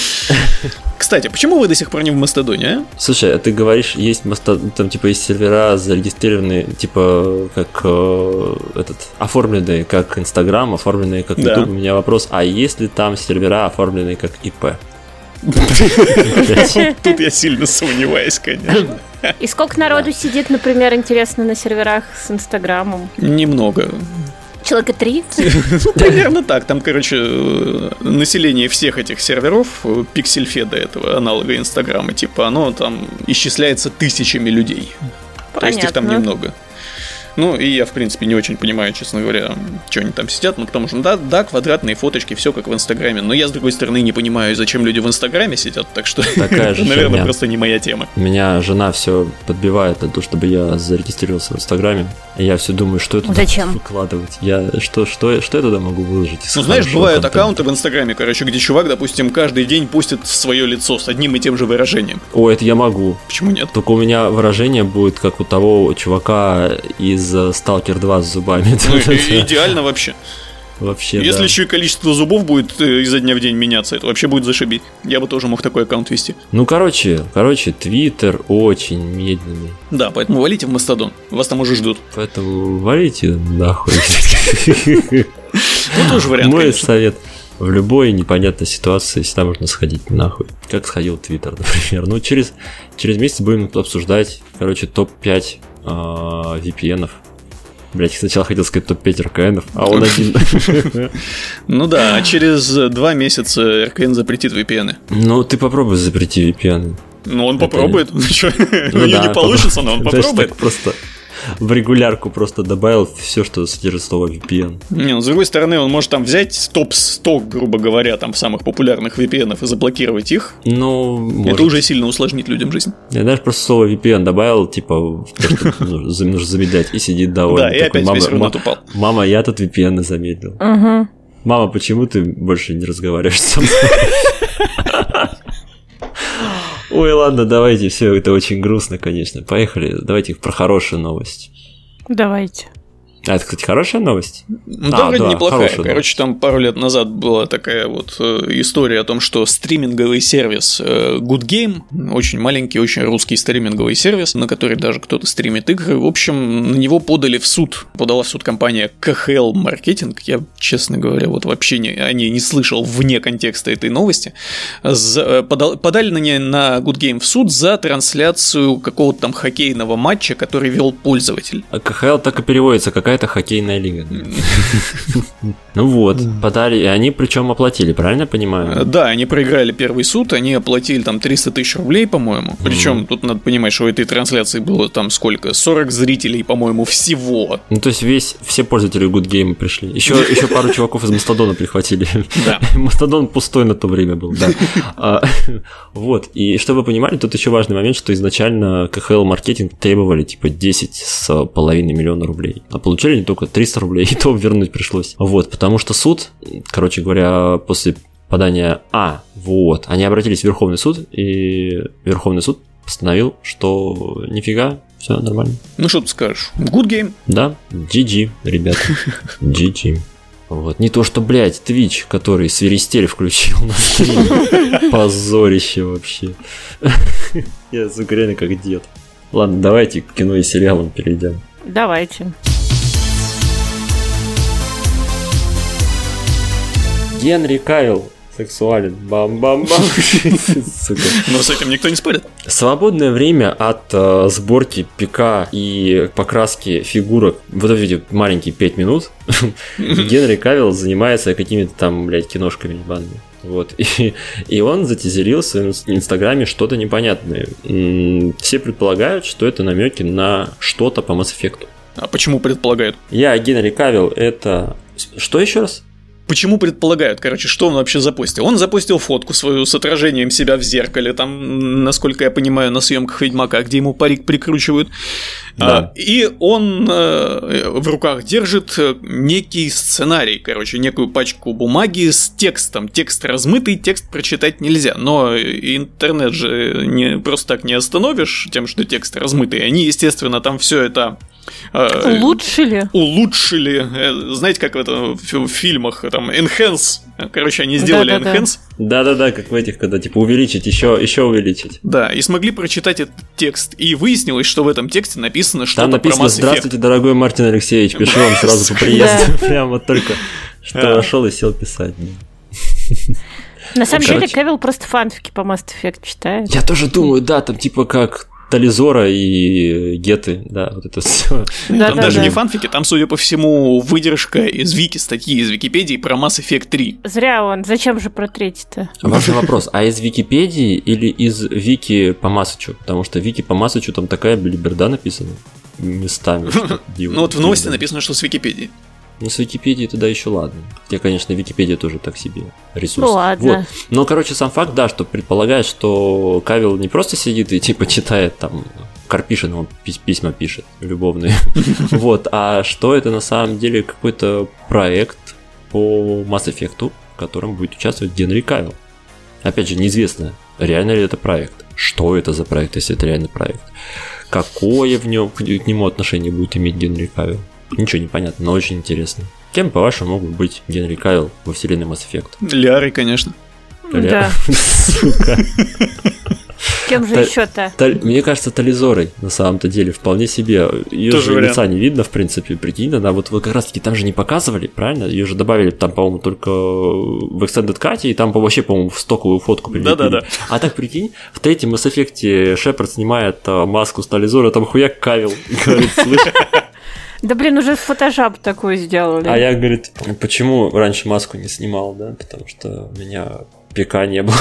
Кстати, почему вы до сих пор не в Мастодоне, а? Слушай, а ты говоришь, есть там типа есть сервера зарегистрированные, типа как оформленные как Инстаграм, оформленные как YouTube. У меня вопрос, а есть ли там сервера, оформленные как ИП? Тут я сильно сомневаюсь, конечно. И сколько народу сидит, например, интересно, на серверах с Инстаграмом? Немного. Человека 3? Примерно так. Там, население всех этих серверов, пиксельфеда этого аналога Инстаграма, типа, оно там исчисляется тысячами людей. Понятно. То есть их там немного. И я, в принципе, не очень понимаю, честно говоря, что они там сидят. Потому что, да, квадратные фоточки, все как в Инстаграме. Но я, с другой стороны, не понимаю, зачем люди в Инстаграме сидят. Так что это, наверное, просто не моя тема. Меня жена все подбивает на то, чтобы я зарегистрировался в Инстаграме. И я все думаю, что это выкладывать. Что я туда могу выложить? Знаешь, бывают аккаунты в Инстаграме, где чувак, допустим, каждый день постит свое лицо с одним и тем же выражением. О, это я могу. Почему нет? Только у меня выражение будет, как у того чувака из Stalker 2 с зубами. Идеально вообще. Если еще и количество зубов будет изо дня в день меняться, это вообще будет зашибить. Я бы тоже мог такой аккаунт вести. Короче, Твиттер очень медленный. Да, поэтому валите в Мастодон. Вас там уже ждут. Поэтому валите нахуй. Тоже вариант, мой совет. В любой непонятной ситуации всегда можно сходить нахуй. Как сходил Твиттер, например. Через месяц будем обсуждать, топ-5 VPN-ов. Блять, сначала хотел сказать топ-5 РКНов, а он один. А через 2 месяца РКН запретит VPN-ы. Ты попробуй запрети VPN. Он попробует. У него не получится, но он попробует. Просто в регулярку просто добавил все, что содержит слово VPN. С другой стороны, он может там взять топ-100, грубо говоря, там самых популярных VPN-ов и заблокировать их. Это уже сильно усложнит людям жизнь. Я даже просто слово VPN добавил, типа, нужно замедлять, и сидит довольно. Да, и опять весь равно упал. Мама, я тут VPN замедлил. Мама, почему ты больше не разговариваешь со мной? Ой, ладно, давайте, все, это очень грустно, конечно. Поехали, давайте про хорошую новость. Давайте. А это, кстати, хорошая новость? Да, вроде неплохая. Там пару лет назад была такая вот история о том, что стриминговый сервис Good Game, очень маленький, очень русский стриминговый сервис, на который даже кто-то стримит игры, в общем, на него подала в суд компания KHL Marketing. Я, честно говоря, вообще о ней не слышал вне контекста этой новости. Подали на Good Game в суд за трансляцию какого-то там хоккейного матча, который вел пользователь. А KHL так и переводится, какая какая-то хоккейная лига. Ну вот, подали, и они причем оплатили, правильно я понимаю? Да, они проиграли первый суд, они оплатили там 300 тысяч рублей, по-моему. Причем тут надо понимать, что у этой трансляции было там сколько? 40 зрителей, по-моему, всего. Ну, то есть все пользователи Good Game пришли. Еще пару чуваков из Мастодона прихватили. Да. Мастодон пустой на то время был, да. Вот, и чтобы вы понимали, тут еще важный момент, что изначально КХЛ маркетинг требовали типа 10,5 миллиона рублей. А получили не только 300 рублей, и то вернуть пришлось. Вот, потому что суд, короче говоря, после подания они обратились в Верховный суд, и Верховный суд постановил, что нифига, все нормально. Ну что ты скажешь? Good game. Да, GG, ребята. GG. Вот. Не то, что, блядь, Twitch, который свиристель включил на стриме. Позорище вообще. Я, сука, реально как дед. Ладно, давайте к кино и сериалам перейдем. Давайте. Генри Кавилл сексуален. Бам-бам-бам. Но с этим никто не спорит. Свободное время от сборки ПК и покраски фигурок, в этом видео маленькие 5 минут, Генри Кавилл занимается какими-то там, блядь, киношками ебаными. Вот. И он затизерил в своем инстаграме что-то непонятное. Все предполагают, что это намеки на что-то по Mass Effect. А почему предполагают? Генри Кавилл, это... Что еще раз? Почему предполагают? Короче, что он вообще запостил? Он запостил фотку свою с отражением себя в зеркале, там, насколько я понимаю, на съемках Ведьмака, где ему парик прикручивают. Да. И он в руках держит некий сценарий, короче, некую пачку бумаги с текстом. Текст размытый, текст прочитать нельзя. Но интернет же не просто так не остановишь тем, что текст размытый. Они, естественно, там все это... Улучшили. Знаете, как в фильмах, там, enhance. Короче, они сделали enhance. Да-да-да, как в этих, когда типа увеличить, еще увеличить. Да, и смогли прочитать этот текст. И выяснилось, что в этом тексте написано что-то там написано: про Mass Effect. Здравствуйте, дорогой Мартин Алексеевич, пишу вам сразу по приезду. Прям вот только что вошел и сел писать. На самом деле, Кавилл просто фанфики по Mass Effect читает. Я тоже думаю, да, там типа как... Тализора и Геты, да, вот это все. Там даже не фанфики, там, судя по всему, выдержка из вики, статьи из Википедии про Mass Effect 3. Зря он, зачем же про третий-то? Важный вопрос, а из Википедии или из вики по Массачу? Потому что вики по Массачу там такая белиберда написана местами. Ну вот в новости написано, что с Википедии. Ну, с Википедией тогда еще ладно. Хотя, конечно, Википедия тоже так себе ресурс. Ну ладно. Вот. Но, короче, сам факт, да, что предполагает, что Кавилл не просто сидит и типа читает там Карпишин, он письма пишет любовные. Вот, а что это на самом деле какой-то проект по Mass Effect, в котором будет участвовать Генри Кавилл. Опять же, неизвестно, реально ли это проект. Что это за проект, если это реально проект. Какое в нем к нему отношение будет иметь Генри Кавилл. Ничего не понятно, но очень интересно. Кем, по-вашему, могут быть Генри Кавилл во вселенной Mass Effect? Лярой, конечно. Да. Сука. Кем же еще-то? Мне кажется, Тализорой, на самом-то деле, вполне себе. Ее же лица не видно, в принципе, прикинь, она вот как раз-таки там же не показывали, правильно? Ее же добавили там, по-моему, только в Extended Cut, и там вообще, по-моему, в стоковую фотку прилепили. Да-да-да. А так, прикинь, в третьем Mass Effect Шепард снимает маску с Тализорой, там хуяк Кавилл. Говорит, слышь... Да блин, уже фотошап такой сделали. А я, говорит, почему раньше маску не снимал, да? Потому что у меня ПК не было.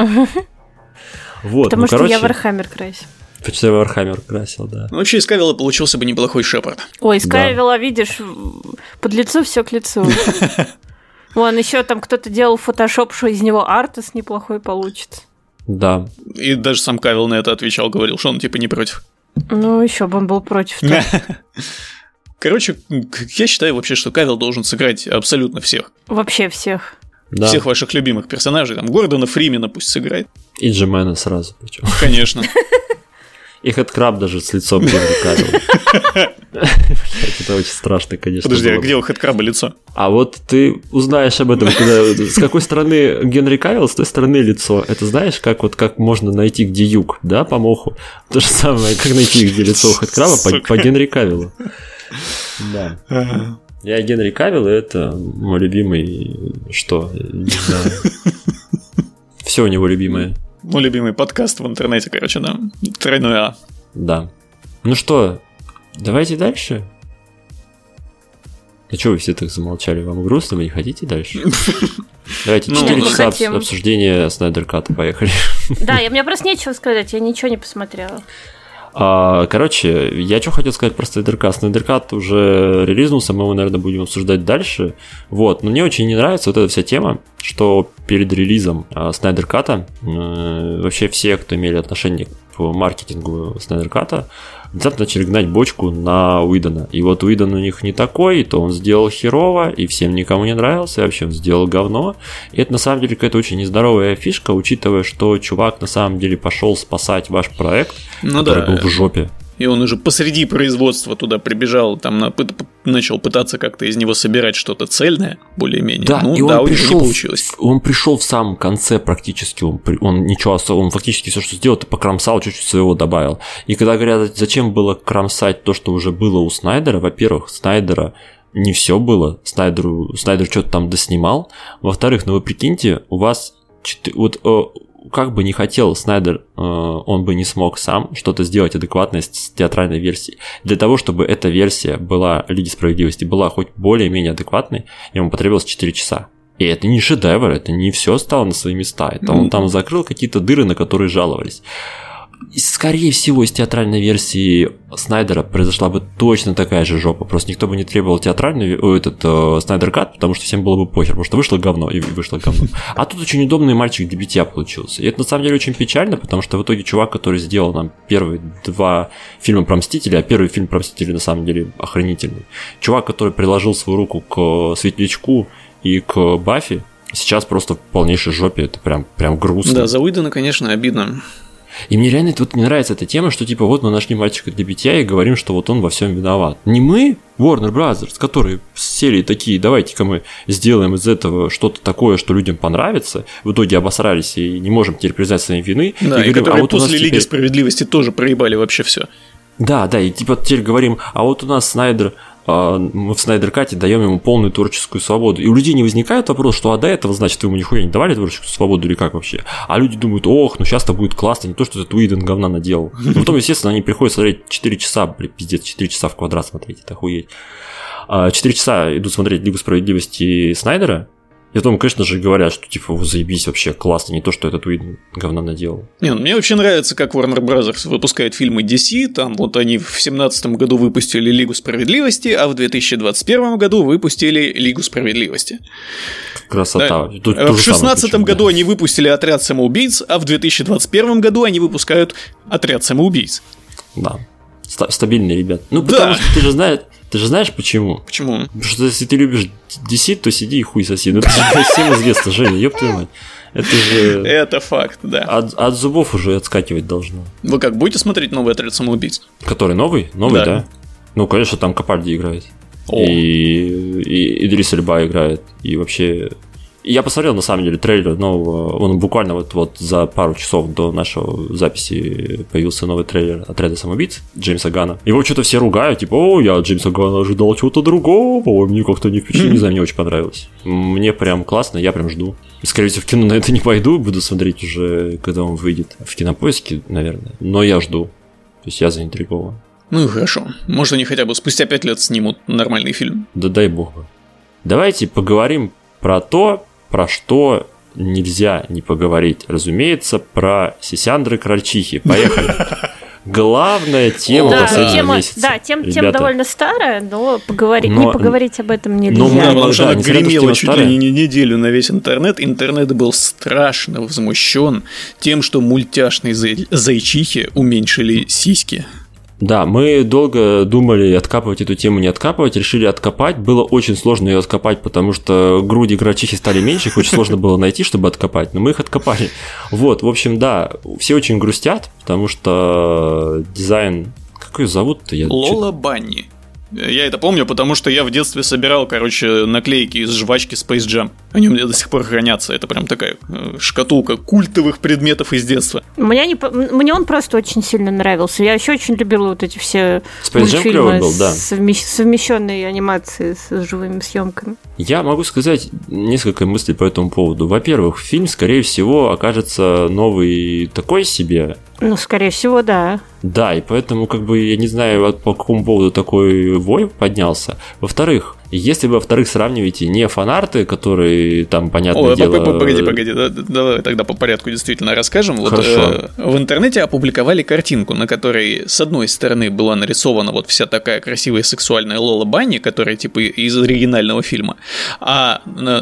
Вот, потому что я Вархаммер красил. Потому что я Вархаммер красил, да. Ну, вообще из Кавилла получился бы неплохой Шепард. Ой, из Кавилла, видишь, под лицо все к лицу. Вон, еще там кто-то делал фотошоп, что из него Артас неплохой получится. Да. И даже сам Кавилл на это отвечал, говорил, что он типа не против. Ну, еще бы он был против. Короче, я считаю вообще, что Кавилл должен сыграть абсолютно всех. Вообще всех. Да. Всех ваших любимых персонажей. Там Гордона Фримена пусть сыграет. И Джемена сразу. Причем. Конечно. И Хэдкраб даже с лицом Генри Кавилла. Это очень страшно, конечно. Подожди, а где у Хэдкраба лицо? А вот ты узнаешь об этом, с какой стороны Генри Кавилл, с той стороны лицо. Это знаешь, как можно найти, где юг, да, по моху? То же самое, как найти, где лицо у Хэдкраба по Генри Кавиллу. Да. Я Генри Кавилл, это мой любимый, что, не знаю. Все у него любимое. Мой любимый подкаст в интернете, короче, да. Тройное А. Да. Ну что, давайте дальше. А что вы все так замолчали? Вам грустно? Вы не хотите дальше? Давайте 4 часа обсуждения Снайдер Ката, поехали. Да, мне просто нечего сказать, я ничего не посмотрела. Короче, я что хотел сказать про Снайдер Кат. Снайдер Кат уже релизнулся, мы его, наверное, будем обсуждать дальше. Вот, но мне очень не нравится вот эта вся тема, что перед релизом Снайдер Ката вообще все, кто имели отношение к маркетингу Снайдер Ката, внезапно начали гнать бочку на Уидона. И вот Уидон у них не такой, то он сделал херово, и всем никому не нравился, и вообще он сделал говно. И это на самом деле какая-то очень нездоровая фишка, учитывая, что чувак на самом деле пошел спасать ваш проект, который был в жопе. И он уже посреди производства туда прибежал, там начал пытаться как-то из него собирать что-то цельное, более-менее. Да, ну, и да, он у него не получилось. Он пришел в самом конце практически, он фактически все, что сделал, ты покромсал, чуть-чуть своего добавил. И когда говорят, зачем было кромсать то, что уже было у Снайдера, во-первых, Снайдера не все было, Снайдер что-то там доснимал. Во-вторых, вы прикиньте, у вас как бы не хотел Снайдер, он бы не смог сам что-то сделать адекватное с театральной версией. Для того, чтобы эта версия была Лиги Справедливости, была хоть более-менее адекватной, ему потребовалось 4 часа. И это не шедевр, это не все стало на свои места. Это он там закрыл какие-то дыры, на которые жаловались. И, скорее всего, из театральной версии Снайдера произошла бы точно такая же жопа. Просто никто бы не требовал Снайдер Кат, потому что всем было бы похер, потому что вышло говно, и вышло говно. А тут очень удобный мальчик для битья получился. И это на самом деле очень печально, потому что в итоге чувак, который сделал нам первые 2 фильма про Мстителей, а первый фильм про Мстителей на самом деле охренительный. Чувак, который приложил свою руку к Светлячку и к Баффи, сейчас просто в полнейшей жопе. Это прям грустно. Да, за Уидона, конечно, обидно. И мне реально не нравится эта тема, что типа вот мы нашли мальчика для битья и говорим, что вот он во всем виноват. Не мы, Warner Brothers, которые сели такие, давайте-ка мы сделаем из этого что-то такое, что людям понравится, в итоге обосрались и не можем теперь признать своей вины. Да, и говорим, которые после Лиги Справедливости тоже проебали вообще все. Да, и типа теперь говорим, а вот у нас Снайдер, мы в Снайдер Кате даем ему полную творческую свободу. И у людей не возникает вопрос, что до этого, значит, вы ему нихуя не давали творческую свободу или как вообще? А люди думают, сейчас-то будет классно, не то, что этот Уидон говна наделал. Но потом, естественно, они приходят смотреть 4 часа, пиздец, 4 часа в квадрат смотреть, это охуеть. 4 часа идут смотреть Лигу Справедливости Снайдера, и потом, конечно же, говорят, что типа, заебись вообще, классно, не то, что этот Уидон говна наделал. Мне вообще нравится, как Warner Brothers выпускает фильмы DC, там вот они в 2017 году выпустили Лигу Справедливости, а в 2021 году выпустили Лигу Справедливости. Красота. Да. В 2016 году они выпустили Отряд самоубийц, а в 2021 году они выпускают Отряд самоубийц. Да. Стабильные ребята. Потому что ты же знаешь почему? Почему? Потому что если ты любишь DC, то сиди и хуй соси. Это же всем известно, Женя, ёб твою мать. Это же... Это факт, да. От зубов уже отскакивать должно. Вы как, будете смотреть новый «Отряд самоубийц»? Который новый? Новый, да. Ну, конечно, там Капальди играет. И Идрис Эльба играет. И вообще... Я посмотрел, на самом деле, трейлер нового. Он буквально вот за пару часов до нашего записи появился новый трейлер «Отряда самоубийц» Джеймса Ганна. Его что-то все ругают, типа, я от Джеймса Ганна ожидал чего-то другого. Мне как-то не впечатлило, не знаю, мне очень понравилось. Мне прям классно, я прям жду. Скорее всего, в кино на это не пойду, буду смотреть уже, когда он выйдет. В Кинопоиске, наверное. Но я жду. То есть я заинтригован. Ну и хорошо. Может, они хотя бы спустя 5 лет снимут нормальный фильм. Да дай бог. Давайте поговорим про то, про что нельзя не поговорить. Разумеется, про сисяндры крольчихи. Поехали. Главная тема последнего месяца. Да, тема довольно старая, но не поговорить об этом нельзя. Потому что она гремела чуть ли не неделю на весь интернет. Интернет был страшно возмущен тем, что мультяшные зайчихи уменьшили сиськи. Да, мы долго думали, откапывать эту тему, не откапывать, решили откопать. Было очень сложно ее откопать, потому что груди крольчихи стали меньше, их очень сложно было найти, чтобы откопать, но мы их откопали. Вот, в общем, да, все очень грустят, потому что дизайн... Как ее зовут-то? Лола Банни. Я это помню, потому что я в детстве собирал, наклейки из жвачки Space Jam. Они у меня до сих пор хранятся. Это прям такая шкатулка культовых предметов из детства. Мне он просто очень сильно нравился. Я еще очень любила вот эти все мультфильмы совмещенные анимации с живыми съемками. Я могу сказать несколько мыслей по этому поводу. Во-первых, фильм, скорее всего, окажется новый такой себе. Ну, скорее всего, да. Да, и поэтому, я не знаю, по какому поводу такой вой поднялся. Во-вторых, Если вы, во-вторых, сравниваете не фанарты, которые там, понятное дело... Погоди, давай тогда по порядку действительно расскажем. Вот, в интернете опубликовали картинку, на которой с одной стороны была нарисована вот вся такая красивая сексуальная Лола Банни, которая типа из оригинального фильма, а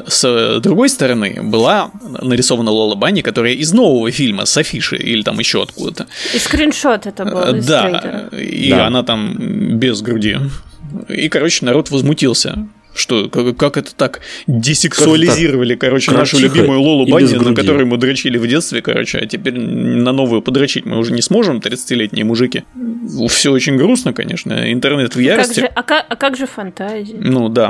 с другой стороны была нарисована Лола Банни, которая из нового фильма, с афиши или там еще откуда-то. И скриншот это был из трейлера. И она там без груди. И, короче, народ возмутился. Что, как это так десексуализировали, короче, нашу любимую Лолу Банни, на которую мы дрочили в детстве, короче, а теперь на новую подрочить мы уже не сможем, 30-летние мужики. Все очень грустно, конечно, интернет в ярости. А как же фантазии? Ну да,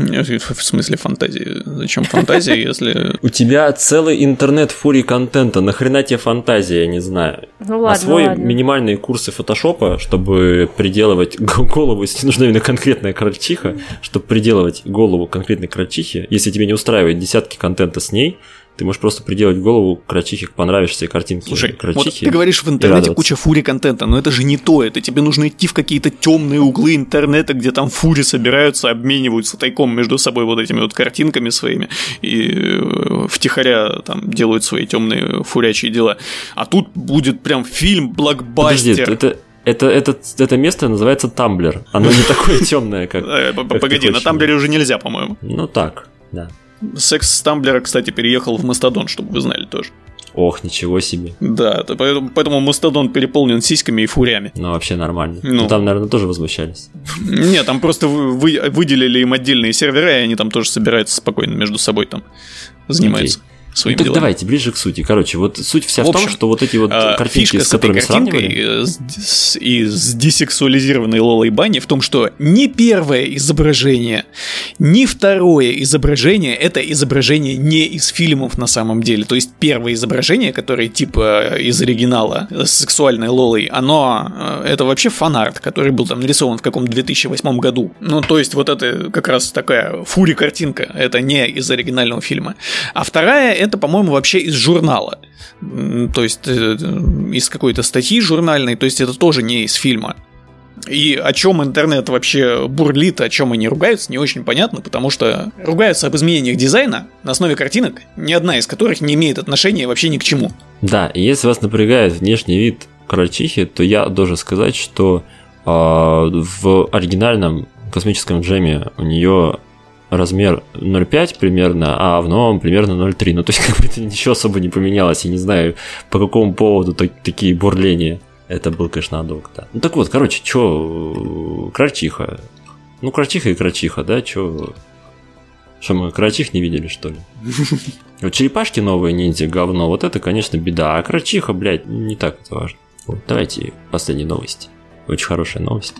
в смысле фантазии? Зачем фантазия, если... У тебя целый интернет фурий контента, нахрена тебе фантазия, я не знаю. Ну ладно, освой минимальные курсы фотошопа, чтобы приделывать голову, если нужна именно конкретная крольчиха, чтобы приделывать голову конкретной крольчихи. Если тебе не устраивает десятки контента с ней, ты можешь просто приделать голову крольчихи к понравившейся картинке. Слушай, вот ты говоришь, в интернете куча фури контента, но это же не то. Это тебе нужно идти в какие-то темные углы интернета, где там фури собираются, обмениваются тайком между собой вот этими вот картинками своими и втихаря там делают свои темные фурячие дела. А тут будет прям фильм-блокбастер. Подожди, это место называется Тамблер. Оно не такое темное, как... Погоди, на Тамблере уже нельзя, по-моему. Ну так, да. Секс с Тамблера, кстати, переехал в Мастодон, чтобы вы знали тоже. Ох, ничего себе. Да, поэтому Мастодон переполнен сиськами и фурями. Ну, вообще нормально. Ну, там, наверное, тоже возмущались. Нет, там просто выделили им отдельные сервера, и они там тоже собираются спокойно между собой там занимаются. Ну, так давайте, ближе к сути. Короче, вот суть вся в том, что вот эти вот картинки, с которыми сравнивали... и с десексуализированной Лолой Банни в том, что ни первое изображение, ни второе изображение — это изображение не из фильмов на самом деле. То есть первое изображение, которое типа из оригинала с сексуальной Лолой, оно это вообще фанарт, который был там нарисован в каком-то 2008 году. Ну, то есть вот это как раз такая фури-картинка, это не из оригинального фильма. А вторая — это, по-моему, вообще из журнала. То есть из какой-то статьи журнальной, то есть это тоже не из фильма. И о чем интернет вообще бурлит, о чем они ругаются, не очень понятно, потому что ругаются об изменениях дизайна на основе картинок, ни одна из которых не имеет отношения вообще ни к чему. Да, и если вас напрягает внешний вид крольчихи, то я должен сказать, что в оригинальном космическом джеме у нее размер 0,5 примерно, а в новом примерно 0,3. Ну, то есть, как бы это ничего особо не поменялось. Я не знаю, по какому поводу такие бурления. Это был, конечно, адок, да. Ну, так вот, короче, чё, крольчиха. Ну, крольчиха и крольчиха, да, чё... Что, мы крольчих не видели, что ли? Вот черепашки новые ниндзя, говно, вот это, конечно, беда. А крольчиха, блядь, не так это важно. Вот, давайте последние новости. Очень хорошая новость.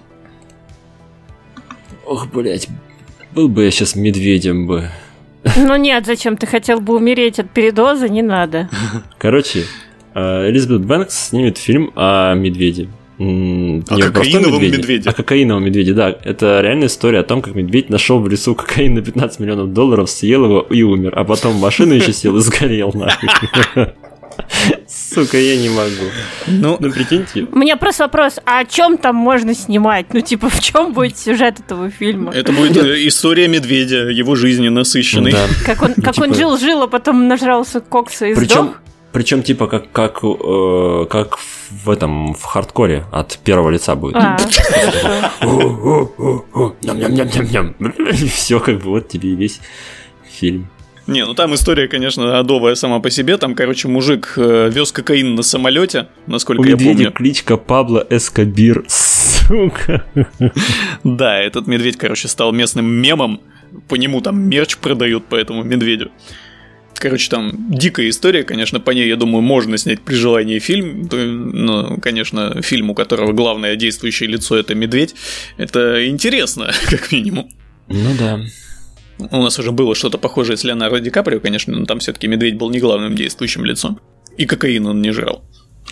Ох, блядь. Был бы я сейчас медведем бы. Ну нет, зачем? Ты хотел бы умереть от передоза? Не надо. Короче, Элизабет Бэнкс снимет фильм о медведе. О кокаиновом медведе. О кокаиновом медведе, да. Это реальная история о том, как медведь нашел в лесу кокаин на $15 миллионов, съел его и умер. А потом в машину еще сел и сгорел, нахуй. Сука, я не могу. Ну, прикиньте. У меня просто вопрос, а о чем там можно снимать? Ну, типа, в чем будет сюжет этого фильма? Это будет история медведя, его жизни насыщенной. Да. Как он жил, а потом нажрался кокса и сдох? Причем, типа, как в этом, в хардкоре от первого лица будет. Ням-ням-ням-ням-ням. Все, как бы, вот тебе и весь фильм. Не, ну там история, конечно, адовая сама по себе. Там, короче, мужик вез кокаин на самолете, насколько я помню. У медведя кличка Пабло Эскобир, сука. Да, этот медведь, короче, стал местным мемом. По нему там мерч продают по этому медведю. Короче, там дикая история, конечно, по ней, я думаю, можно снять при желании фильм. Ну, конечно, фильм, у которого главное действующее лицо — это медведь. Это интересно, как минимум. Ну да. У нас уже было что-то похожее с Леонардо Ди Каприо, конечно, но там все-таки медведь был не главным действующим лицом. И кокаин он не жрал.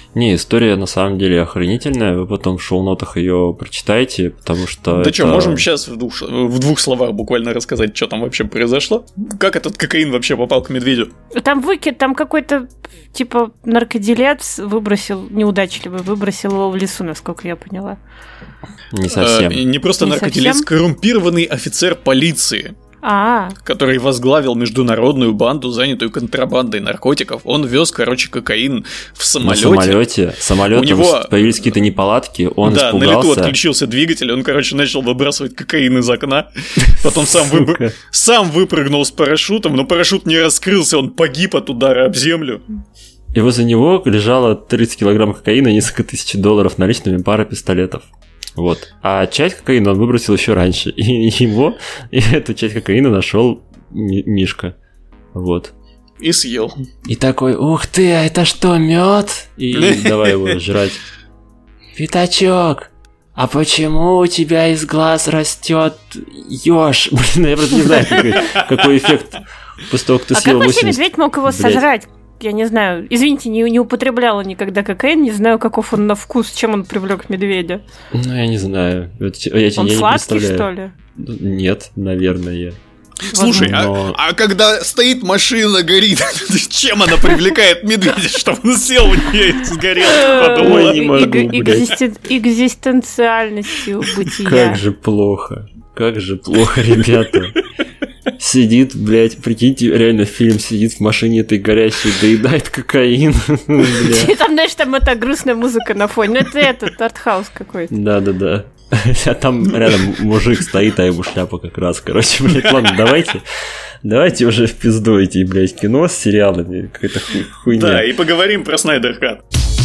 Не, история на самом деле охренительная. Вы потом в шоу-нотах ее прочитаете, потому что... Да что, можем сейчас в двух словах буквально рассказать, что там вообще произошло? Как этот кокаин вообще попал к медведю? Там там какой-то типа наркоделец неудачливый выбросил его в лесу, насколько я поняла. Не совсем. Не просто наркоделец, коррумпированный офицер полиции. Который возглавил международную банду, занятую контрабандой наркотиков. Он вез, кокаин в самолете. Самолет, у него появились какие-то неполадки, он испугался. На лету отключился двигатель, он, начал выбрасывать кокаин из окна. Потом сам выпрыгнул с парашютом, но парашют не раскрылся, он погиб от удара об землю. И возле него лежало 30 килограмм кокаина, несколько тысяч $1000 наличными, пара пистолетов. Вот. А часть кокаина он выбросил еще раньше. И эту часть кокаина нашел Мишка. Вот. И съел. И такой: ух ты, а это что, мед? И давай его жрать. Пятачок, а почему у тебя из глаз растет еж? Блин, я просто не знаю, какой эффект после того, как ты съел 80... как вообще медведь мог его сожрать? Я не знаю. Извините, не употребляла никогда кокаин, не знаю, каков он на вкус, чем он привлек медведя. Ну, я не знаю. Он сладкий, что ли? Нет, наверное. Слушай, а когда стоит машина, горит, чем она привлекает медведя, чтобы он сел в нее и сгорел? Ой, не могу, блядь. Экзистенциальностью бытия. Как же плохо, ребята. Сидит, блядь, прикиньте, реально фильм, сидит в машине этой горящей, доедает кокаин. Там, знаешь, там эта грустная музыка на фоне. Ну, это артхаус какой-то. Да. А там рядом мужик стоит, а ему шляпа как раз. Короче, блядь, ладно, давайте уже в пизду эти, блядь, кино с сериалами. Какая-то хуйня. Да, и поговорим про Снайдер Кат.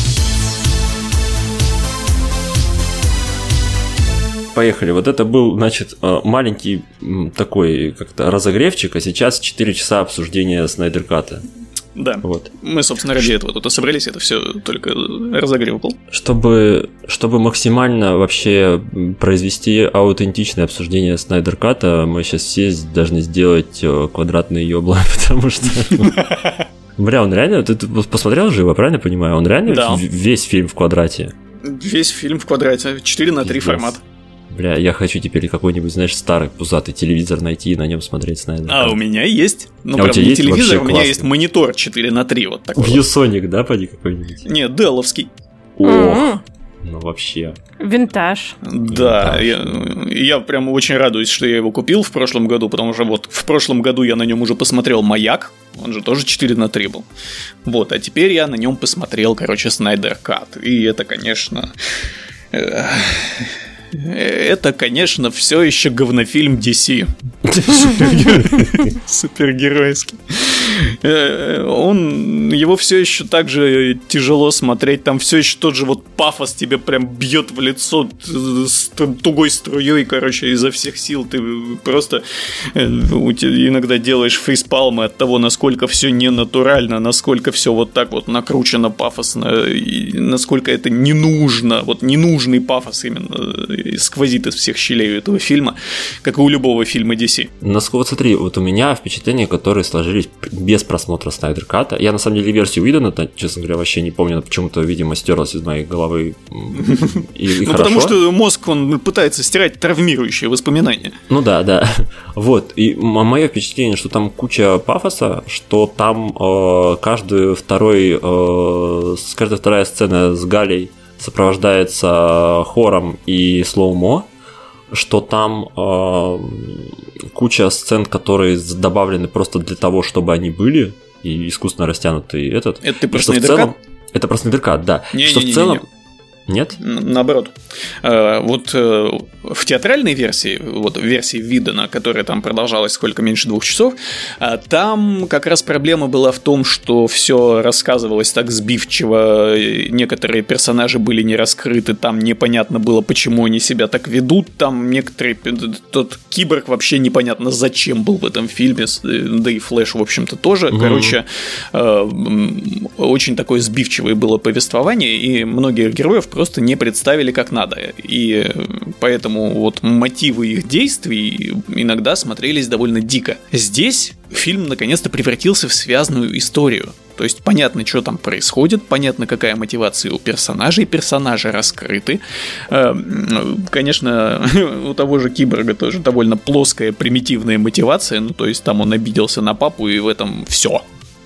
Поехали. Вот это был, значит, маленький такой как-то разогревчик, а сейчас 4 часа обсуждения Снайдер Ката. Да. Вот. Мы, собственно, ради этого тут и собрались, это все только разогрев был. Чтобы максимально вообще произвести аутентичное обсуждение Снайдер Ката, мы сейчас все должны сделать квадратные ёбла, потому что... Бля, он реально... Ты посмотрел же его, правильно понимаю? Он реально весь фильм в квадрате? Весь фильм в квадрате, 4:3 формат. Бля, я хочу теперь какой-нибудь, знаешь, старый пузатый телевизор найти и на нем смотреть Снайдер Кат. У меня есть. Ну, правда, не телевизор, у меня есть монитор 4:3, вот такой. ViewSonic, да, поди какой-нибудь? Нет, Деловский. Ох, ну вообще. Винтаж. Да, я прям очень радуюсь, что я его купил в прошлом году, потому что вот в прошлом году я на нем уже посмотрел «Маяк», он же тоже 4:3 был. Вот, а теперь я на нем посмотрел, Снайдер Кат. И это, конечно... Это, конечно, все еще говнофильм DC. Супергеройский. Его все еще так же тяжело смотреть. Там все еще тот же вот пафос тебе прям бьет в лицо с тугой струей, изо всех сил. Ты просто иногда делаешь фейспалмы от того, насколько все ненатурально, насколько все вот так вот накручено пафосно, и насколько это не нужно. Вот ненужный пафос именно сквозит из всех щелей этого фильма, как и у любого фильма DC. Вот смотри, вот у меня впечатления, которые сложились без просмотра Снайдер Ката. Я на самом деле версию Уидона, честно говоря, вообще не помню, почему-то, видимо, стерлась из моей головы. И хорошо. Потому что мозг, он пытается стирать травмирующие воспоминания. Ну да. Вот, и мое впечатление, что там куча пафоса, что там каждая вторая сцена с Галей сопровождается хором и слоумо, что там куча сцен, которые добавлены просто для того, чтобы они были, и искусственно растянутый этот. Это ты про Снайдер Кат? Это про Снайдер Кат, да. Что в целом... Нет? Наоборот. Вот в театральной версии, вот в версии Видена, которая там продолжалась сколько меньше 2 часов, там как раз проблема была в том, что все рассказывалось так сбивчиво, некоторые персонажи были не раскрыты, там непонятно было, почему они себя так ведут, там некоторые... Тот Киборг вообще непонятно зачем был в этом фильме, да и Флэш, в общем-то, тоже. Короче, очень такое сбивчивое было повествование, и многих героев просто не представили как надо. И поэтому вот мотивы их действий иногда смотрелись довольно дико. Здесь фильм наконец-то превратился в связанную историю. То есть понятно, что там происходит, понятно, какая мотивация у персонажей, персонажи раскрыты. Конечно, у того же Киборга тоже довольно плоская, примитивная мотивация, ну, то есть там он обиделся на папу, и в этом все.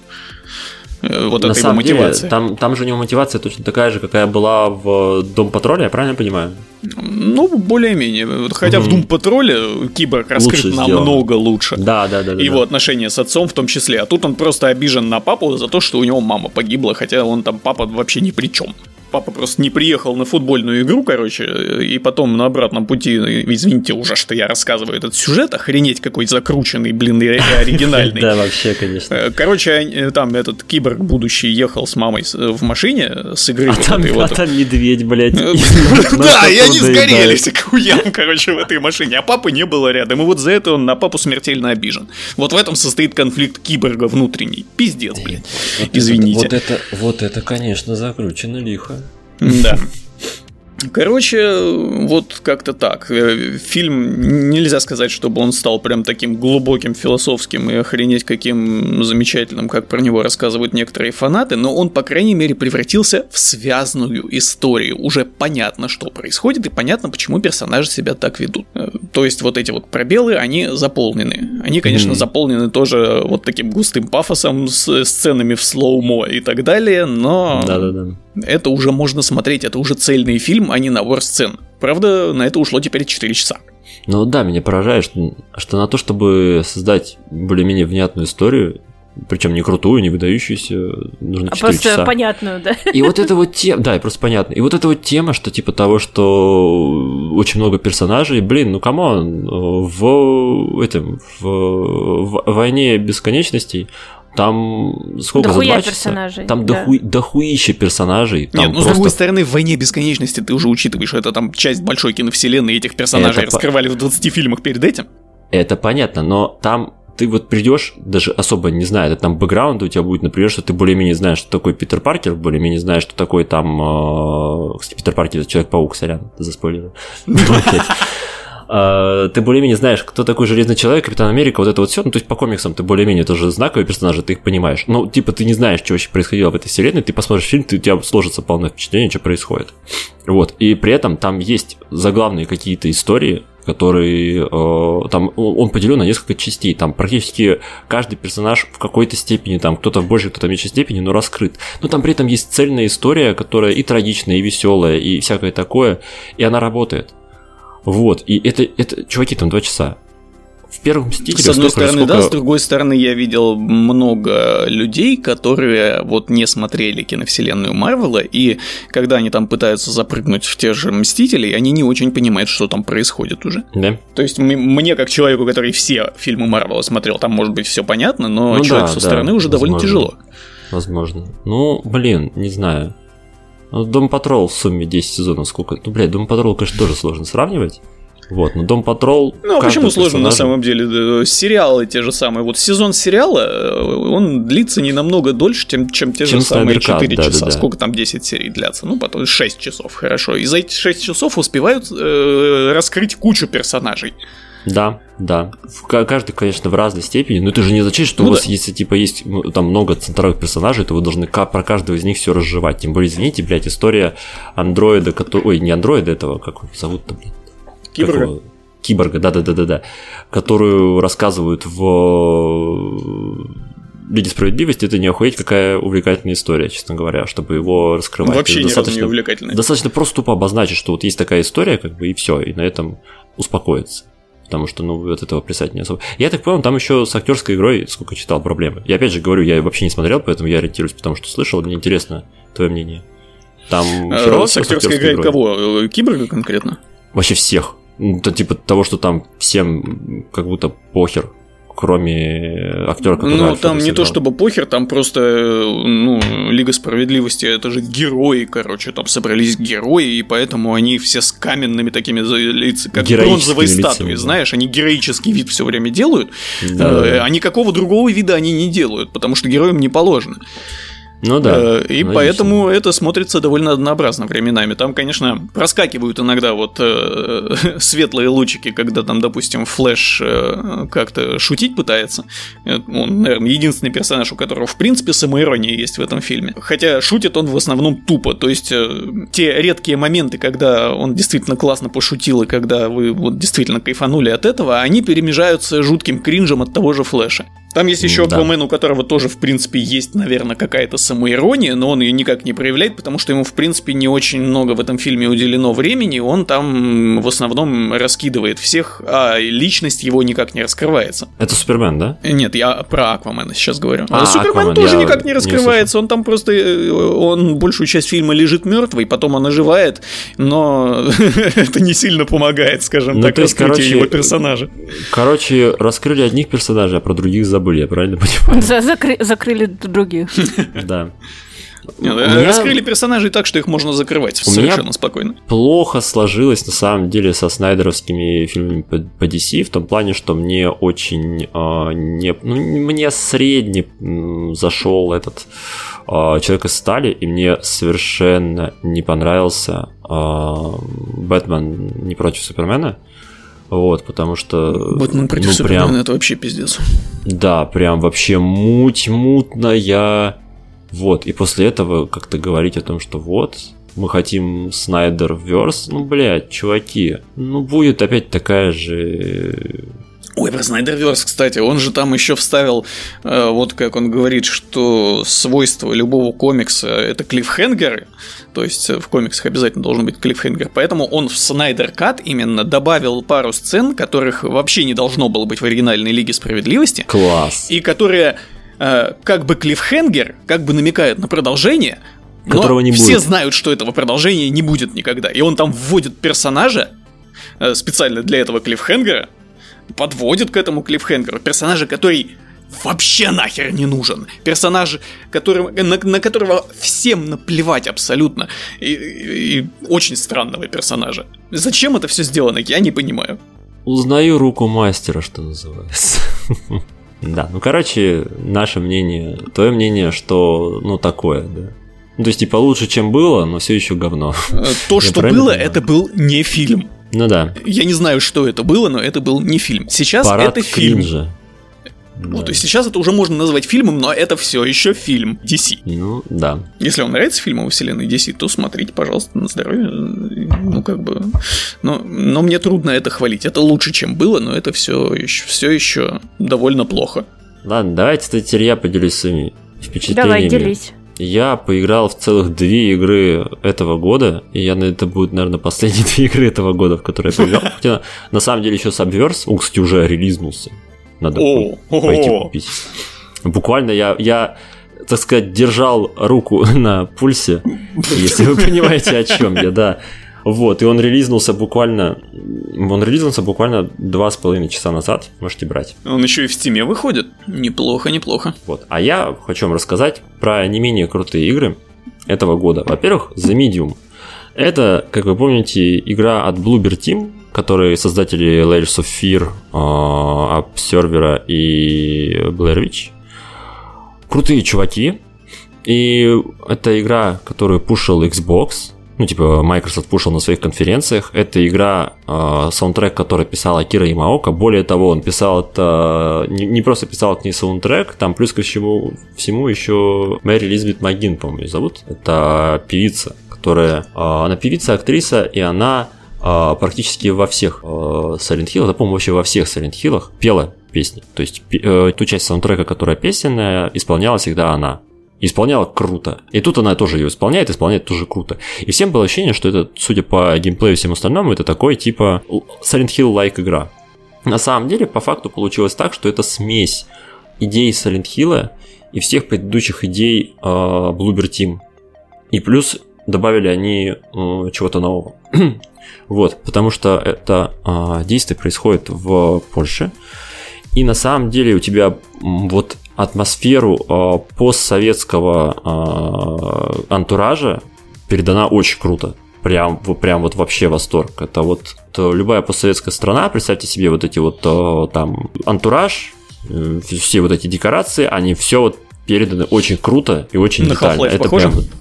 Вот на это его мотивация. Деле, там же у него мотивация точно такая же, какая была в Дом Патроле, я правильно понимаю? Ну, более-менее. Хотя в Doom Patrol Киборг раскрыт намного лучше. Да. Его отношения с отцом в том числе. А тут он просто обижен на папу за то, что у него мама погибла, хотя он там, папа вообще ни при чем. Папа просто не приехал на футбольную игру, короче, и потом на обратном пути, извините уже, что я рассказываю этот сюжет, охренеть какой закрученный, блин, и оригинальный. Да, вообще, конечно. Короче, там этот Киборг будущий ехал с мамой в машине с игры. А там медведь, блядь. Да, и они сгорелись к хуям, короче, в этой машине, а папы не было рядом, и вот за это он на папу смертельно обижен. Вот в этом состоит конфликт Киборга внутренний. Пиздец, блин. Извините. Вот это, конечно, закручено лихо. Да. Короче, вот как-то так. Фильм, нельзя сказать, чтобы он стал прям таким глубоким, философским и охренеть каким замечательным, как про него рассказывают некоторые фанаты, но он, по крайней мере, превратился в связанную историю. Уже понятно, что происходит, и понятно, почему персонажи себя так ведут. То есть вот эти вот пробелы, они заполнены. Они, конечно, заполнены тоже вот таким густым пафосом, с сценами в слоумо и так далее, но... Да. Это уже можно смотреть, это уже цельный фильм, а не набор сцен. Правда, на это ушло теперь 4 часа. Ну да, меня поражает, что на то, чтобы создать более-менее внятную историю, причем не крутую, не выдающуюся, нужно 4 часа. Просто понятную, да? И вот это вот тема, да, и просто понятно. И вот эта вот тема, что типа того, что очень много персонажей, блин, ну камон, в «Войне бесконечностей» там сколько за 2 часа? Персонажей, там да. дохуища персонажей. Там нет, ну просто... с другой стороны, в «Войне бесконечности» ты уже учитываешь, что это там часть большой киновселенной, и этих персонажей раскрывали в 20 фильмах перед этим. Это понятно, но там ты вот придешь, даже особо не зная, это там бэкграунд у тебя будет, например, что ты более-менее знаешь, что такое Питер Паркер, более-менее знаешь, что такое там... Кстати, Питер Паркер — это Человек-паук, сорян, заспойлерил. Ты более-менее знаешь, кто такой Железный Человек, Капитан Америка, вот это вот все. Ну, то есть по комиксам ты более-менее тоже знаковые персонажи, ты их понимаешь. Ну, типа, ты не знаешь, что вообще происходило в этой вселенной, ты посмотришь фильм, у тебя сложится полное впечатление, что происходит. Вот. И при этом там есть заглавные какие-то истории, которые там он поделен на несколько частей. Там практически каждый персонаж в какой-то степени, там кто-то в большей, кто-то в меньшей степени, но раскрыт. Но там при этом есть цельная история, которая и трагичная, и веселая, и всякое такое, и она работает. Вот, и это чуваки, там 2 часа. В первом «Мстителе» с одной стороны, да, с другой стороны, я видел много людей, которые вот не смотрели киновселенную Марвела, и когда они там пытаются запрыгнуть в те же «Мстителей», они не очень понимают, что там происходит уже. Да. То есть мне, как человеку, который все фильмы Марвела смотрел, там может быть все понятно, но человеку со стороны уже довольно тяжело. Возможно. Ну, блин, не знаю. Дом Патрол в сумме 10 сезонов сколько? Ну, блядь, Дом Патрол, конечно, тоже сложно сравнивать. Вот, но Дом Патрол... Ну, а почему сложно на самом деле? Сериалы те же самые. Вот сезон сериала, он длится не намного дольше, чем те же самые 4 часа. Да. Сколько там 10 серий длятся? Ну, потом 6 часов, хорошо. И за эти 6 часов успевают раскрыть кучу персонажей. Да. Каждый, конечно, в разной степени, но это же не означает, что у вас, если типа есть там много центровых персонажей, то вы должны про каждого из них все разжевать. Тем более, извините, блядь, история андроида, Ой, не андроида этого, как его зовут-то, блядь? Киборга, да, которую рассказывают в Лиге Справедливости, это не охуеть какая увлекательная история, честно говоря, чтобы его раскрывать. Вообще ни разу не увлекательная. Достаточно просто тупо обозначить, что вот есть такая история, как бы, и все, и на этом успокоиться. Потому что, ну, от этого писать не особо. Я так понял, там еще с актерской игрой, сколько читал, проблемы. Я опять же говорю, я вообще не смотрел, поэтому я ориентируюсь, потому что слышал, мне интересно твое мнение. Там с актерской игрой кого? Киборга конкретно? Вообще всех. Это типа того, что там всем как будто похер, кроме актера, который... Ну, там не то чтобы похер, там просто, ну, Лига Справедливости, это же герои, короче, там собрались герои, и поэтому они все с каменными такими лицами, как бронзовые статуи, знаешь, они героический вид все время делают, а никакого другого вида они не делают, потому что героям не положено. Ну да. И поэтому это смотрится довольно однообразно временами. Там, конечно, проскакивают иногда вот светлые лучики, когда там, допустим, Флэш как-то шутить пытается. Он, наверное, единственный персонаж, у которого, в принципе, самоирония есть в этом фильме. Хотя шутит он в основном тупо. То есть те редкие моменты, когда он действительно классно пошутил, и когда вы вот действительно кайфанули от этого, они перемежаются жутким кринжем от того же Флэша. Там есть еще Аквамен, у которого тоже, в принципе, есть, наверное, какая-то самоирония, но он ее никак не проявляет, потому что ему, в принципе, не очень много в этом фильме уделено времени, он там в основном раскидывает всех, а личность его никак не раскрывается. Это Супермен, да? Нет, я про Аквамена сейчас говорю. Супермен Аквамен, тоже никак не раскрывается, он там просто, он большую часть фильма лежит мертвый, потом он оживает, но это не сильно помогает, скажем так, раскрытию его персонажа. Короче, раскрыли одних персонажей, а про других забыли, я правильно понимаю? Закрыли других. Да. Раскрыли персонажей так, что их можно закрывать совершенно спокойно. Плохо сложилось, на самом деле, со снайдеровскими фильмами по DC, в том плане, что мне очень мне средне зашел этот Человек из стали, и мне совершенно не понравился Бэтмен не против Супермена. Вот, потому что... Бэтмен против Супермена, это вообще пиздец. Да, прям вообще мутная. Вот, и после этого как-то говорить о том, что вот, мы хотим Снайдерверс, чуваки, будет опять такая же... Ой, про Снайдерверс, кстати, он же там еще вставил, вот как он говорит, что свойство любого комикса – это клиффхенгеры, то есть в комиксах обязательно должен быть клиффхенгер, поэтому он в Снайдер Кат именно добавил пару сцен, которых вообще не должно было быть в оригинальной Лиге Справедливости. Класс. И которые как бы клиффхенгер, как бы намекают на продолжение, которого не все будет. Знают, что этого продолжения не будет никогда, и он там вводит персонажа специально для этого клиффхенгера, подводит к этому клиффхенгеру персонажа, который вообще нахер не нужен. Персонаж, на которого всем наплевать абсолютно. И очень странного персонажа. Зачем это все сделано, я не понимаю. Узнаю руку мастера, что называется. Да, наше мнение, твое мнение, что, такое, да. То есть, лучше, чем было, но все еще говно. То, что было, это был не фильм. Ну да. Я не знаю, что это было, но это был не фильм. Сейчас Парад это фильм. Кринжа. Вот, то есть сейчас это уже можно назвать фильмом, но это все еще фильм DC. Ну, да. Если вам нравятся фильмы во вселенной DC, то смотрите, пожалуйста, на здоровье. Но мне трудно это хвалить. Это лучше, чем было, но это все еще довольно плохо. Ладно, давайте, теперь я поделюсь своими впечатлениями. Давай, делись. Я поиграл в целых 2 игры этого года, и это будут, наверное, последние 2 игры этого года, в которые я поиграл. Хотя, на самом деле, еще Subverse, кстати, уже релизнулся. Надо пойти купить. Буквально я, так сказать, держал руку на пульсе, если вы понимаете, о чем я, да. Вот, и он релизнулся буквально 2,5 часа назад, можете брать. Он еще и в Steam выходит. Неплохо. Вот. А я хочу вам рассказать про не менее крутые игры этого года. Во-первых, The Medium. Это, как вы помните, игра от Bloober Team, которые создатели Layers of Fear, Observer и Blair Witch. Крутые чуваки. И это игра, которую пушил Xbox. Microsoft пушил на своих конференциях. Это игра, саундтрек, который писал Акира Ямаока. Более того, он писал это... Не просто писал к ней саундтрек, там плюс ко всему еще Мэри Элизабет МакГинн, по-моему, ее зовут. Это певица, которая... Она певица, актриса, и она практически во всех Silent Hill'ах, по-моему, вообще во всех Silent Hill'ах пела песни. То есть ту часть саундтрека, которая песенная, исполняла всегда она. Исполняла круто. И тут она тоже ее исполняет тоже круто. И всем было ощущение, что это, судя по геймплею и всему остальному, это такой типа Silent Hill-like игра. На самом деле, по факту получилось так, что это смесь идей Silent Hill'а и всех предыдущих идей Bloober Team. И плюс добавили они чего-то нового. Вот, потому что это действие происходит в Польше. И на самом деле у тебя вот атмосферу постсоветского антуража передана очень круто. Прям вот вообще восторг. Это любая постсоветская страна, представьте себе вот эти там антураж, все вот эти декорации, они все переданы очень круто и очень детально. На Half-Life похоже? Прям...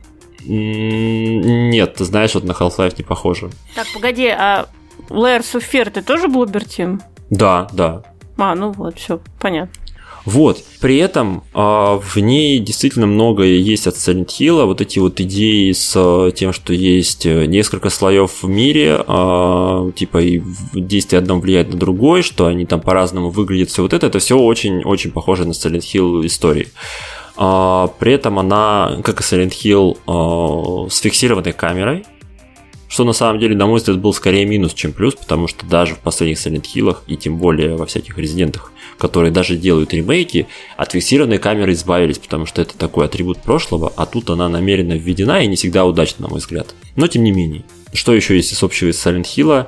Нет, ты знаешь, вот на Half-Life не похоже. Так, погоди, а Layers of Fear ты тоже Bloober Team? Да. Ну вот, все, понятно. Вот, при этом в ней действительно многое есть от Silent Hill, вот эти вот идеи с тем, что есть несколько слоев в мире, типа и действие одно влияет на другое, что они там по-разному выглядят, все вот это все очень-очень похоже на Silent Hill истории. При этом она, как и Silent Hill, с фиксированной камерой, что на самом деле, на мой взгляд, был скорее минус, чем плюс, потому что даже в последних Silent Hill'ах и тем более во всяких Резидентах, которые даже делают ремейки, от фиксированной камеры избавились, потому что это такой атрибут прошлого, а тут она намеренно введена и не всегда удачна, на мой взгляд. Но тем не менее. Что еще есть из общего из Silent Hill'а?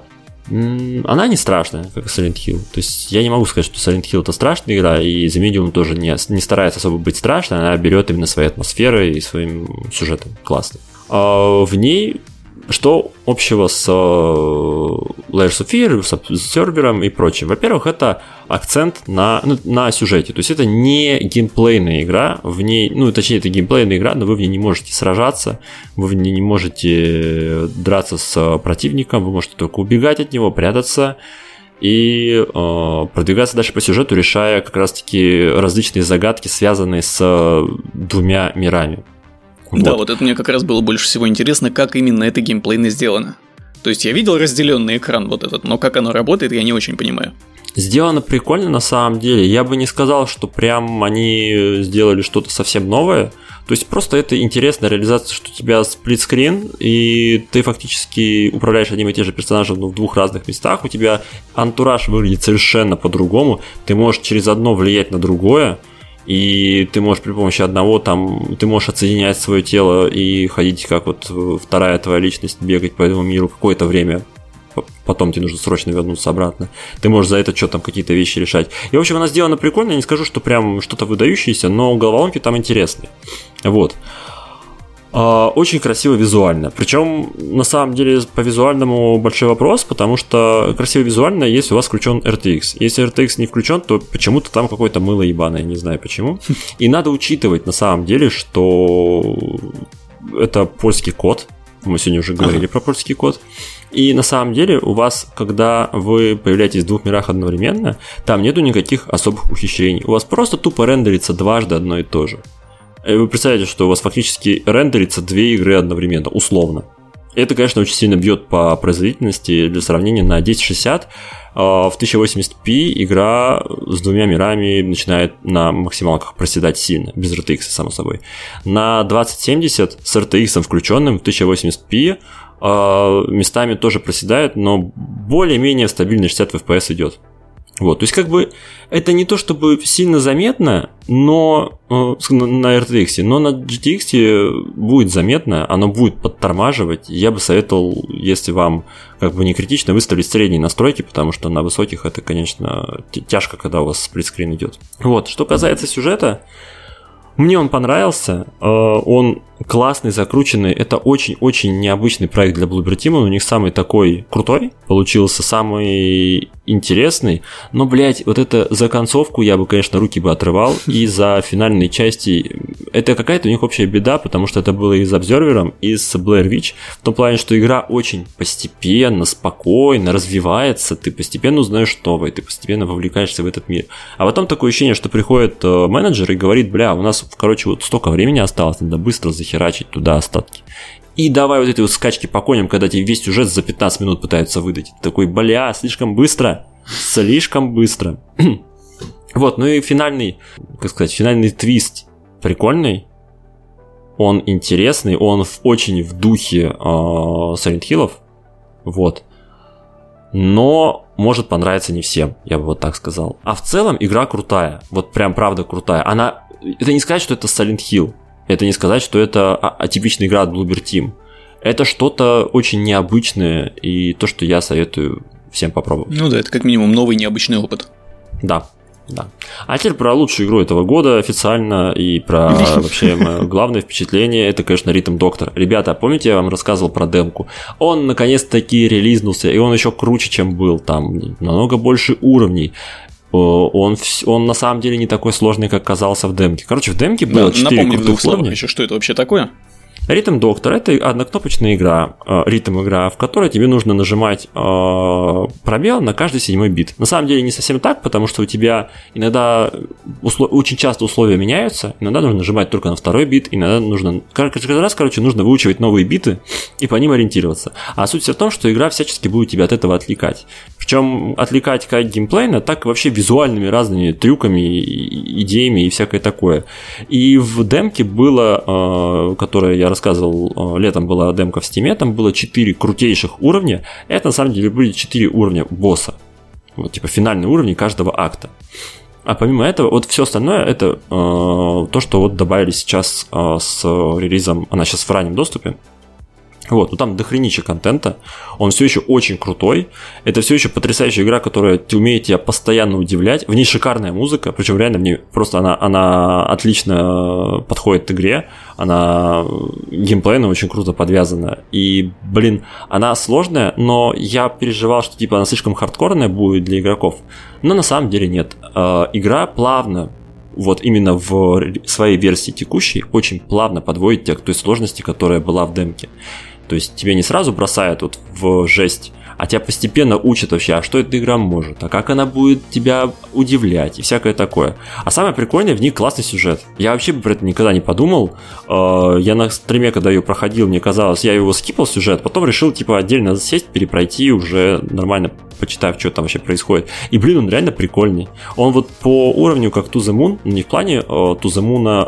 Она не страшная, как и Silent Hill. То есть я не могу сказать, что Silent Hill это страшная игра, и The Medium тоже не старается особо быть страшной, она берет именно своей атмосферой и своим сюжетом классно. В ней что общего с Layers of Fear, с Observer и прочим? Во-первых, это акцент на сюжете. То есть это не геймплейная игра, в ней, точнее, это геймплейная игра, но вы в ней не можете сражаться, вы в ней не можете драться с противником, вы можете только убегать от него, прятаться и продвигаться дальше по сюжету, решая как раз-таки различные загадки, связанные с двумя мирами. Да, вот это мне как раз было больше всего интересно, как именно это геймплейно сделано. То есть я видел разделенный экран вот этот, но как оно работает, я не очень понимаю. Сделано прикольно на самом деле. Я бы не сказал, что прям они сделали что-то совсем новое. То есть просто это интересная реализация, что у тебя сплитскрин, и ты фактически управляешь одним и тем же персонажем, но в двух разных местах. У тебя антураж выглядит совершенно по-другому. Ты можешь через одно влиять на другое. И ты можешь при помощи одного ты можешь отсоединять свое тело и ходить как вот вторая твоя личность, бегать по этому миру какое-то время. Потом тебе нужно срочно вернуться обратно. Ты можешь за это что там какие-то вещи решать. И в общем она сделана прикольно, я не скажу, что прям что-то выдающееся, но головоломки там интересные. Вот. Очень красиво визуально. Причем, на самом деле, по визуальному большой вопрос, потому что красиво визуально, если у вас включен RTX. Если RTX не включен, то почему-то там какое-то мыло ебаное, не знаю почему. И надо учитывать, на самом деле, что это польский код. Мы сегодня уже говорили про польский код. И на самом деле у вас, когда вы появляетесь в двух мирах одновременно, там нету никаких особых ухищрений. У вас просто тупо рендерится дважды одно и то же. Вы представляете, что у вас фактически рендерится две игры одновременно, условно. Это, конечно, очень сильно бьет по производительности. Для сравнения, на 1060 в 1080p игра с двумя мирами начинает на максималках проседать сильно, без RTX, само собой. На 2070 с RTX включенным в 1080p местами тоже проседает, но более-менее стабильно 60 FPS идет. Вот, то есть как бы это не то чтобы сильно заметно, но на RTX, но на GTX будет заметно, оно будет подтормаживать. Я бы советовал, если вам как бы не критично, выставить средние настройки, потому что на высоких это, конечно, тяжко, когда у вас сплитскрин идет. Вот, что касается сюжета, мне он понравился, он классный, закрученный, это очень-очень необычный проект для Bloober Team, он у них самый такой крутой, получился самый интересный, но, блядь, вот это за концовку я бы, конечно, руки бы отрывал, и за финальные части, это какая-то у них общая беда, потому что это было и с Observer, и с Blair Witch, в том плане, что игра очень постепенно, спокойно развивается, ты постепенно узнаешь новое, ты постепенно вовлекаешься в этот мир, а потом такое ощущение, что приходит менеджер и говорит, бля, у нас, короче, вот столько времени осталось, надо быстро захерачить туда остатки. И давай вот эти вот скачки по коням, когда тебе весь сюжет за 15 минут пытаются выдать. Ты такой, бля, слишком быстро. Вот, ну и финальный твист прикольный. Он интересный, он очень в духе Silent Hill'ов. Вот. Но может понравиться не всем, я бы вот так сказал. А в целом игра крутая. Вот прям правда крутая. Это не сказать, что это Silent Hill. Это не сказать, что это атипичная игра от Bloober Team. Это что-то очень необычное, и то, что я советую всем попробовать. Ну да, это как минимум новый необычный опыт. Да. А теперь про лучшую игру этого года официально, и про вообще мое главное впечатление, это, конечно, Rhythm Doctor. Ребята, помните, я вам рассказывал про демку? Он наконец-таки релизнулся, и он еще круче, чем был. Там намного больше уровней. он на самом деле не такой сложный, как казался в демке. Короче, в демке было 4 крутых уровня. Еще, что это вообще такое? Rhythm Doctor — это однокнопочная игра, ритм-игра, в которой тебе нужно нажимать пробел на каждый 7-й бит. На самом деле не совсем так, потому что у тебя иногда очень часто условия меняются, иногда нужно нажимать только на 2-й бит, иногда нужно... Каждый раз, нужно выучивать новые биты и по ним ориентироваться. А суть вся в том, что игра всячески будет тебя от этого отвлекать. Причем отвлекать как геймплейно, так и вообще визуальными разными трюками, идеями и всякое такое. И в демке было, которое я рассказывал, летом была демка в Steam, там было 4 крутейших уровня. Это на самом деле были 4 уровня босса. Вот, типа финальные уровни каждого акта. А помимо этого, вот все остальное это то, что вот добавили сейчас с релизом, она сейчас в раннем доступе. Вот, ну там дохренища контента, он все еще очень крутой, это все еще потрясающая игра, которая умеет тебя постоянно удивлять, в ней шикарная музыка, причем реально в ней просто она отлично подходит к игре, она геймплейно очень круто подвязана, и, блин, она сложная, но я переживал, что типа она слишком хардкорная будет для игроков, но на самом деле нет, игра плавно, вот именно в своей версии текущей, очень плавно подводит тебя к той сложности, которая была в демке. То есть тебе не сразу бросают вот в жесть, а тебя постепенно учат вообще, а что эта игра может, а как она будет тебя удивлять и всякое такое. А самое прикольное, в ней классный сюжет. Я вообще про это никогда не подумал. Я на стриме, когда ее проходил, мне казалось, я его скипал сюжет, потом решил типа отдельно сесть, перепройти, уже нормально почитав, что там вообще происходит. И, блин, он реально прикольный. Он вот по уровню как To The Moon, не в плане To The Moon,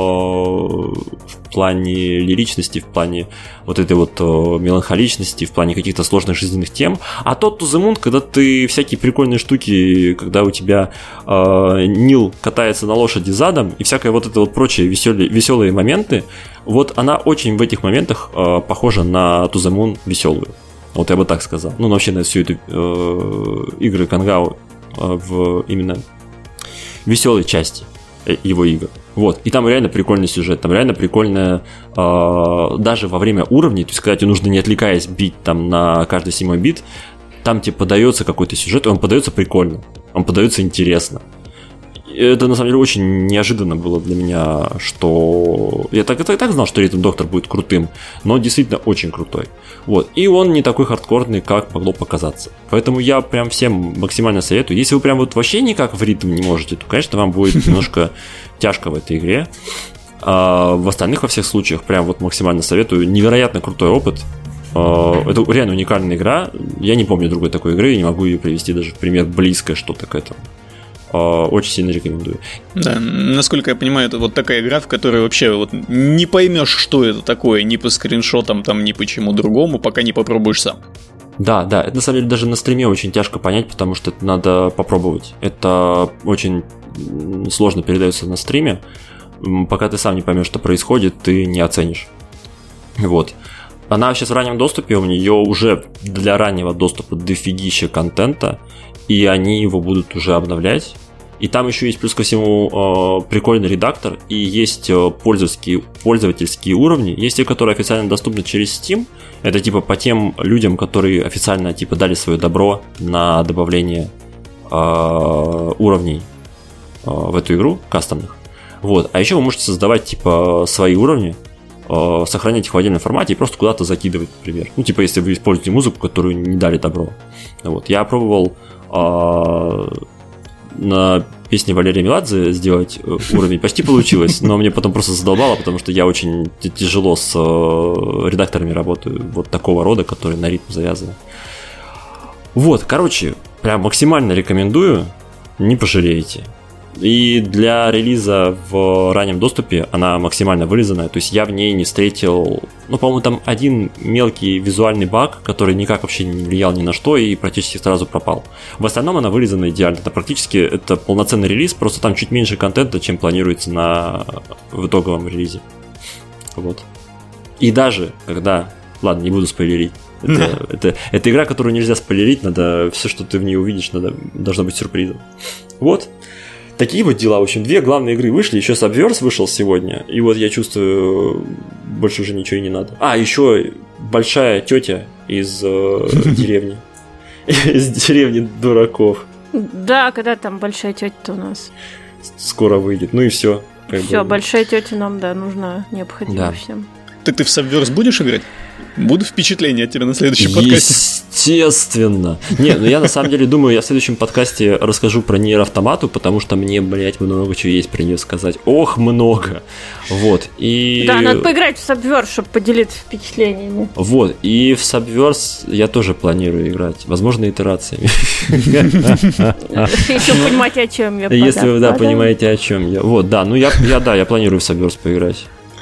в плане лиричности, в плане вот этой вот меланхоличности, в плане каких-то сложных жизненных тем. А тот To The Moon, когда ты всякие прикольные штуки, когда у тебя Нил катается на лошади задом и всякое вот это вот прочие веселые моменты, вот она очень в этих моментах похожа на To The Moon веселую. Вот я бы так сказал. Ну, вообще на всю эту игры Кангау в именно веселой части его игр. Вот. И там реально прикольный сюжет, там реально прикольная даже во время уровней, то есть когда тебе нужно, не отвлекаясь, бить там на каждый 7-й бит, там тебе подается какой-то сюжет, и он подается прикольно, он подается интересно. Это, на самом деле, очень неожиданно было для меня, что... Я так знал, что Rhythm Doctor будет крутым, но действительно очень крутой. Вот. И он не такой хардкорный, как могло показаться. Поэтому я прям всем максимально советую. Если вы прям вот вообще никак в ритм не можете, то, конечно, вам будет немножко тяжко в этой игре. А в остальных, во всех случаях, прям вот максимально советую. Невероятно крутой опыт. Это реально уникальная игра. Я не помню другой такой игры, не могу ее привести даже в пример близкое что-то к этому. Очень сильно рекомендую. Да, насколько я понимаю, это вот такая игра, в которой вообще вот не поймешь, что это такое, ни по скриншотам, там, ни по чему другому, пока не попробуешь сам. Да, это на самом деле даже на стриме очень тяжко понять, потому что это надо попробовать. Это очень сложно передается на стриме. Пока ты сам не поймешь, что происходит, ты не оценишь. Вот. Она сейчас в раннем доступе, у нее уже для раннего доступа дофигища контента, и они его будут уже обновлять. И там еще есть плюс ко всему прикольный редактор, и есть пользовательские уровни. Есть те, которые официально доступны через Steam. Это типа по тем людям, которые официально типа дали свое добро на добавление уровней в эту игру, кастомных. Вот. А еще вы можете создавать типа свои уровни, сохранять их в отдельном формате и просто куда-то закидывать, например. Ну, типа, если вы используете музыку, которую не дали добро. Вот. Я пробовал на песне Валерия Меладзе сделать уровень. Почти получилось, но мне потом просто задолбало, потому что я очень тяжело с редакторами работаю вот такого рода, которые на ритм завязаны. Вот, короче, прям максимально рекомендую, не пожалеете. И для релиза в раннем доступе она максимально вылизанная. То есть я в ней не встретил, по-моему, там один мелкий визуальный баг, который никак вообще не влиял ни на что и практически сразу пропал. В остальном она вылизана идеально. Это полноценный релиз, просто там чуть меньше контента, чем планируется в итоговом релизе. Вот. И даже когда... Ладно, не буду спойлерить. Это игра, которую нельзя спойлерить, надо все, что ты в ней увидишь, должно быть сюрпризом. Вот. Такие вот дела. В общем, 2 главные игры вышли. Еще Subverse вышел сегодня. И вот я чувствую, больше уже ничего и не надо. А, еще большая тетя из деревни. Из деревни дураков. Да, когда там большая тетя у нас скоро выйдет. Ну и все. Все, большая тетя нам, да, нужна, необходима всем. Так ты в Subverse будешь играть? Буду впечатления от тебя на следующем подкасте. Естественно. Не, ну я на самом деле думаю, я в следующем подкасте расскажу про Нир Автомату, потому что мне, блядь, много чего есть про нее сказать. Ох, много. Вот. И... Да, надо поиграть в Subverse, чтобы поделиться впечатлениями. Вот. И в Subverse я тоже планирую играть. Возможно, итерациями. Если вы понимаете, о чем я. Если вы, да, понимаете, о чем я. Вот, да. Ну, я планирую в Subverse поиграть.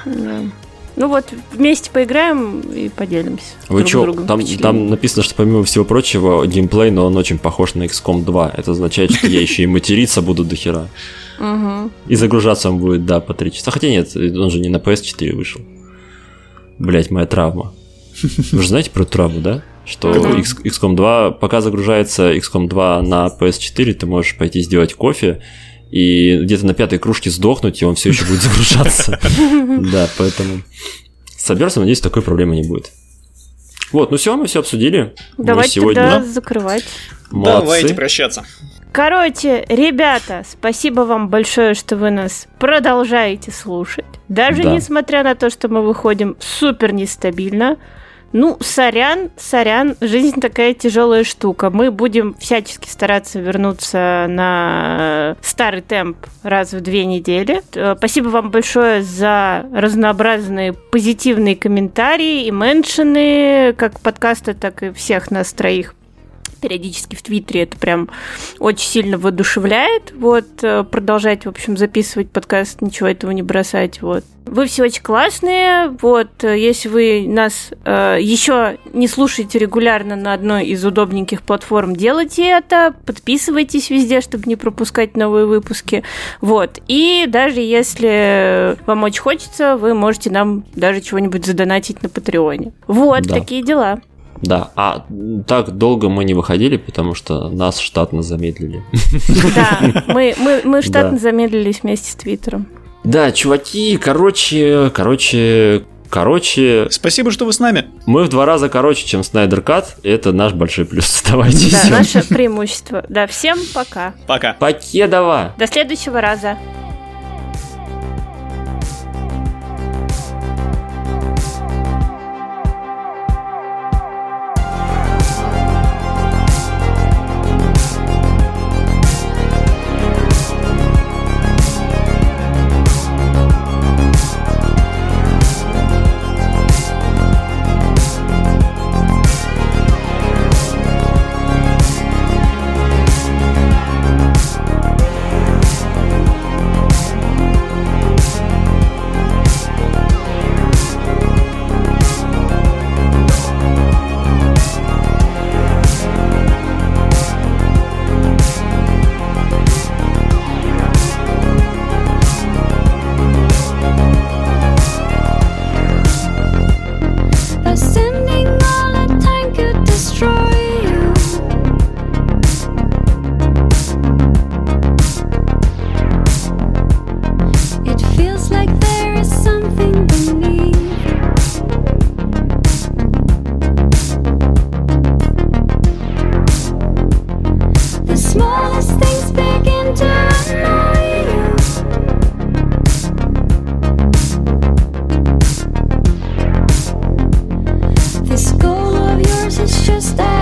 Ну вот, вместе поиграем и поделимся. Вы что, там написано, что помимо всего прочего, геймплей, но он очень похож на XCOM 2. Это означает, что я еще и материться буду до хера. И загружаться он будет, да, по 3 часа. Хотя нет, он же не на PS4 вышел. Блять, моя травма. Вы же знаете про эту травму, да? Что XCOM 2, пока загружается XCOM 2 на PS4, ты можешь пойти сделать кофе, и где-то на 5-й кружке сдохнуть, и он все еще будет загружаться. Да, поэтому с Subverse, надеюсь, такой проблемы не будет. Вот, ну все, мы все обсудили. Давайте тогда закрывать. Давайте прощаться. Короче, ребята, спасибо вам большое, что вы нас продолжаете слушать. Даже несмотря на то, что мы выходим супер нестабильно. Ну, сорян, жизнь такая тяжелая штука. Мы будем всячески стараться вернуться на старый темп раз в 2 недели. Спасибо вам большое за разнообразные позитивные комментарии и меншины, как подкаста, так и всех нас троих. Периодически в Твиттере это прям очень сильно воодушевляет. Вот, продолжать, в общем, записывать подкаст, ничего этого не бросать. Вот. Вы все очень классные. Вот, если вы нас еще не слушаете регулярно на одной из удобненьких платформ, делайте это. Подписывайтесь везде, чтобы не пропускать новые выпуски. Вот. И даже если вам очень хочется, вы можете нам даже чего-нибудь задонатить на Патреоне. Вот, такие дела. Да, а так долго мы не выходили, потому что нас штатно замедлили. Да, мы штатно замедлились вместе с Твиттером. Да, чуваки, короче... Спасибо, что вы с нами. Мы в 2 раза короче, чем Снайдер Кат. Это наш большой плюс. Оставайтесь. Да, наше преимущество. Да, всем пока. Пока. Покедова. До следующего раза. This goal of yours is just